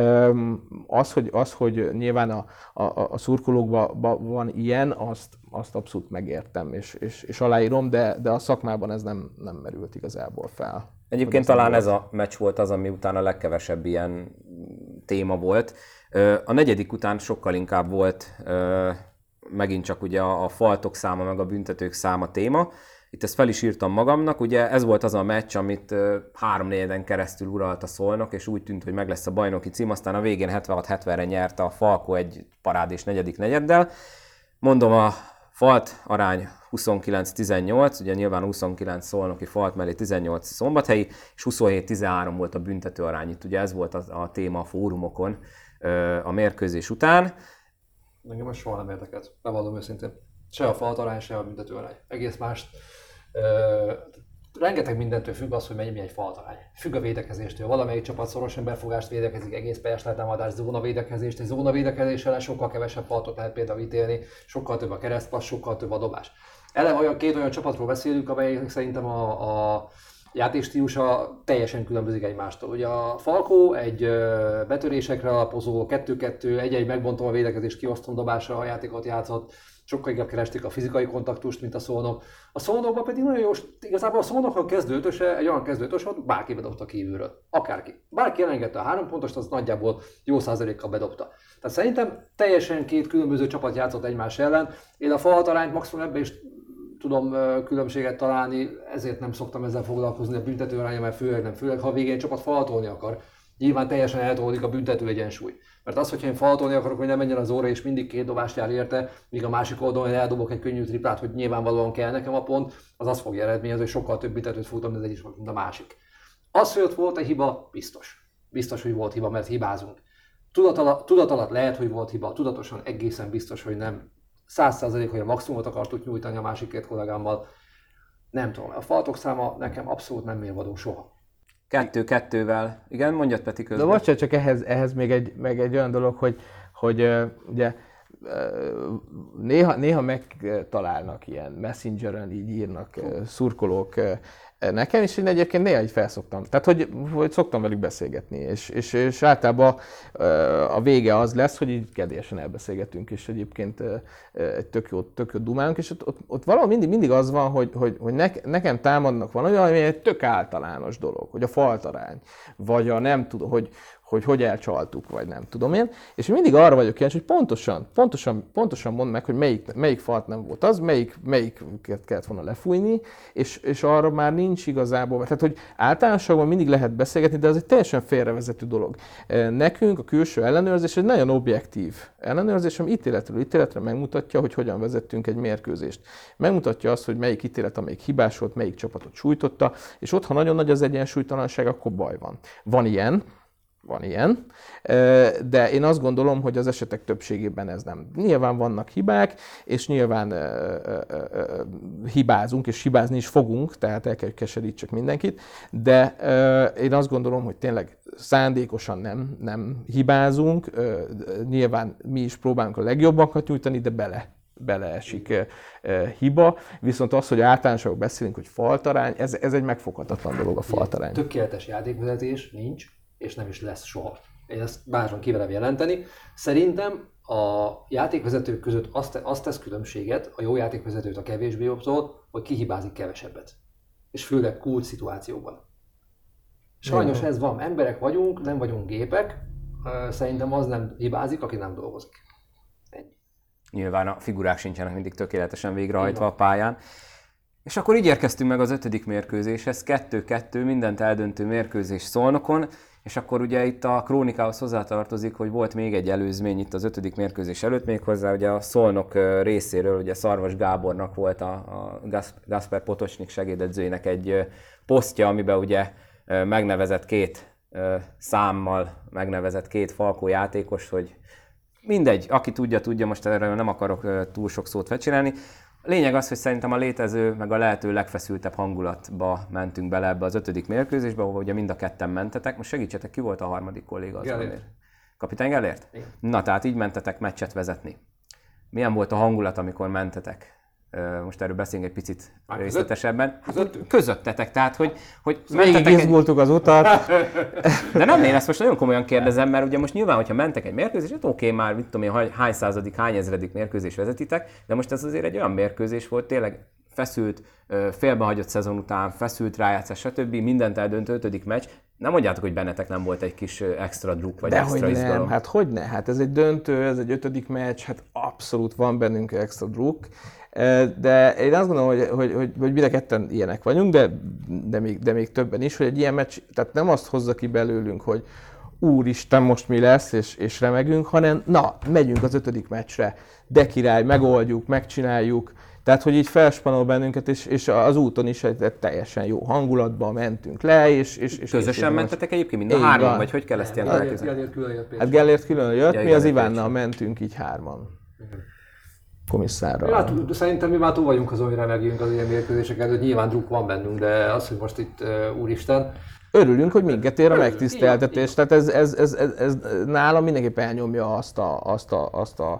Az, hogy nyilván a szurkolókban van ilyen, azt abszolút megértem, és aláírom, de a szakmában ez nem merült igazából fel. Egyébként talán ez a meccs volt az, ami után a legkevesebb ilyen téma volt. A 4. után sokkal inkább volt megint csak ugye a faltok száma, meg a büntetők száma téma. Itt ezt fel is írtam magamnak, ugye ez volt az a meccs, amit 3-4-en keresztül uralt a Szolnok, és úgy tűnt, hogy meg lesz a bajnoki cím, aztán a végén 76-70-re nyerte a Falkó egy parádés 4. negyeddel. Mondom, a falt arány 29-18, ugye nyilván 29 szolnoki falt mellé 18 szombathelyi, és 27-13 volt a büntető arány. Itt ugye ez volt a téma a fórumokon a mérkőzés után. Engem ez soha nem érdekelt, bevallom őszintén. Se a falt arány, se a büntető arány. Egész más. Rengeteg mindentől függ az, hogy mennyi egy falt arány. Függ a védekezéstől. Valamelyik csapat szorosan befogást védekezik, egész pályás letámadás, zónavédekezést. Egy zónavédekezés ellen sokkal kevesebb faltot lehet például ítélni, sokkal több a keresztpassz, sokkal több a dobás. Eleve két olyan csapatról beszélünk, amelyek szerintem a játékstílusa teljesen különbözik egymástól. Ugye a Falkó egy betörésekre alapozó 2-2, egy-egy megbontó a védekezés, kiosztom dobásra a játékot játszott, sokkal inkább keresték a fizikai kontaktust, mint a Szolnok. A Szolnokban pedig nagyon jó, igazából a Szolnokon kezdőtöse, egy olyan kezdőtös volt, bárki bedobta kívülről. Akárki. Bárki elengedte a 3 pontost, az nagyjából jó százalékkal bedobta. Tehát szerintem teljesen két különböző csapat játszott egymás ellen. Én a faltarányt maximum ebbe is tudom különbséget találni, ezért nem szoktam ezzel foglalkozni a büntető aránya, mert főleg ha a végén csapat faltolni akar. Nyilván teljesen eltolódik a büntető egyensúly. Mert az, hogyha én faltolni akarok, hogy nem menjen az óra, és mindig 2 dobást jár érte, míg a másik oldalon eldobok egy könnyű triplát, hogy nyilvánvalóan kell nekem a pont, az azt fogja eredményezni, hogy sokkal több büntetőt futom az egyik, mint a másik. Az, hogy ott volt egy hiba, biztos. Biztos, hogy volt hiba, mert hibázunk. Tudat alatt lehet, hogy volt hiba, tudatosan egészen biztos, hogy nem. 100%, hogy a maximumot akartuk nyújtani a másik két kollégámmal. Nem tudom, a faltok száma nekem abszolút nem mérvadó soha. 2-2-vel. Igen, mondjad Peti közben. De bocsánat, csak ehhez még egy olyan dolog, hogy ugye néha megtalálnak ilyen Messengeren, így írnak szurkolók nekem, és én egyébként néha így felszoktam. Tehát, hogy szoktam velük beszélgetni, és általában a vége az lesz, hogy így kedélyesen elbeszélgetünk, és egyébként egy tök jó dumálunk, és ott valahol mindig az van, hogy nekem támadnak valami, ami egy tök általános dolog, hogy a faltarány, vagy a nem tudom, hogy elcsaltuk, vagy nem tudom én. És mindig arra vagyok kíváncsi, hogy pontosan mondd meg, hogy melyik falt nem volt az, melyiket kellett volna lefújni, és arra már nincs igazából. Tehát, hogy általánosságban mindig lehet beszélgetni, de ez egy teljesen félrevezető dolog. Nekünk a külső ellenőrzés egy nagyon objektív ellenőrzés, ami ítéletről ítéletre megmutatja, hogy hogyan vezettünk egy mérkőzést. Megmutatja azt, hogy melyik ítélet, amelyik hibás volt, melyik csapatot sújtotta, és ott, ha nagyon nagy az egyensúlytalanság, akkor baj van. Van ilyen, de én azt gondolom, hogy az esetek többségében ez nem. Nyilván vannak hibák, és nyilván hibázunk, és hibázni is fogunk, tehát el kell, hogy keserítsek mindenkit, de én azt gondolom, hogy tényleg szándékosan nem hibázunk, nyilván mi is próbálunk a legjobbakat nyújtani, de beleesik hiba, viszont az, hogy általánosan beszélünk, hogy faltarány, ez egy megfoghatatlan dolog a faltarány. Tökéletes játékvezetés nincs, és nem is lesz soha. Én ezt bárhol kivelem jelenteni. Szerintem a játékvezetők között azt tesz különbséget, a jó játékvezetőt a kevésbé jobbtól, hogy ki hibázik kevesebbet. És főleg kulcs szituációban. Sajnos ez van. Emberek vagyunk, nem vagyunk gépek. Szerintem az nem hibázik, aki nem dolgozik. Ennyi. Nyilván a figurák sincsenek mindig tökéletesen végrehajtva a pályán. És akkor így érkeztünk meg az 5. mérkőzéshez, 2-2, mindent eldöntő mérkőzés Szolnokon, és akkor ugye itt a krónikához hozzátartozik, hogy volt még egy előzmény itt az 5. mérkőzés előtt, méghozzá ugye a Szolnok részéről, ugye Szarvas Gábornak volt a Gasper Potocsnik segédedzőjének egy posztja, amiben ugye megnevezett számmal megnevezett két Falkó játékos, hogy mindegy, aki tudja, most erről nem akarok túl sok szót fecserélni. Lényeg az, hogy szerintem a létező, meg a lehető legfeszültebb hangulatba mentünk bele ebbe az 5. mérkőzésbe, ahol ugye mind a ketten mentetek. Most segítsetek, ki volt a harmadik kolléga? Gellért. Kapitány Gellért? Igen. Na, tehát így mentetek meccset vezetni. Milyen volt a hangulat, amikor mentetek? Most erről beszélünk egy picit részletesebben. Közöttetek, tehát hogy Végig izgultuk az utat. De nem, én ezt most nagyon komolyan kérdezem, mert ugye most nyilván, hogyha mentek egy mérkőzést, oké, már mit tudom én, hány századik, hány ezredik mérkőzés vezetitek, de most ez azért egy olyan mérkőzés volt, tényleg feszült, félbehagyott szezon után, feszült rájátszás, stb. Mindent eldöntő 5. meccs. Nem mondjátok, hogy bennetek nem volt egy kis extra druk, vagy extra izgalom? Nem, hát hogyne? Hát ez egy döntő, ez egy 5. meccs, hát abszolút van bennünk extra druk. De én azt gondolom, hogy mind a ketten ilyenek vagyunk, de még többen is, hogy egy ilyen meccs, tehát nem azt hozza ki belőlünk, hogy úristen, most mi lesz, és remegünk, hanem na, megyünk az 5. meccsre, de király, megoldjuk, megcsináljuk. Tehát, hogy így felspanol bennünket, és az úton is egy teljesen jó hangulatban mentünk le, és közösen mentetek egyébként mind a hárman, vagy hogy kell ezt ilyen Gellért külön jött. Hát Gellért külön jött, mi az Ivánnal mentünk így hárman. Komisszárral. Szerintem mi már túl vagyunk azon, hogy remegjünk az ilyen mérkőzések előtt. Nyilván druk van bennünk, de az, hogy most itt úristen. Örülünk, hogy minket ér a megtiszteltetés. Tehát ez nálam mindenképp elnyomja azt a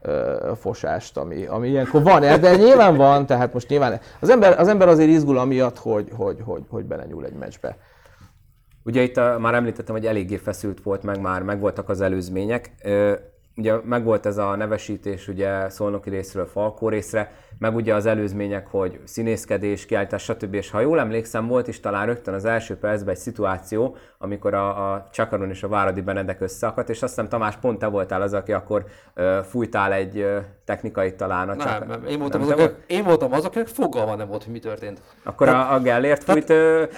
fosást, ami ilyenkor van, de nyilván van, tehát most nyilván az ember azért izgul amiatt, hogy belenyúl egy meccsbe. Ugye itt már említettem, hogy eléggé feszült volt, már megvoltak az előzmények. Ugye megvolt ez a nevesítés ugye Szolnoki részről Falkó részre, meg ugye az előzmények, hogy színészkedés, kiállítás, stb. És ha jól emlékszem, volt is talán rögtön az első percben egy szituáció, amikor a Csakaron és a Váradi Benedek összeakadt, és azt hiszem Tamás, pont te voltál az, aki akkor fújtál egy technikait talán a Csakaron. Nem, én voltam az, akinek fogalma nem volt, hogy mi történt. Akkor a Gellért fújt...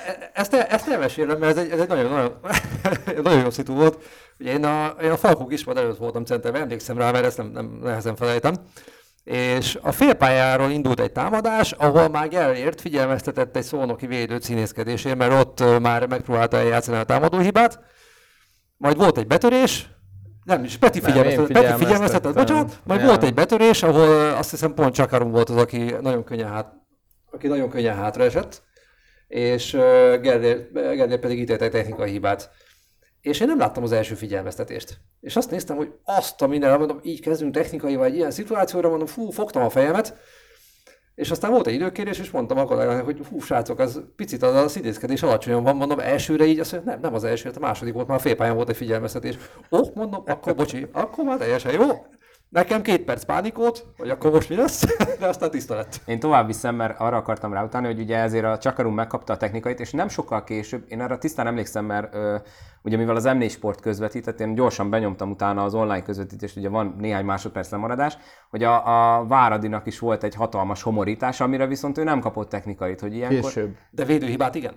Ezt nem mesélem, mert ez egy nagyon jó szitu volt. Ugye én a Falkó Kismad előtt voltam centerben, emlékszem rá, mert ezt nem nehezen felejtem. És a félpályáról indult egy támadás, ahol már Gellért figyelmeztetett egy szolnoki védőt színészkedésért, mert ott már megpróbálta eljátszani a támadóhibát. Majd volt egy betörés, nem is, Peti figyelmeztetett, bocsánat, majd volt egy betörés, ahol azt hiszem pont Csakarum volt az, aki nagyon könnyen hátraesett, és Gellért pedig ítélt egy technikai hibát. És én nem láttam az első figyelmeztetést. És azt néztem, hogy azt a mindenre, mondom, így kezdünk technikai vagy ilyen szituációra, mondom, fogtam a fejemet, és aztán volt egy időkérés, és mondtam a kollégának, hogy srácok, az picit a színészkedés alacsonyan van, mondom, elsőre így, azt mondja, nem az első, a második volt, már a félpályán volt egy figyelmeztetés. Mondom, akkor bocsi, akkor már teljesen jó. Nekem 2 perc pánikót, hogy akkor most mi lesz, de aztán tiszta lett. Én tovább viszem, mert arra akartam ráutalni, hogy ugye ezért a Csakarum megkapta a technikait, és nem sokkal később, én arra tisztán emlékszem, mert ugye mivel az M4 Sport közvetített, én gyorsan benyomtam utána az online közvetítést, ugye van néhány másodperc lemaradás, hogy a Váradinak is volt egy hatalmas homorítás, amire viszont ő nem kapott technikait, hogy ilyenkor... Később. De védőhibát igen?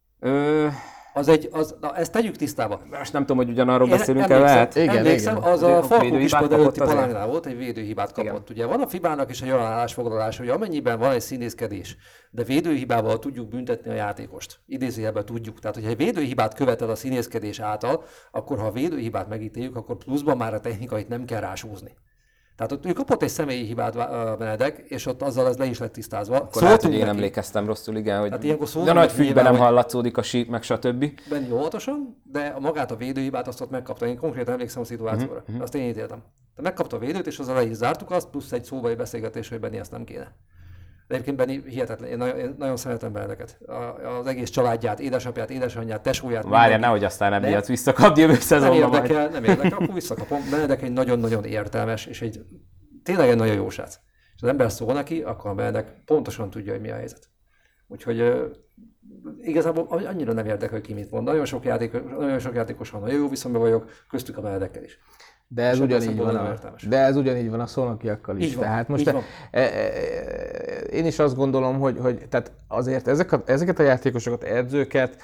Ezt tegyük tisztába. Most nem tudom, hogy ugyanarról beszélünk el, lehet? Emlékszem, az a Falkó Kispad előtti palágnál volt, egy védőhibát kapott. Ugye van a FIBA-nak is egy olyan állásfoglalás, hogy amennyiben van egy színészkedés, de védőhibával tudjuk büntetni a játékost. Idézőjelben tudjuk. Tehát, hogyha egy védőhibát követel a színészkedés által, akkor ha a védőhibát megítéljük, akkor pluszban már a technikait nem kell rásúzni. Tehát ott ő kapott egy személyi hibát Benedek, és ott azzal ez le is lett tisztázva. Akkor lehet, hogy én emlékeztem rosszul, igen, hogy hát de nagy fügyben nem hallatszódik a síp, meg stb. Benni óvatosan, de magát a védőhibát azt ott megkapta. Én konkrétan emlékszem a szituációra. Azt én ítéltem. De megkapta a védőt, és azzal le is zártuk azt, plusz egy szóbeli beszélgetés, hogy Benni ezt nem kéne. De egyébként Benni hihetetlen. Én nagyon szeretem Benedeket. Az egész családját, édesapját, édesanyját, tesóját. Várja, nehogy aztán emiatt visszakapd jövő szezonban. Nem érdekel, akkor visszakapom. Benedek egy nagyon-nagyon értelmes, és tényleg egy nagyon jó srác. És az ember szól neki, akkor a Benedek pontosan tudja, hogy mi a helyzet. Úgyhogy igazából annyira nem érdekel, hogy ki mit mond. Nagyon sok játékosan nagyon jó viszonyban vagyok, köztük a Benedekkel is. De ez ugyanígy van a szolnokiakkal is. Tehát most én is azt gondolom, hogy tehát azért ezeket a játékosokat, edzőket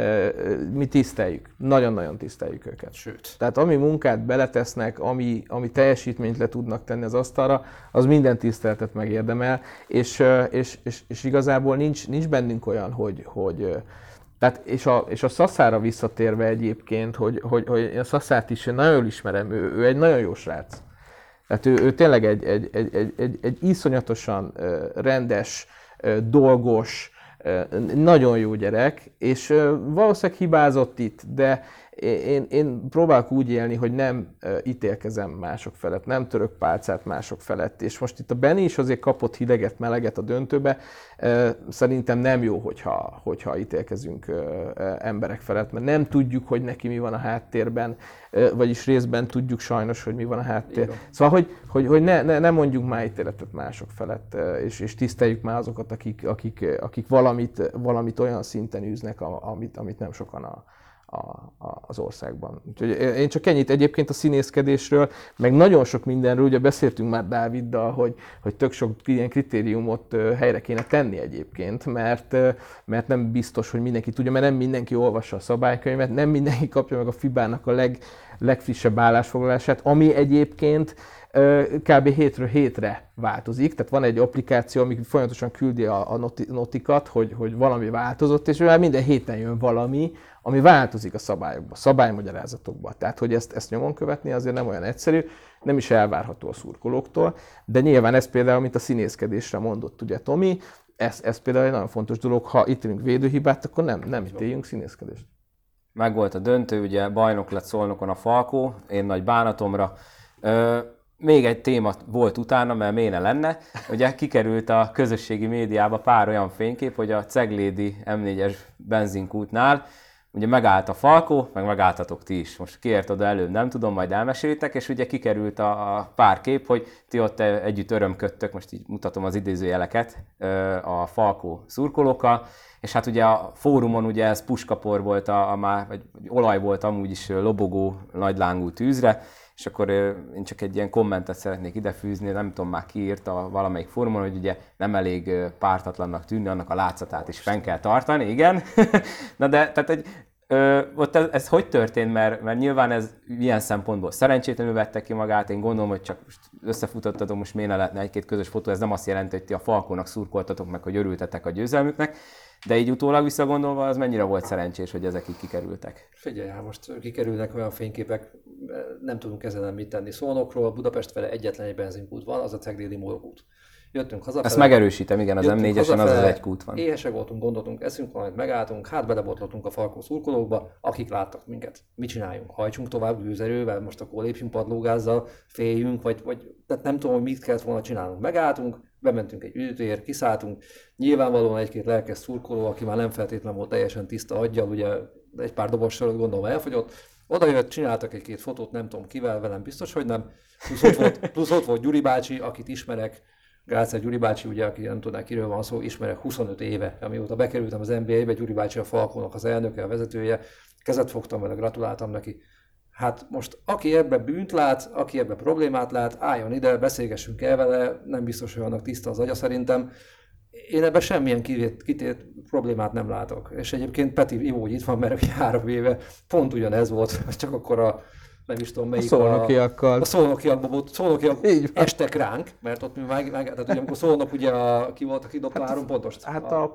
mi tiszteljük. Nagyon-nagyon tiszteljük őket. Sőt. Tehát ami munkát beletesznek, ami teljesítményt le tudnak tenni az asztalra, az minden tiszteletet megérdemel, és igazából nincs bennünk olyan, hogy tehát, és a Sasszára visszatérve egyébként, hogy a Sasszát is nagyon jól ismerem, ő egy nagyon jó srác. Tehát ő tényleg egy iszonyatosan rendes, dolgos, nagyon jó gyerek, és valószínűleg hibázott itt, de én próbálok úgy élni, hogy nem ítélkezem mások felett, nem török pálcát mások felett, és most itt a Benni is azért kapott hideget, meleget a döntőbe, szerintem nem jó, hogyha ítélkezünk emberek felett, mert nem tudjuk, hogy neki mi van a háttérben, vagyis részben tudjuk sajnos, hogy mi van a háttér. Szóval, hogy ne mondjunk már ítéletet mások felett, és tiszteljük már azokat, akik valamit olyan szinten űznek, amit nem sokan az országban. Úgyhogy én csak ennyit egyébként a színészkedésről, meg nagyon sok mindenről, ugye beszéltünk már Dáviddal, hogy tök sok ilyen kritériumot helyre kéne tenni egyébként, mert nem biztos, hogy mindenki tudja, mert nem mindenki olvassa a szabálykönyvet, nem mindenki kapja meg a FIBA-nak a legfrissebb állásfoglalását, ami egyébként kb. Hétről hétre változik, tehát van egy applikáció, ami folyamatosan küldi a notikat, hogy valami változott, és már minden héten jön valami, ami változik a szabályokban, szabálymagyarázatokban. Tehát, hogy ezt nyomon követni azért nem olyan egyszerű, nem is elvárható a szurkolóktól, de nyilván ez például, mint a színészkedésre mondott ugye Tomi, ez például egy nagyon fontos dolog, ha ítélünk védőhibát, akkor nem ítéljünk színészkedést. Megvolt a döntő, ugye bajnok lett Szolnokon a Falkó, én nagy bánatomra. Még egy téma volt utána, mert miért ne lenne. Ugye kikerült a közösségi médiába pár olyan fénykép, hogy a Ceglédi M4-es benzinkútnál ugye megállt a Falkó, meg megálltatok ti is. Most kiért oda előbb, nem tudom, majd elmesélitek, és ugye kikerült a pár kép, hogy ti ott együtt örömködtök, most így mutatom az idézőjeleket a Falkó szurkolókkal, és hát ugye a fórumon ugye ez puskapor volt, vagy olaj volt amúgy is lobogó nagylángú tűzre, és akkor én csak egy ilyen kommentet szeretnék idefűzni, nem tudom már ki írta valamelyik fórumon, hogy ugye nem elég pártatlannak tűnni, annak a látszatát is fenn kell tartani, igen. Na de tehát Ott ez hogy történt, mert nyilván ez ilyen szempontból szerencsétlenül vette ki magát, én gondolom, hogy csak most összefutottatok, most miért ne lehetne egy-két közös fotó, ez nem azt jelenti, hogy ti a Falkónak szurkoltatok meg, hogy örültetek a győzelmüknek, de így utólag visszagondolva az mennyire volt szerencsés, hogy ezek így kikerültek? Figyelj, hát most kikerülnek olyan fényképek, nem tudunk ezzel mit tenni. Szolnokról Budapest fele egyetlen egy benzinkút van, az a Ceglédi Morgút. Jöttünk hazafele. Ezt megerősítem, igen, az M4-esen az egy kút van. Éhesek voltunk, gondoltunk, eszünk valamit, megálltunk, hát belebotlottunk a Falkó szurkolókba, akik láttak minket. Mit csináljunk? Hajtsunk tovább gőzerővel, most akkor lépjünk padlógázzal, féljünk, vagy tehát nem tudom, hogy mit kellett volna csinálnunk. Megálltunk, bementünk egy üdítőért, kiszálltunk. Nyilvánvalóan egy-két lelkes szurkoló, aki már nem feltétlenül volt teljesen tiszta aggyal, ugye egy pár dobos söröt gondolom elfogyott. Oda jött, csináltak egy-két fotót, nem tudom kivel, velem biztos, hogy nem. Plusz ott volt Gyuri bácsi, akit ismerek. Grácz Gyuri bácsi, ugye, aki nem tudná, kiről van szó, ismerek 25 éve, amióta bekerültem az NBA-be, Gyuri bácsi a Falkónak az elnöke, a vezetője, kezet fogtam vele, gratuláltam neki. Hát most aki ebbe bűnt lát, aki ebbe problémát lát, álljon ide, beszélgessünk el vele, nem biztos, hogy annak tiszta az agya szerintem. Én ebben semmilyen kitét problémát nem látok. És egyébként Peti jó, hogy itt van, mert 3 éve pont ugyanez volt, csak akkor nem is tudom melyik a szolnokiak estek ránk, mert ott mi tehát ugye amikor Szolnok ugye ki volt, aki dobta 3 pontost? Hát a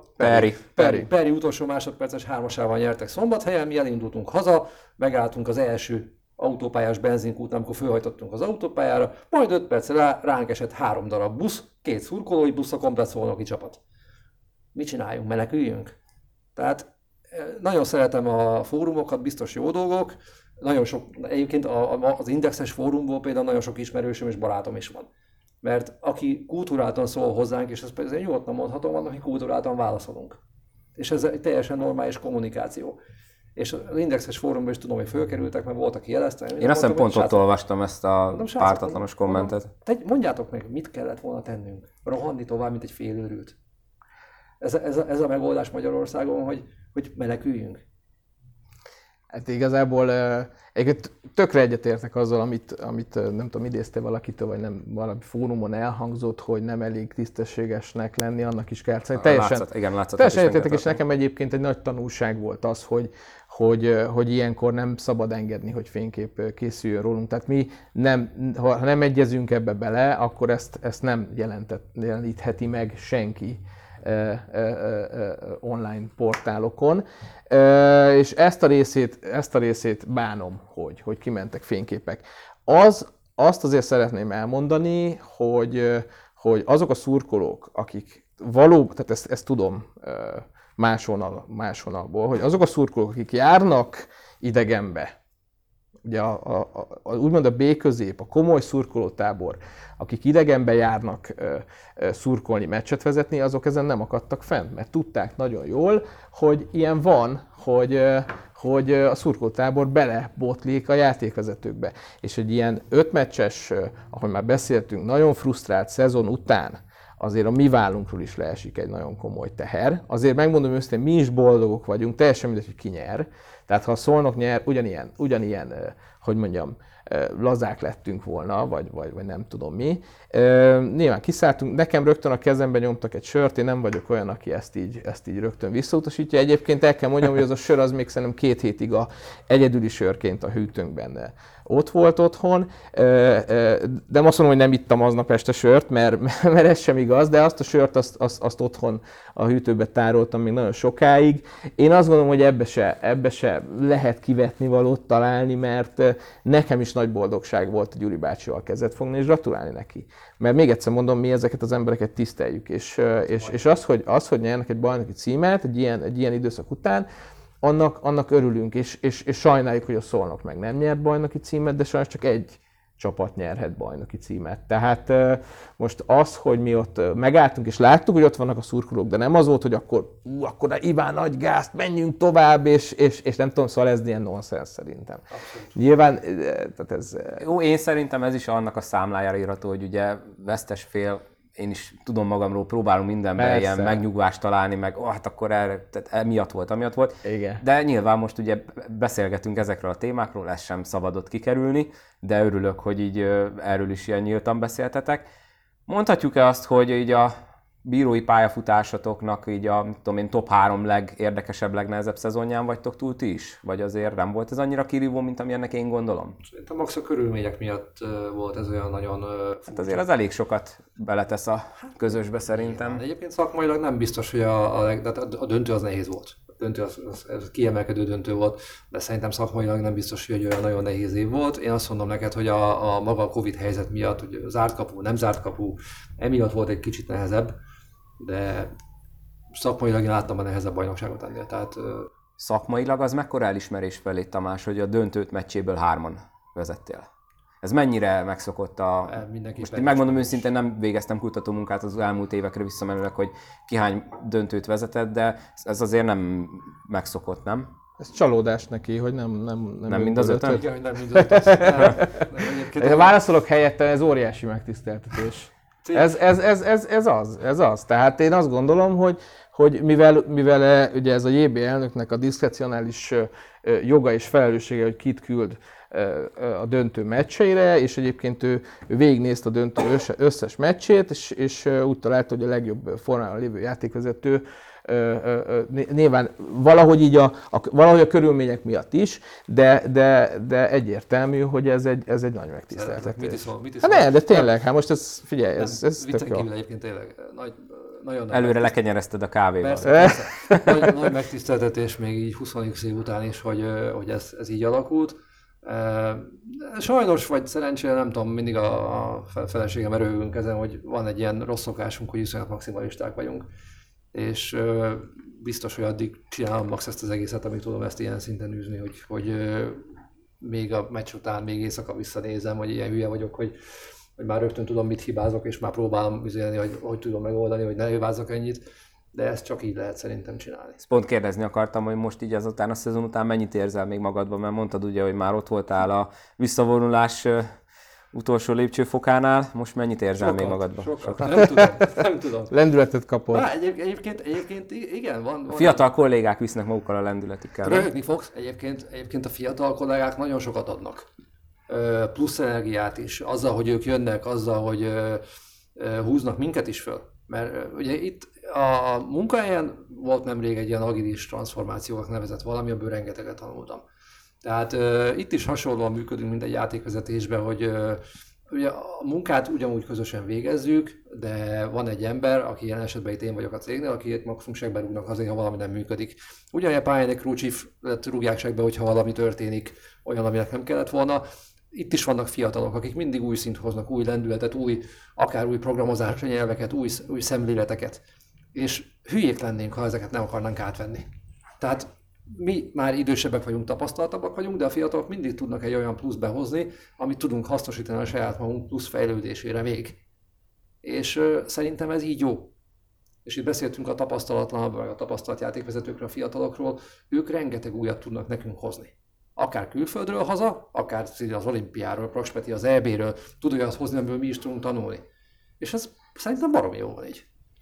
Peri utolsó másodperces 3-asával nyertek Szombathelyen, mi elindultunk haza, megálltunk az első autópályás benzinkútnál, amikor fölhajtottunk az autópályára, majd 5 percre ránk esett 3 darab busz, 2 szurkolói busz, a komplet szolnoki csapat. Mit csináljunk, meneküljünk? Tehát nagyon szeretem a fórumokat, biztos jó dolgok, nagyon sok, egyébként az Indexes fórumból például nagyon sok ismerősöm és barátom is van. Mert aki kulturáltan szól hozzánk, és ezt például nyugodtan mondhatom, van, aki kulturáltan válaszolunk. És ez egy teljesen normális kommunikáció. És az Indexes fórumban is tudom, hogy fölkerültek, mert volt, aki jelezte. Én azt hiszem pont ott olvastam ezt a pártatlanos kommentet. Mondjátok meg, mit kellett volna tennünk? Rohanni tovább, mint egy félőrült. Ez a megoldás Magyarországon, hogy meneküljünk. Hát igazából tökre egyetértek azzal, amit nem tudom, idézte valakitől, vagy nem valami fórumon elhangzott, hogy nem elég tisztességesnek lenni, annak is kell. Teljesen egyetértek, és nekem egyébként egy nagy tanulság volt az, hogy ilyenkor nem szabad engedni, hogy fénykép készüljön rólunk. Tehát mi ha nem egyezünk ebbe bele, akkor ezt nem jelenítheti meg senki online portálokon, és ezt a részét bánom, hogy kimentek fényképek. Azt azért szeretném elmondani, hogy azok a szurkolók, akik tehát ezt tudom máshonalból, hogy azok a szurkolók, akik járnak idegenbe, ugye úgymond a B-közép, a komoly szurkolótábor, akik idegenbe járnak szurkolni, meccset vezetni, azok ezen nem akadtak fent, mert tudták nagyon jól, hogy ilyen van, hogy a szurkolótábor belebotlik a játékvezetőkbe. És egy ilyen 5 meccses, ahogy már beszéltünk, nagyon frusztrált szezon után azért a mi vállunkról is leesik egy nagyon komoly teher. Azért megmondom őszintén, mi is boldogok vagyunk, teljesen mindegy, hogy ki nyer. Tehát ha a Szolnok nyer, ugyanilyen hogy mondjam, lazák lettünk volna, vagy nem tudom mi. Nyilván kiszálltunk, nekem rögtön a kezembe nyomtak egy sört, én nem vagyok olyan, aki ezt így rögtön visszautasítja. Egyébként el kell mondjam, hogy az a sör az még szerintem 2 hétig egyedüli sörként a hűtőnkben ott volt otthon. De azt mondom, hogy nem ittam aznap este sört, mert ez sem igaz, de azt a sört azt otthon a hűtőbe tároltam még nagyon sokáig. Én azt gondolom, hogy ebbe se lehet kivetni valót találni, mert nekem is nagy boldogság volt a Gyuri bácsival kezet fogni, és gratulálni neki. Mert még egyszer mondom, mi ezeket az embereket tiszteljük, és az, hogy nyernek egy bajnoki címet egy ilyen időszak után, annak örülünk, és sajnáljuk, hogy a Szolnok meg nem nyert bajnoki címet, de sajnos csak egy csapat nyerhet bajnoki címet. Tehát most az, hogy mi ott megálltunk, és láttuk, hogy ott vannak a szurkolók, de nem az volt, hogy akkor Iván nagy gázt, menjünk tovább, és nem tudom, szóval ez ilyen nonsens szerintem. Abszolút. Nyilván, tehát ez... Jó, én szerintem ez is annak a számlájára írható, hogy ugye vesztes fél, én is tudom magamról, próbálom mindenben ilyen megnyugvást találni, meg hát akkor tehát amiatt volt. Igen. De nyilván most ugye beszélgetünk ezekről a témákról, ez sem szabadott kikerülni, de örülök, hogy így erről is ilyen nyíltan beszéltetek. Mondhatjuk-e azt, hogy így a bírói pályafutásatoknak így a tudom én, top 3 legérdekesebb, legnehezebb szezonján vagytok túl ti is? Vagy azért nem volt ez annyira kirívó, mint amilyennek én gondolom? Szerintem max a körülmények miatt volt ez olyan nagyon... Hát azért az elég sokat beletesz a közösbe szerintem. Igen. Egyébként szakmailag nem biztos, hogy a döntő az nehéz volt. A döntő az kiemelkedő döntő volt, de szerintem szakmailag nem biztos, hogy olyan nagyon nehéz év volt. Én azt mondom neked, hogy a maga a Covid helyzet miatt, hogy zárt kapu, nem zárt kapu, emiatt volt egy kicsit nehezebb, de szakmailag én láttam a nehezebb bajnokságot ennél. Tehát, Szakmailag az mekkora elismerés felé, Tamás, hogy a döntőt meccséből 3-an vezettél? Ez mennyire megszokott Most megmondom őszintén, nem végeztem kutatómunkát az elmúlt évekre visszamenőleg, hogy ki hány döntőt vezetett, de ez azért nem megszokott, nem? Ez csalódás neki, hogy nem mind az 5-ön? Igen, hogy nem mind az 5-öt. Ha válaszolok helyette, ez óriási megtiszteltetés. Ez az. Tehát én azt gondolom, hogy mivel ugye ez a JB elnöknek a diszkrecionális joga és felelőssége, hogy kit küld a döntő meccseire, és egyébként ő végignézte a döntő összes meccsét, és úgy találta, hogy a legjobb formában lévő játékvezető nyilván valahogy így valahogy a körülmények miatt is, de egyértelmű, hogy ez egy nagy megtiszteltetés. Hát ne, de tényleg, hát most ez, figyelj, ez tök jó. Egyébként tényleg nagyon előre lekenyerezted a kávéval. Persze. Nagy megtiszteltetés még így 20 év után is, hogy ez így alakult. Sajnos, vagy szerencsére, nem tudom, mindig a feleségem erőlünk ezen, hogy van egy ilyen rossz szokásunk, hogy viszonylag maximalisták vagyunk. És biztos, hogy addig csinálom max ezt az egészet, amíg tudom ezt ilyen szinten űzni, hogy még a meccs után, még éjszaka visszanézem, hogy ilyen hülye vagyok, hogy már rögtön tudom, mit hibázok, és már próbálom üzenni, hogy tudom megoldani, hogy ne hibázzak ennyit. De ezt csak így lehet szerintem csinálni. Ezt pont kérdezni akartam, hogy most így azután a szezon után mennyit érzel még magadban, mert mondtad ugye, hogy már ott voltál a visszavonulás utolsó lépcsőfokánál, most mennyit érzel még magadban? Sokat. Nem tudom. Lendületet kapod. Egyébként igen, van. Fiatal kollégák visznek magukkal a lendületükkel. Röhögni fogsz. Egyébként a fiatal kollégák nagyon sokat adnak. Plusz energiát is. Azzal, hogy ők jönnek, azzal, hogy húznak minket is föl. Mert ugye itt a munkahelyen volt nemrég egy ilyen agilis transformációnak nevezett valami, amiből rengeteget tanultam. Tehát itt is hasonlóan működünk, mint egy játékvezetésben, hogy ugye a munkát ugyanúgy közösen végezzük, de van egy ember, aki jelen esetben itt én vagyok a cégnél, aki maximum segbe rúgnak azért, ha valami nem működik. Ugyanilyen pályán egy crew chief rúgják segbe, hogyha valami történik, olyan, aminek nem kellett volna. Itt is vannak fiatalok, akik mindig új szint hoznak, új lendületet, akár új programozási nyelveket, új szemléleteket. És hülyék lennénk, ha ezeket nem akarnánk átvenni. Tehát mi már idősebbek vagyunk, tapasztaltabbak vagyunk, de a fiatalok mindig tudnak egy olyan plusz behozni, amit tudunk hasznosítani a saját magunk plusz fejlődésére még. És szerintem ez így jó. És itt beszéltünk a tapasztalatlanabb, vagy a tapasztalt játékvezetőkről, a fiatalokról, ők rengeteg újat tudnak nekünk hozni. Akár külföldről haza, akár az olimpiáról, Prospeti, az EB-ről tud olyat hozni, amiből mi is tudunk tanulni. És ez szerintem baromi jó van így.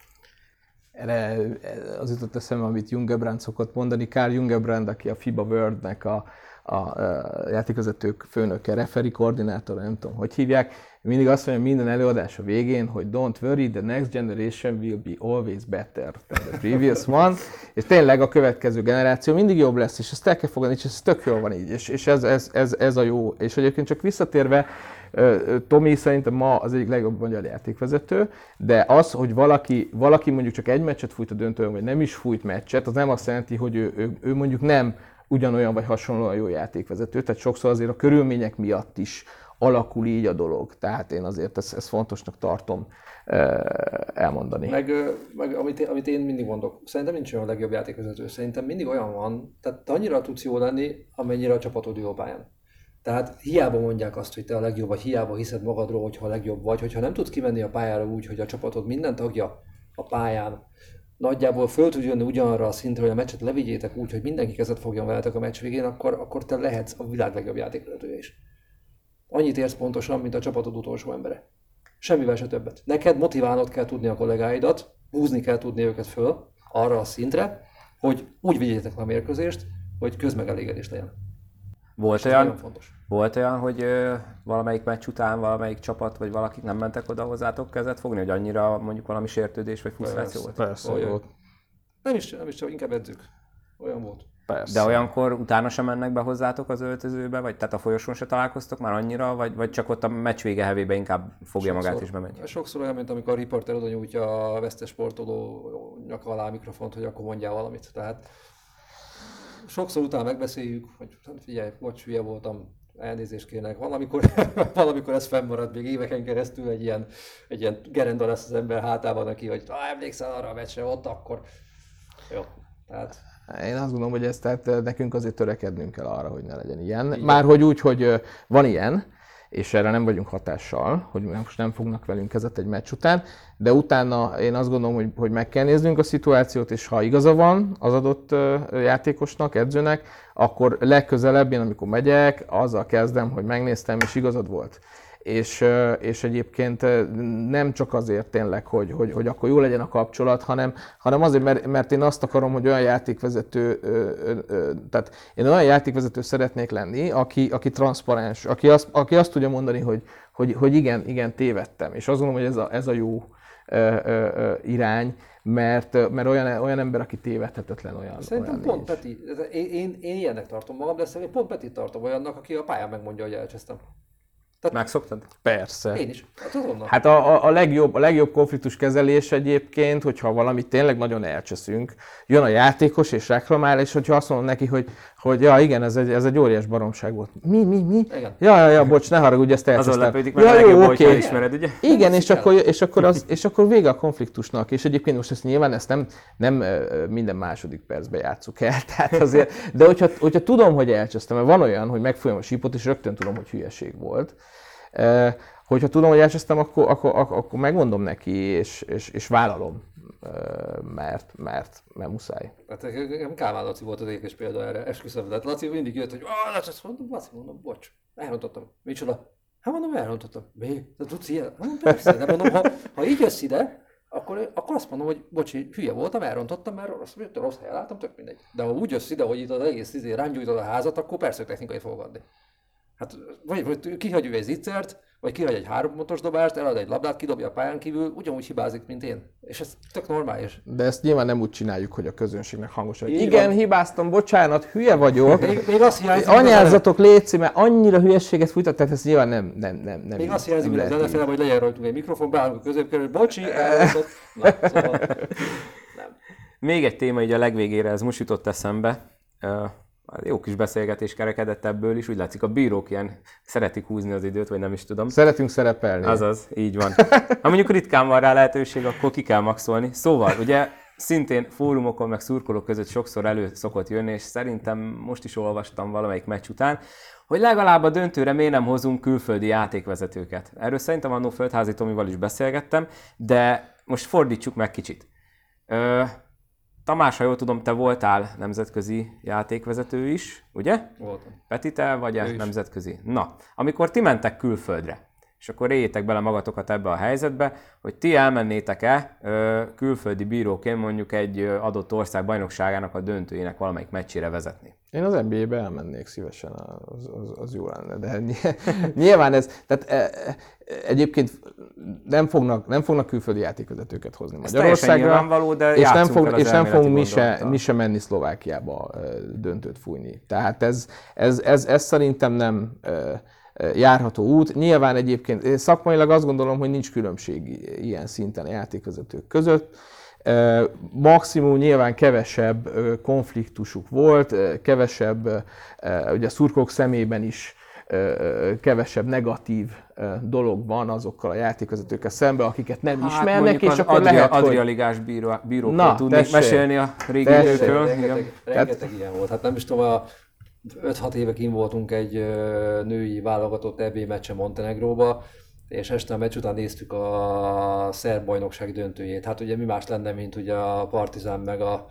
Erre az jutott eszembe, amit Jungebrand szokott mondani. Karl Jungebrand, aki a FIBA World-nek a játékvezetők főnöke, referee koordinátor, nem tudom, hogy hívják. Mindig azt mondja minden előadása végén, hogy don't worry, the next generation will be always better than the previous one. És tényleg a következő generáció mindig jobb lesz, és ezt el kell fogadni, és ez tök jól van így. És ez a jó. És egyébként csak visszatérve, Tomi szerintem ma az egyik legjobb magyar játékvezető, de az, hogy valaki mondjuk csak egy meccset fújt a döntőn, vagy nem is fújt meccset, az nem azt jelenti, hogy ő mondjuk nem ugyanolyan vagy hasonlóan jó játékvezető, tehát sokszor azért a körülmények miatt is alakul így a dolog. Tehát én azért ezt fontosnak tartom elmondani. Meg amit én mindig mondok, szerintem nincs olyan a legjobb játékvezető, szerintem mindig olyan van, tehát te annyira tudsz jó lenni, amennyire a csapatod jó pályán. Tehát hiába mondják azt, hogy te a legjobb vagy, hiába hiszed magadról, hogyha a legjobb vagy, hogyha nem tudsz kimenni a pályára úgy, hogy a csapatod minden tagja a pályán nagyjából föl tud jönni ugyanarra a szintre, hogy a meccset levigyétek úgy, hogy mindenki kezet fogjon veletek a meccs végén, akkor te lehetsz a világ legjobb játékvezetője is. Annyit érsz pontosan, mint a csapatod utolsó embere. Semmivel se többet. Neked motiválnod kell tudni a kollégáidat, húzni kell tudni őket föl arra a szintre, hogy úgy vigyétek le a mérkőzést, hogy közmegelégedés legyen. Volt olyan, hogy valamelyik meccs után valamelyik csapat vagy valakik nem mentek oda hozzátok kezet fogni, hogy annyira mondjuk valami sértődés vagy frusztráció volt? Persze, volt. Nem is csak inkább edzők. Olyan volt. Persze. De olyankor utána sem mennek be hozzátok az öltözőbe, vagy tehát a folyosón se találkoztok már annyira, vagy csak ott a meccs vége hevébe inkább fogja magát és bemegy? Sokszor olyan, mint amikor a riporter oda nyújtja a vesztes sportoló nyaka alá a mikrofont, hogy akkor mondjál valamit. Tehát sokszor utána megbeszéljük, hogy figyelj, bocs, hülye voltam, elnézést kérnek. Valamikor ez fennmarad még éveken keresztül, egy ilyen gerenda lesz az ember hátában neki, hogy emlékszel arra a meccsre, ott akkor. Jó, tehát... Én azt gondolom, hogy tehát nekünk azért törekednünk kell arra, hogy ne legyen ilyen. Márhogy úgy, hogy van ilyen, és erre nem vagyunk hatással, hogy most nem fognak velünk kezet egy meccs után, de utána én azt gondolom, hogy meg kell néznünk a szituációt, és ha igaza van az adott játékosnak, edzőnek, akkor legközelebb én, amikor megyek, azzal kezdem, hogy megnéztem, és igazad volt. És egyébként nem csak azért tényleg, hogy akkor jó legyen a kapcsolat, hanem azért, mert én azt akarom, hogy olyan játékvezető, tehát én olyan játékvezető szeretnék lenni, aki transzparens, aki azt tudja mondani, hogy igen, tévedtem. És azt gondolom, hogy ez a jó irány, mert olyan ember, aki tévedhetetlen, olyan. Szerintem olyan pont Peti, én ilyennek tartom magam, de szerintem pont Petit tartom olyannak, aki a pályán megmondja, hogy elcsesztem. Megszoktad? Persze. Én is. Hát a legjobb konfliktus kezelés egyébként, hogyha valamit tényleg nagyon elcseszünk, jön a játékos és reklamál, és hogyha azt mondom neki, hogy ja, igen, ez egy óriás baromság volt. Mi? Igen. Ja, bocs, ne haragudj, ezt elcsesztem. Azon lepődik, mert a legjobb, hogyha ismered, ugye? Igen, és akkor vége a konfliktusnak, és egyébként most nyilván ezt nem minden második percben játsszuk el, tehát azért, de hogyha tudom, hogy elcsesztem, mert van olyan, hogy megfolyam a sípot, és rögtön tudom, hogy hülyeség volt. Hogyha tudom, hogy elcsesztem, akkor megmondom neki, és vállalom, mert muszáj. Hát Kálmán Laci volt az ékes példa erre, esküszöm. Tehát Laci mindig jött, hogy mondom, bocs, elrontottam. Micsoda? Hát mondom, elrontottam. De tudsz ilyen? Persze, de mondom, ha így jössz ide, akkor azt mondom, hogy bocsi, hülye voltam, elrontottam, mert rossz helyen álltam, tök mindegy. De ha úgy jössz ide, hogy itt az egész rám gyújtod a házat, akkor persze technikai fogok adni. Hát vagy kihagy ő egy zicsert, vagy kihagy egy 3 pontos dobást, elad egy labdát, kidobja a pályán kívül, ugyanúgy hibázik, mint én. És ez tök normális. De ezt nyilván nem úgy csináljuk, hogy a közönségnek hangosan. Igen, hibáztam, bocsánat, hülye vagyok. Még azt hiányzik, anyázzatok, létszik, mert annyira hülyeséget fújtat, tehát ez nyilván nem. Még azt hiányzik, hogy az NFL, hogy legyen rajtunk egy mikrofon, beállunk a középkerül, bocsi, elrontott. Na, szóval nem. Még egy téma így a legvégére, ez most jutott eszembe. Jó kis beszélgetés kerekedett ebből is, úgy látszik a bírók ilyen szeretik húzni az időt, vagy nem is tudom. Szeretünk szerepelni. Azaz, így van. Ha mondjuk ritkán van rá lehetőség, akkor ki kell maxolni. Szóval, ugye szintén fórumokon, meg szurkolók között sokszor elő szokott jönni, és szerintem most is olvastam valamelyik meccs után, hogy legalább a döntőre miért nem hozunk külföldi játékvezetőket. Erről szerintem annó Földházi Tomival is beszélgettem, de most fordítsuk meg kicsit. Tamás, ha jól tudom, te voltál nemzetközi játékvezető is, ugye? Voltam. Peti, te vagy nemzetközi? Na, amikor ti mentek külföldre, és akkor éljétek bele magatokat ebbe a helyzetbe, hogy ti elmennétek-e külföldi bíróként mondjuk egy adott ország bajnokságának a döntőjének valamelyik meccsére vezetni? Én az NBA-be elmennék szívesen, az jó lenne, de nyilván ez, tehát egyébként nem fognak külföldi játékvezetőket hozni Magyarországra, de és nem fogunk mi se menni Szlovákiába döntőt fújni. Tehát ez szerintem nem járható út. Nyilván egyébként szakmailag azt gondolom, hogy nincs különbség ilyen szinten a játékvezetők között. Maximum nyilván kevesebb konfliktusuk volt, kevesebb, ugye a szurkolók szemében is kevesebb negatív dolog van azokkal a játékvezetőkkel szemben, akiket nem ismernek, és akkor lehet, hogy... Adrialigás bíróként tudnék mesélni a régi időkről. Rengeteg ilyen volt. Hát nem is tudom, 5-6 éve kint voltunk egy női válogatott EB meccse Montenegróba, és este a meccs után néztük a szerb bajnokság döntőjét. Hát ugye mi más lenne, mint ugye a Partizán meg a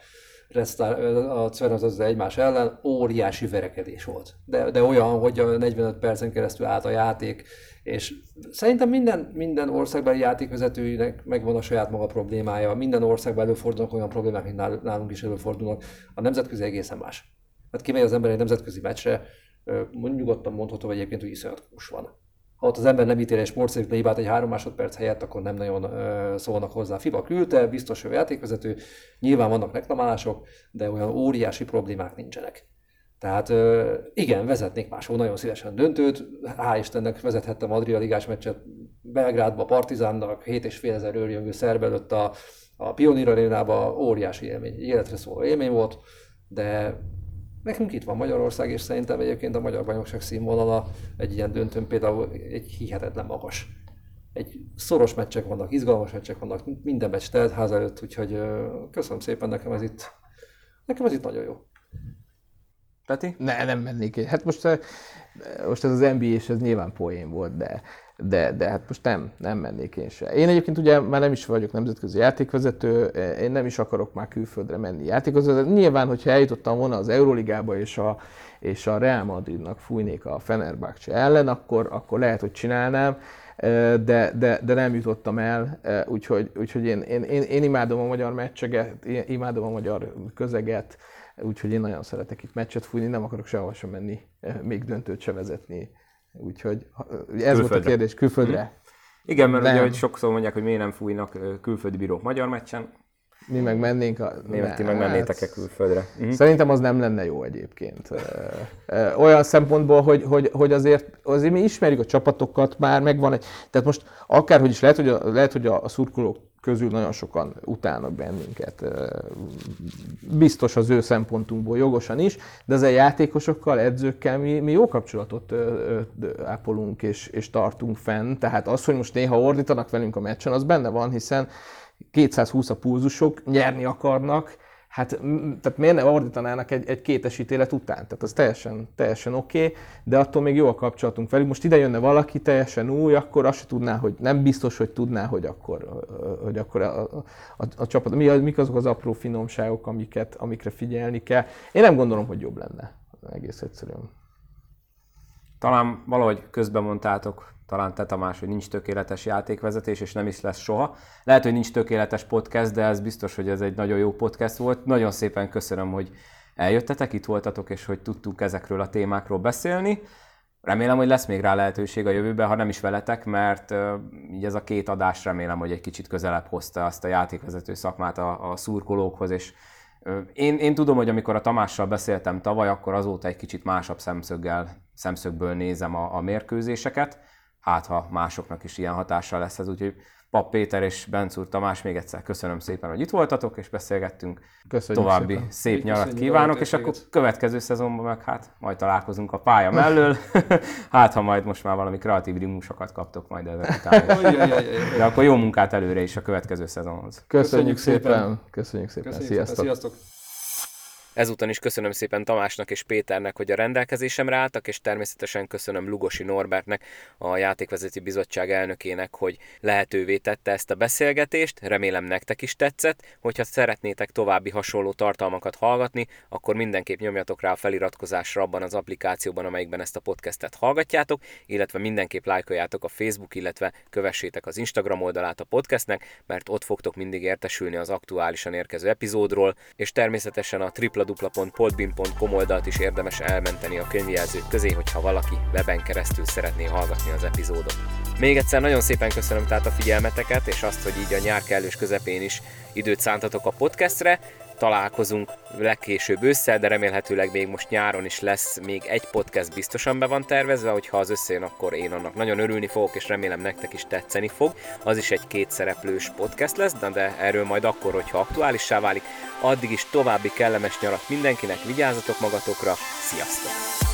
Cvernoz egymás ellen, óriási verekedés volt. De olyan, hogy a 45 percen keresztül állt a játék, és szerintem minden országbeli játékvezetőinek megvan a saját maga problémája. Minden országban előfordulnak olyan problémák, mint nálunk is előfordulnak. A nemzetközi egészen más. Hát kimegy az ember egy nemzetközi meccsre, nyugodtan mondható, hogy egyébként, hogy iszonyat kús van. Ha ott az ember nem ítél egy sportszerűtlen hibát egy 3 másodperc helyett, akkor nem nagyon szólnak hozzá. FIBA küldte, biztos, hogy játékvezető, nyilván vannak reklamálások, de olyan óriási problémák nincsenek. Tehát igen, vezetnék máshol nagyon szívesen döntőt, hál' Istennek vezethettem Adria ligás meccset Belgrádba, Partizánnak, 7500 őrjöngő szerb előtt a Pioneer Arénába, óriási élmény, életre szóló élmény volt, de nekünk itt van Magyarország, és szerintem egyébként a magyar bajnokság színvonala egy ilyen döntőn például egy hihetetlen magas. Egy szoros meccsek vannak, izgalmas meccsek vannak, minden meccs telt ház előtt, úgyhogy köszönöm szépen, nekem ez itt nagyon jó. Peti? Nem mennék én. Hát most ez az NBA és ez nyilván poén volt, de hát most nem mennék én se. Én egyébként ugye már nem is vagyok nemzetközi játékvezető, én nem is akarok már külföldre menni játékvezető. Nyilván, hogyha eljutottam volna az Euroligába és a Real Madridnak fújnék a Fenerbahce ellen, akkor lehet, hogy csinálnám, de nem jutottam el, úgyhogy én imádom a magyar meccseket, imádom a magyar közeget, úgyhogy én nagyon szeretek itt meccset fújni, nem akarok sehol sem menni, még döntőt se vezetni. Úgyhogy ez volt a kérdés, külföldre? Igen, mert ugye, hogy sokszor mondják, hogy miért nem fújnak külföldi bírók magyar meccsen. Mi meg mennénk ti meg mennétek-e külföldre? Szerintem az nem lenne jó egyébként. Olyan szempontból, hogy azért mi ismerjük a csapatokat, már megvan egy... Tehát most akárhogy is lehet, hogy a szurkolók közül nagyon sokan utálnak bennünket. Biztos az ő szempontunkból jogosan is, de az a játékosokkal, edzőkkel mi jó kapcsolatot ápolunk és tartunk fenn. Tehát az, hogy most néha ordítanak velünk a meccsen, az benne van, hiszen 220 a pulzusok, nyerni akarnak, tehát miért ne ordítanának egy kétes ítélet után? Tehát az teljesen oké, de attól még jó a kapcsolatunk velük. Most ide jönne valaki teljesen új, akkor azt se tudná, hogy nem biztos, hogy tudná, hogy akkor a csapat, mik azok az apró finomságok, amikre figyelni kell. Én nem gondolom, hogy jobb lenne, egész egyszerűen. Talán valahogy közben mondtátok, talán te Tamás, hogy nincs tökéletes játékvezetés, és nem is lesz soha. Lehet, hogy nincs tökéletes podcast, de ez biztos, hogy ez egy nagyon jó podcast volt. Nagyon szépen köszönöm, hogy eljöttetek, itt voltatok, és hogy tudtunk ezekről a témákról beszélni. Remélem, hogy lesz még rá lehetőség a jövőben, ha nem is veletek, mert így ez a 2 adás remélem, hogy egy kicsit közelebb hozta azt a játékvezető szakmát a szurkolókhoz, és én tudom, hogy amikor a Tamással beszéltem tavaly, akkor azóta egy kicsit másabb szemszögből nézem a mérkőzéseket. Hát, ha másoknak is ilyen hatással lesz ez, úgyhogy Papp Péter és Bencúr Tamás, még egyszer köszönöm szépen, hogy itt voltatok, és beszélgettünk. Köszönjük további szép nyarat kívánok, és akkor következő szezonban meg majd találkozunk a pálya mellől. Ha majd most már valami kreatív ritmusokat kaptok majd ezek után. De akkor jó munkát előre is a következő szezonhoz. Köszönjük szépen. Sziasztok. Ezúton is köszönöm szépen Tamásnak és Péternek, hogy a rendelkezésemre álltak, és természetesen köszönöm Lugosi Norbertnek, a Játékvezető Bizottság elnökének, hogy lehetővé tette ezt a beszélgetést. Remélem nektek is tetszett. Hogyha szeretnétek további hasonló tartalmakat hallgatni, akkor mindenképp nyomjatok rá a feliratkozásra abban az applikációban, amelyikben ezt a podcastet hallgatjátok, illetve mindenképp lájkoljátok a Facebook, illetve kövessétek az Instagram oldalát a podcastnek, mert ott fogtok mindig értesülni az aktuálisan érkező epizódról, és természetesen a www.podbean.com oldalt is érdemes elmenteni a könyvjelzők közé, hogyha valaki weben keresztül szeretné hallgatni az epizódot. Még egyszer nagyon szépen köszönöm tehát a figyelmeteket, és azt, hogy így a nyár kellős közepén is időt szántatok a podcastre. Találkozunk legkésőbb ősszel, de remélhetőleg még most nyáron is lesz még egy podcast biztosan be van tervezve, hogyha az összejön, akkor én annak nagyon örülni fogok, és remélem nektek is tetszeni fog. Az is egy 2 szereplős podcast lesz, de erről majd akkor, hogyha aktuálissá válik. Addig is további kellemes nyarat mindenkinek, vigyázzatok magatokra, sziasztok!